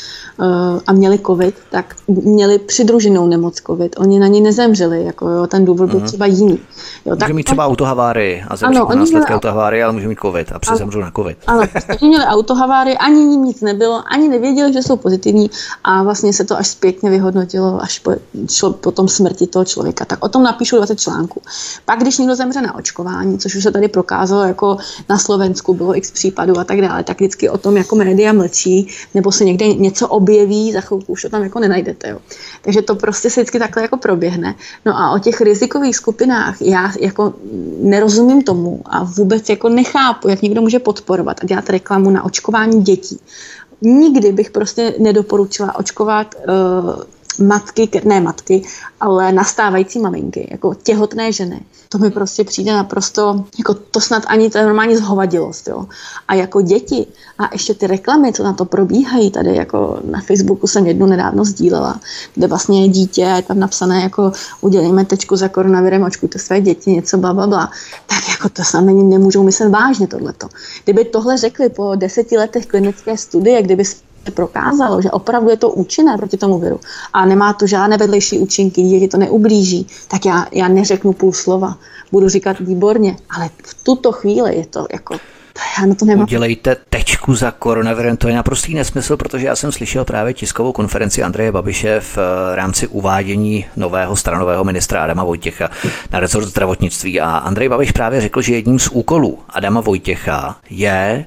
a měli covid, tak měli přidruženou nemoc covid. Oni na ní nezemřeli, jako jo, ten důvod byl třeba jiný. Jo, může mít třeba autohavárii a zemřít na následky autohavárie, ale může mít covid a přizemřou na covid. Ano, prostě měli autohavárii, ani ním nic nebylo, ani nevěděli, že jsou pozitivní a vlastně se to až zpětně vyhodnotilo, až po, šlo po tom smrti toho člověka. Tak o tom napíšu dvacet článků. Pak, když někdo zemře na očkování, což už se tady prokázalo, jako na Slovensku bylo x případů a tak dále, tak vždycky o tom jako média mlčí, nebo se někde něco objeví, za chvilku už to tam jako nenajdete. Jo. Takže to prostě se vždycky takhle jako proběhne. No a o těch rizikových skupinách já jako nerozumím tomu a vůbec jako nechápu, jak někdo může podporovat a dělat reklamu na očkování dětí. Nikdy bych prostě nedoporučila očkovat uh, matky, ne matky, ale nastávající maminky, jako těhotné ženy. To mi prostě přijde naprosto, jako to snad ani to je normální zhovadilost, jo. A jako děti a ještě ty reklamy, co na to probíhají, tady jako na Facebooku jsem jednu nedávno sdílela, kde vlastně je dítě a je tam napsané jako udělejme tečku za koronavirem, očkujte své děti, něco blablabla. Tak jako to sami nemůžou myslet vážně tohleto. Kdyby tohle řekli po deseti letech klinické studie, kdyby prokázalo, že opravdu je to účinné proti tomu viru a nemá to žádné vedlejší účinky, děti to neublíží, tak já, já neřeknu půl slova. Budu říkat výborně, ale v tuto chvíli je to jako já na to nemám. Udělejte tečku za koronavirem, to je naprostý nesmysl, protože já jsem slyšel právě tiskovou konferenci Andreje Babiše v rámci uvádění nového stranového ministra Adama Vojtěcha na rezort zdravotnictví a Andrej Babiš právě řekl, že jedním z úkolů Adama Vojtěcha je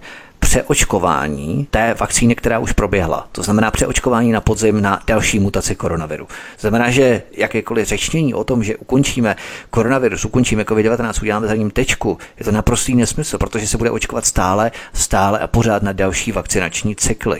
přeočkování té vakcíny, která už proběhla. To znamená přeočkování na podzim na další mutaci koronaviru. Znamená, že jakékoliv řečnění o tom, že ukončíme koronavirus, ukončíme covid devatenáct, uděláme za ním tečku, je to naprostý nesmysl, protože se bude očkovat stále, stále a pořád na další vakcinační cykly.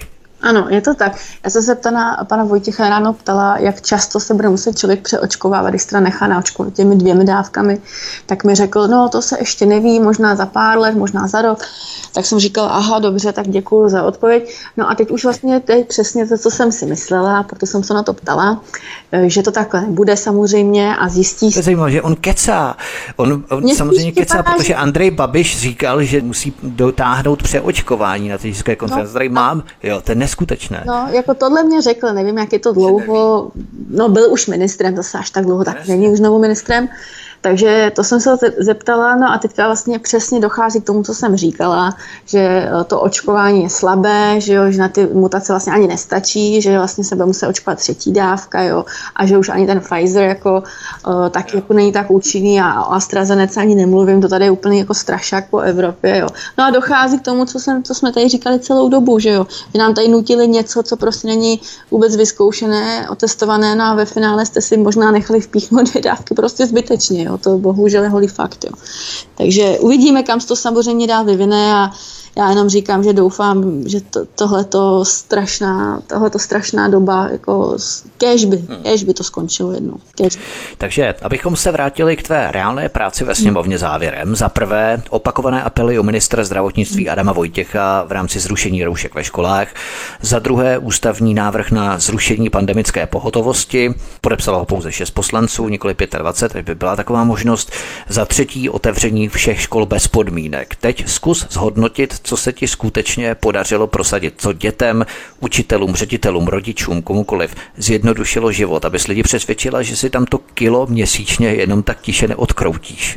Ano, je to tak. Já jsem se pana, pana Vojtěcha ráno ptala, jak často se bude muset člověk přeočkovávat, když teda nechá naočkovat těmi dvěmi dávkami. Tak mi řekl, no to se ještě neví, možná za pár let, možná za rok. Tak jsem říkala, aha, dobře, tak děkuju za odpověď. No a teď už vlastně teď přesně to, co jsem si myslela, proto jsem se na to ptala, že to takhle nebude samozřejmě a zjistí se. To je zajímavé, že on kecá. On, on samozřejmě kecá, vypadá, protože Andrej Babiš říkal, že musí dotáhnout přeočkování na tiskové konferenci. No, tady mám, jo, to je neskutečné. No, jako tohle mě řekl, nevím, jak je to dlouho, no byl už ministrem, zase až tak dlouho, tak není už znovu ministrem. Takže to jsem se zeptala, no a teďka vlastně přesně dochází k tomu, co jsem říkala, že to očkování je slabé, že, jo, že na ty mutace vlastně ani nestačí, že vlastně se bude muset očkovat třetí dávka, jo, a že už ani ten Pfizer jako, uh, tak jako není tak účinný a o AstraZeneca ani nemluvím, to tady je úplně jako strašák po Evropě, jo. No a dochází k tomu, co, jsem, co jsme tady říkali celou dobu, že jo, že nám tady nutili něco, co prostě není vůbec vyzkoušené, otestované, no a ve finále jste si možná nechali vpíchnout dvě dávky prostě zbytečně, jo. To bohužel je holý fakt. Jo. Takže uvidíme, kam se to samozřejmě dál vyvine a já jenom říkám, že doufám, že to, tohleto strašná, tohleto strašná doba, jako kéž by, kéž by to skončilo jednou. Kéž by. Takže, abychom se vrátili k tvé reálné práci ve sněmovně závěrem. Za prvé, opakované apely u ministra zdravotnictví Adama Vojtěcha v rámci zrušení roušek ve školách. Za druhé, ústavní návrh na zrušení pandemické pohotovosti. Podepsalo ho pouze šest poslanců, nikoli dvacet pět, by byla taková možnost. Za třetí, otevření všech škol bez podmínek. Teď zkus zhodnotit, co se ti skutečně podařilo prosadit, co dětem, učitelům, ředitelům, rodičům, komukoliv zjednodušilo život, abys lidi přesvědčila, že si tam to kilo měsíčně jenom tak tiše neodkroutíš.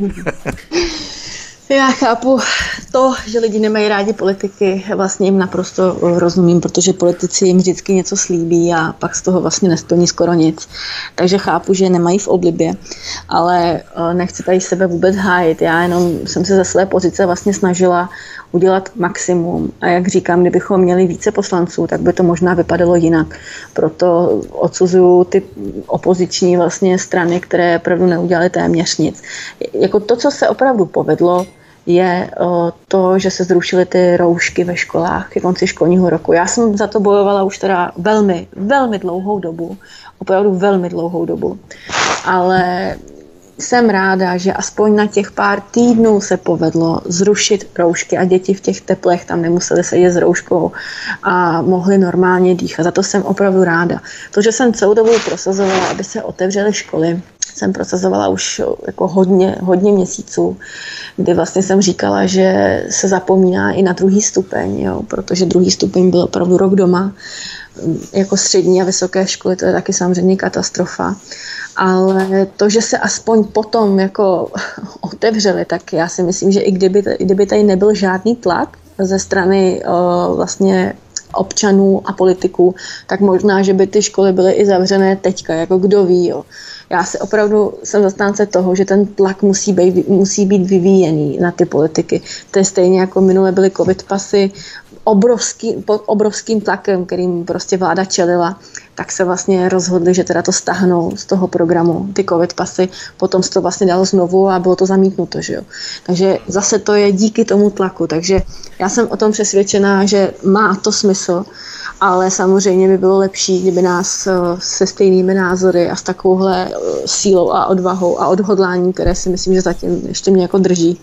Já chápu to, že lidi nemají rádi politiky, vlastně jim naprosto rozumím, protože politici jim vždycky něco slíbí a pak z toho vlastně nesplní skoro nic. Takže chápu, že nemají v oblibě, ale nechci tady sebe vůbec hájit. Já jenom jsem se ze své pozice vlastně snažila udělat maximum. A jak říkám, kdybychom měli více poslanců, tak by to možná vypadalo jinak. Proto odsuzuju ty opoziční vlastně strany, které opravdu neudělaly téměř nic. Jako to, co se opravdu povedlo, je to, že se zrušily ty roušky ve školách ke konci školního roku. Já jsem za to bojovala už teda velmi, velmi dlouhou dobu. Opravdu velmi dlouhou dobu. Ale jsem ráda, že aspoň na těch pár týdnů se povedlo zrušit roušky a děti v těch teplech tam nemuseli sedět s rouškou a mohli normálně dýchat. Za to jsem opravdu ráda. To, že jsem celou dobu prosazovala, aby se otevřely školy, jsem prosazovala už jako hodně, hodně měsíců, kdy vlastně jsem říkala, že se zapomíná i na druhý stupeň, jo, protože druhý stupeň byl opravdu rok doma. Jako střední a vysoké školy, to je taky samozřejmě katastrofa. Ale to, že se aspoň potom jako otevřeli, tak já si myslím, že i kdyby, kdyby tady nebyl žádný tlak ze strany o, vlastně občanů a politiků, tak možná, že by ty školy byly i zavřené teďka, jako kdo ví. Jo. Já si opravdu jsem zastánce toho, že ten tlak musí být, musí být vyvíjený na ty politiky. To je stejně jako minule byly covid pasy, obrovský, pod obrovským tlakem, kterým prostě vláda čelila, tak se vlastně rozhodli, že teda to stáhnou z toho programu, ty covid pasy, potom se to vlastně dalo znovu a bylo to zamítnuto, že jo. Takže zase to je díky tomu tlaku, takže já jsem o tom přesvědčená, že má to smysl, ale samozřejmě by bylo lepší, kdyby nás se stejnými názory a s takovouhle sílou a odvahou a odhodláním, které si myslím, že zatím ještě mě jako drží,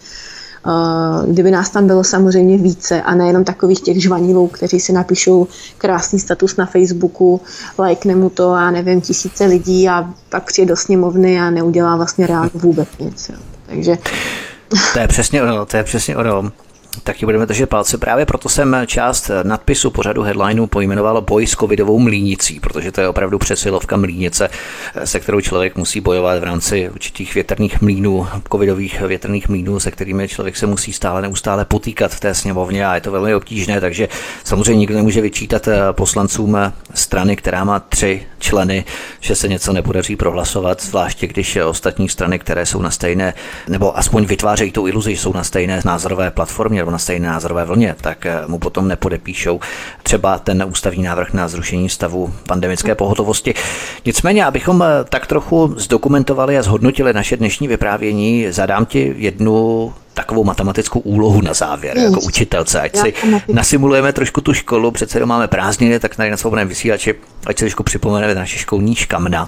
kdyby nás tam bylo samozřejmě více a nejenom takových těch žvanilů, kteří si napíšou krásný status na Facebooku, lajkne mu to a nevím, tisíce lidí a pak přijde do sněmovny a neudělá vlastně reálně vůbec nic. Jo. Takže... To je přesně ono, to je přesně ono. Tak ti budeme držet palce. Právě proto jsem část nadpisu pořadu headlineu pojmenoval Boj s covidovou mlýnicí, protože to je opravdu přesilovka mlýnice, se kterou člověk musí bojovat v rámci určitých větrných mlýnů, covidových větrných mlýnů, se kterými člověk se musí stále neustále potýkat v té sněmovně a je to velmi obtížné, takže samozřejmě nikdo nemůže vyčítat poslancům strany, která má tři členy, že se něco nepodaří prohlasovat, zvláště když ostatní strany, které jsou na stejné, nebo aspoň vytvářejí tu iluzi, že jsou na stejné názorové platformě nebo na stejné názorové vlně, tak mu potom nepodepíšou třeba ten ústavní návrh na zrušení stavu pandemické pohotovosti. Nicméně, abychom tak trochu zdokumentovali a zhodnotili naše dnešní vyprávění, zadám ti jednu takovou matematickou úlohu na závěr, jako učitelce, ať si nasimulujeme trošku tu školu, přece jenom máme prázdniny, tak tady na Svobodném vysílači, ať si trošku připomeneme naše školní škamna.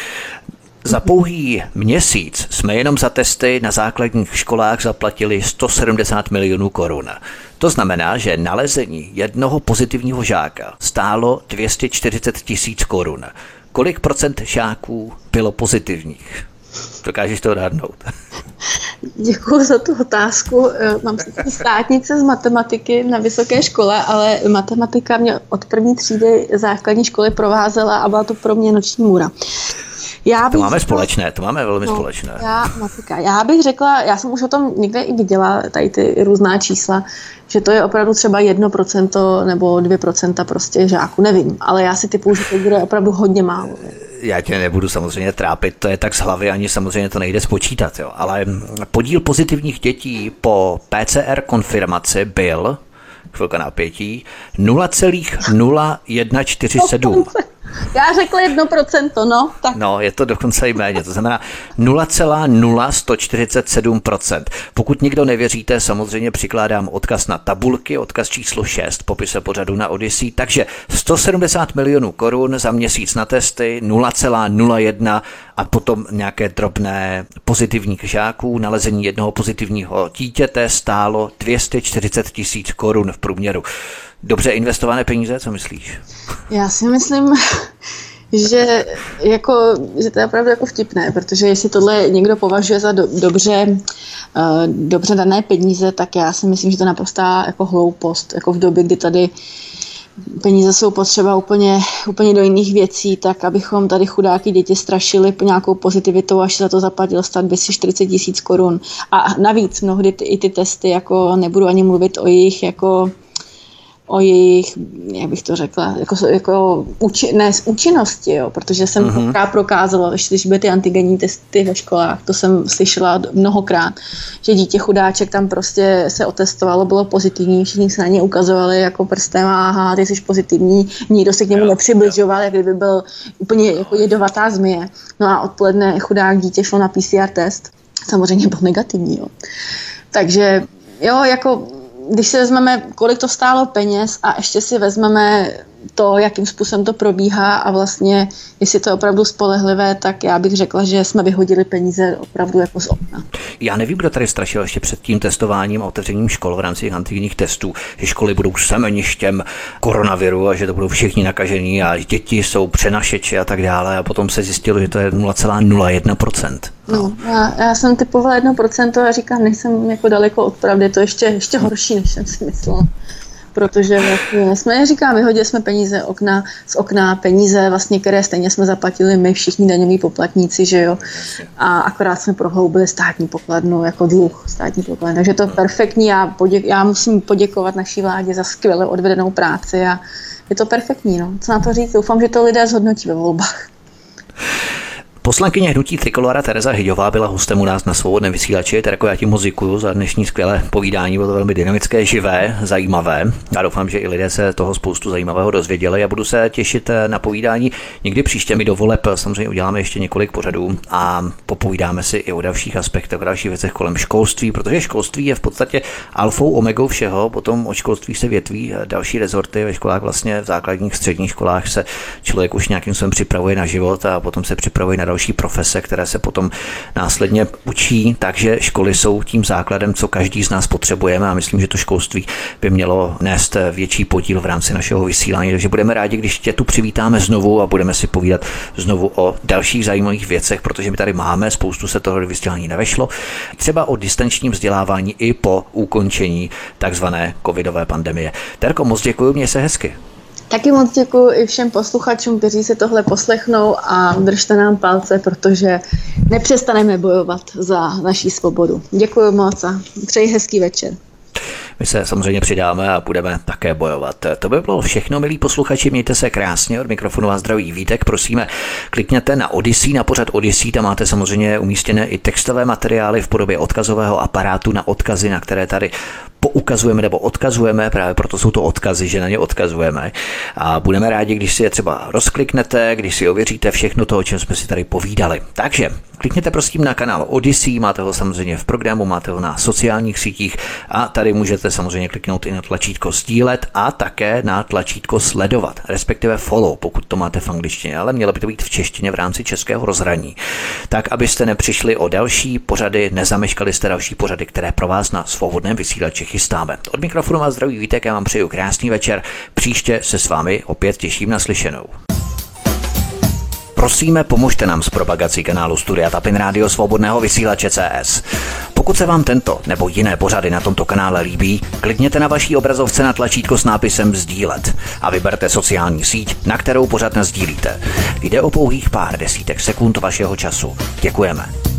Za pouhý měsíc jsme jenom za testy na základních školách zaplatili sto sedmdesát milionů korun. To znamená, že nalezení jednoho pozitivního žáka stálo dvě stě čtyřicet tisíc korun. Kolik procent žáků bylo pozitivních? Dokážeš to odhadnout? Děkuji za tu otázku. Mám sice státnice z matematiky na vysoké škole, ale matematika mě od první třídy základní školy provázela a byla to pro mě noční můra. Já to máme řekla, společné, to máme velmi no, společné. Já, matika, já bych řekla, já jsem už o tom někde i viděla, tady ty různá čísla, že to je opravdu třeba jedno procento nebo dvě procenta prostě žáků, nevím, ale já si typuju, že to bude opravdu hodně málo. Já tě nebudu samozřejmě trápit, to je tak z hlavy, ani samozřejmě to nejde spočítat, jo. Ale podíl pozitivních dětí po P C R konfirmaci byl, chvilka napětí, nula celá nula jedna čtyři sedm. Já řekla jedno procento, no. Tak. No, je to dokonce i méně, to znamená nula celá nula sto čtyřicet sedm procent. Pokud nikdo nevěříte, samozřejmě přikládám odkaz na tabulky, odkaz číslo šest, popise pořadu na Odyssey, takže sto sedmdesát milionů korun za měsíc na testy, nula celá nula jedna a potom nějaké drobné pozitivních žáků, nalezení jednoho pozitivního dítěte stálo dvě stě čtyřicet tisíc korun v průměru. Dobře investované peníze, co myslíš? Já si myslím, že, jako, že to je opravdu jako vtipné, protože jestli tohle někdo považuje za do, dobře, uh, dobře dané peníze, tak já si myslím, že to naprostá jako hloupost, jako v době, kdy tady peníze jsou potřeba úplně, úplně do jiných věcí, tak abychom tady chudáky děti strašili nějakou pozitivitou, až za to zaplatil stát dvě stě čtyřicet tisíc korun. A navíc mnohdy ty, i ty testy, jako nebudu ani mluvit o jejich jako o jejich, jak bych to řekla, jako, jako uči, ne z účinnosti, jo, protože jsem mm-hmm. to prokázala, ještě když byly ty antigenní testy ve školách, to jsem slyšela mnohokrát, že dítě chudáček tam prostě se otestovalo, bylo pozitivní, všichni se na ně ukazovali jako prstem, aha, ty jsi pozitivní, nikdo se k němu nepřibližoval, jak kdyby byl úplně jako jedovatá zmije. No a odpoledne chudák dítě šlo na P C R test, samozřejmě byl negativní, jo. Takže jo, jako když si vezmeme, kolik to stálo peněz a ještě si vezmeme to, jakým způsobem to probíhá a vlastně, jestli to je opravdu spolehlivé, tak já bych řekla, že jsme vyhodili peníze opravdu jako z okna. Já nevím, kdo tady strašil ještě před tím testováním a otevřením škol v rámci těch antigenních testů, že školy budou semeništěm koronaviru a že to budou všichni nakažení a děti jsou přenašeči a tak dále a potom se zjistilo, že to je nula celá nula jedna procent. No, já, já jsem typovala jedno procento a říkám, nejsem jako daleko od pravdy, to ještě, ještě horší, než jsem si myslela. Protože vlastně jsme, říkám, vyhodili jsme peníze okna, z okna, peníze, vlastně, které stejně jsme zaplatili my všichni daňoví poplatníci, že jo, a akorát jsme prohloubili státní pokladnu jako dluh státní pokladny, takže to je perfektní, já, poděk, já musím poděkovat naší vládě za skvěle odvedenou práci a je to perfektní, no, co na to říct, doufám, že to lidé zhodnotí ve volbách. Poslankyně hnutí Trikolora Tereza Hyďová byla hostem u nás na Svobodném vysílači, Terko, já ti moc děkuju za dnešní skvělé povídání, bylo to velmi dynamické, živé, zajímavé. Já doufám, že i lidé se toho spoustu zajímavého dozvěděli a budu se těšit na povídání. Někdy příště mi do voleb samozřejmě uděláme ještě několik pořadů a popovídáme si i o dalších aspektech, o dalších věcech kolem školství, protože školství je v podstatě alfou omegou všeho, potom od školství se větví další rezorty, ve školách vlastně v základních středních školách se člověk už nějakým způsobem připravuje na život a potom se připravuje na další profese, které se potom následně učí, takže školy jsou tím základem, co každý z nás potřebujeme a myslím, že to školství by mělo nést větší podíl v rámci našeho vysílání, takže budeme rádi, když tě tu přivítáme znovu a budeme si povídat znovu o dalších zajímavých věcech, protože my tady máme, spoustu se toho vysílání nevešlo, třeba o distančním vzdělávání i po ukončení takzvané covidové pandemie. Terko, moc děkuji, měj se hezky. Taky moc děkuji i všem posluchačům, kteří si tohle poslechnou a držte nám palce, protože nepřestaneme bojovat za naší svobodu. Děkuji moc a přeji hezký večer. My se samozřejmě přidáme a budeme také bojovat. To by bylo všechno, milí posluchači, mějte se krásně, od mikrofonu vás zdraví Vítek, prosíme, klikněte na Odyssey, na pořad Odyssey, tam máte samozřejmě umístěné i textové materiály v podobě odkazového aparátu na odkazy, na které tady poukazujeme nebo odkazujeme, právě proto jsou to odkazy, že na ně odkazujeme. A budeme rádi, když si je třeba rozkliknete, když si ověříte všechno to, o čem jsme si tady povídali. Takže klikněte prosím na kanál Odyssey, máte ho samozřejmě v programu, máte ho na sociálních sítích a tady můžete samozřejmě kliknout i na tlačítko sdílet a také na tlačítko sledovat, respektive follow, pokud to máte v angličtině, ale mělo by to být v češtině v rámci českého rozhraní. Tak, abyste nepřišli o další pořady, nezameškali jste další pořady, které pro vás na svobodném vysílači chystáme. Od mikrofonu vás zdraví Vítek, já vám přeju krásný večer. Příště se s vámi opět těším na slyšenou. Prosíme, pomožte nám s propagací kanálu Studia Tapin Rádio Svobodného vysílače C S. Pokud se vám tento nebo jiné pořady na tomto kanále líbí, klikněte na vaší obrazovce na tlačítko s nápisem sdílet a vyberte sociální síť, na kterou pořad nasdílíte. Jde o pouhých pár desítek sekund vašeho času. Děkujeme.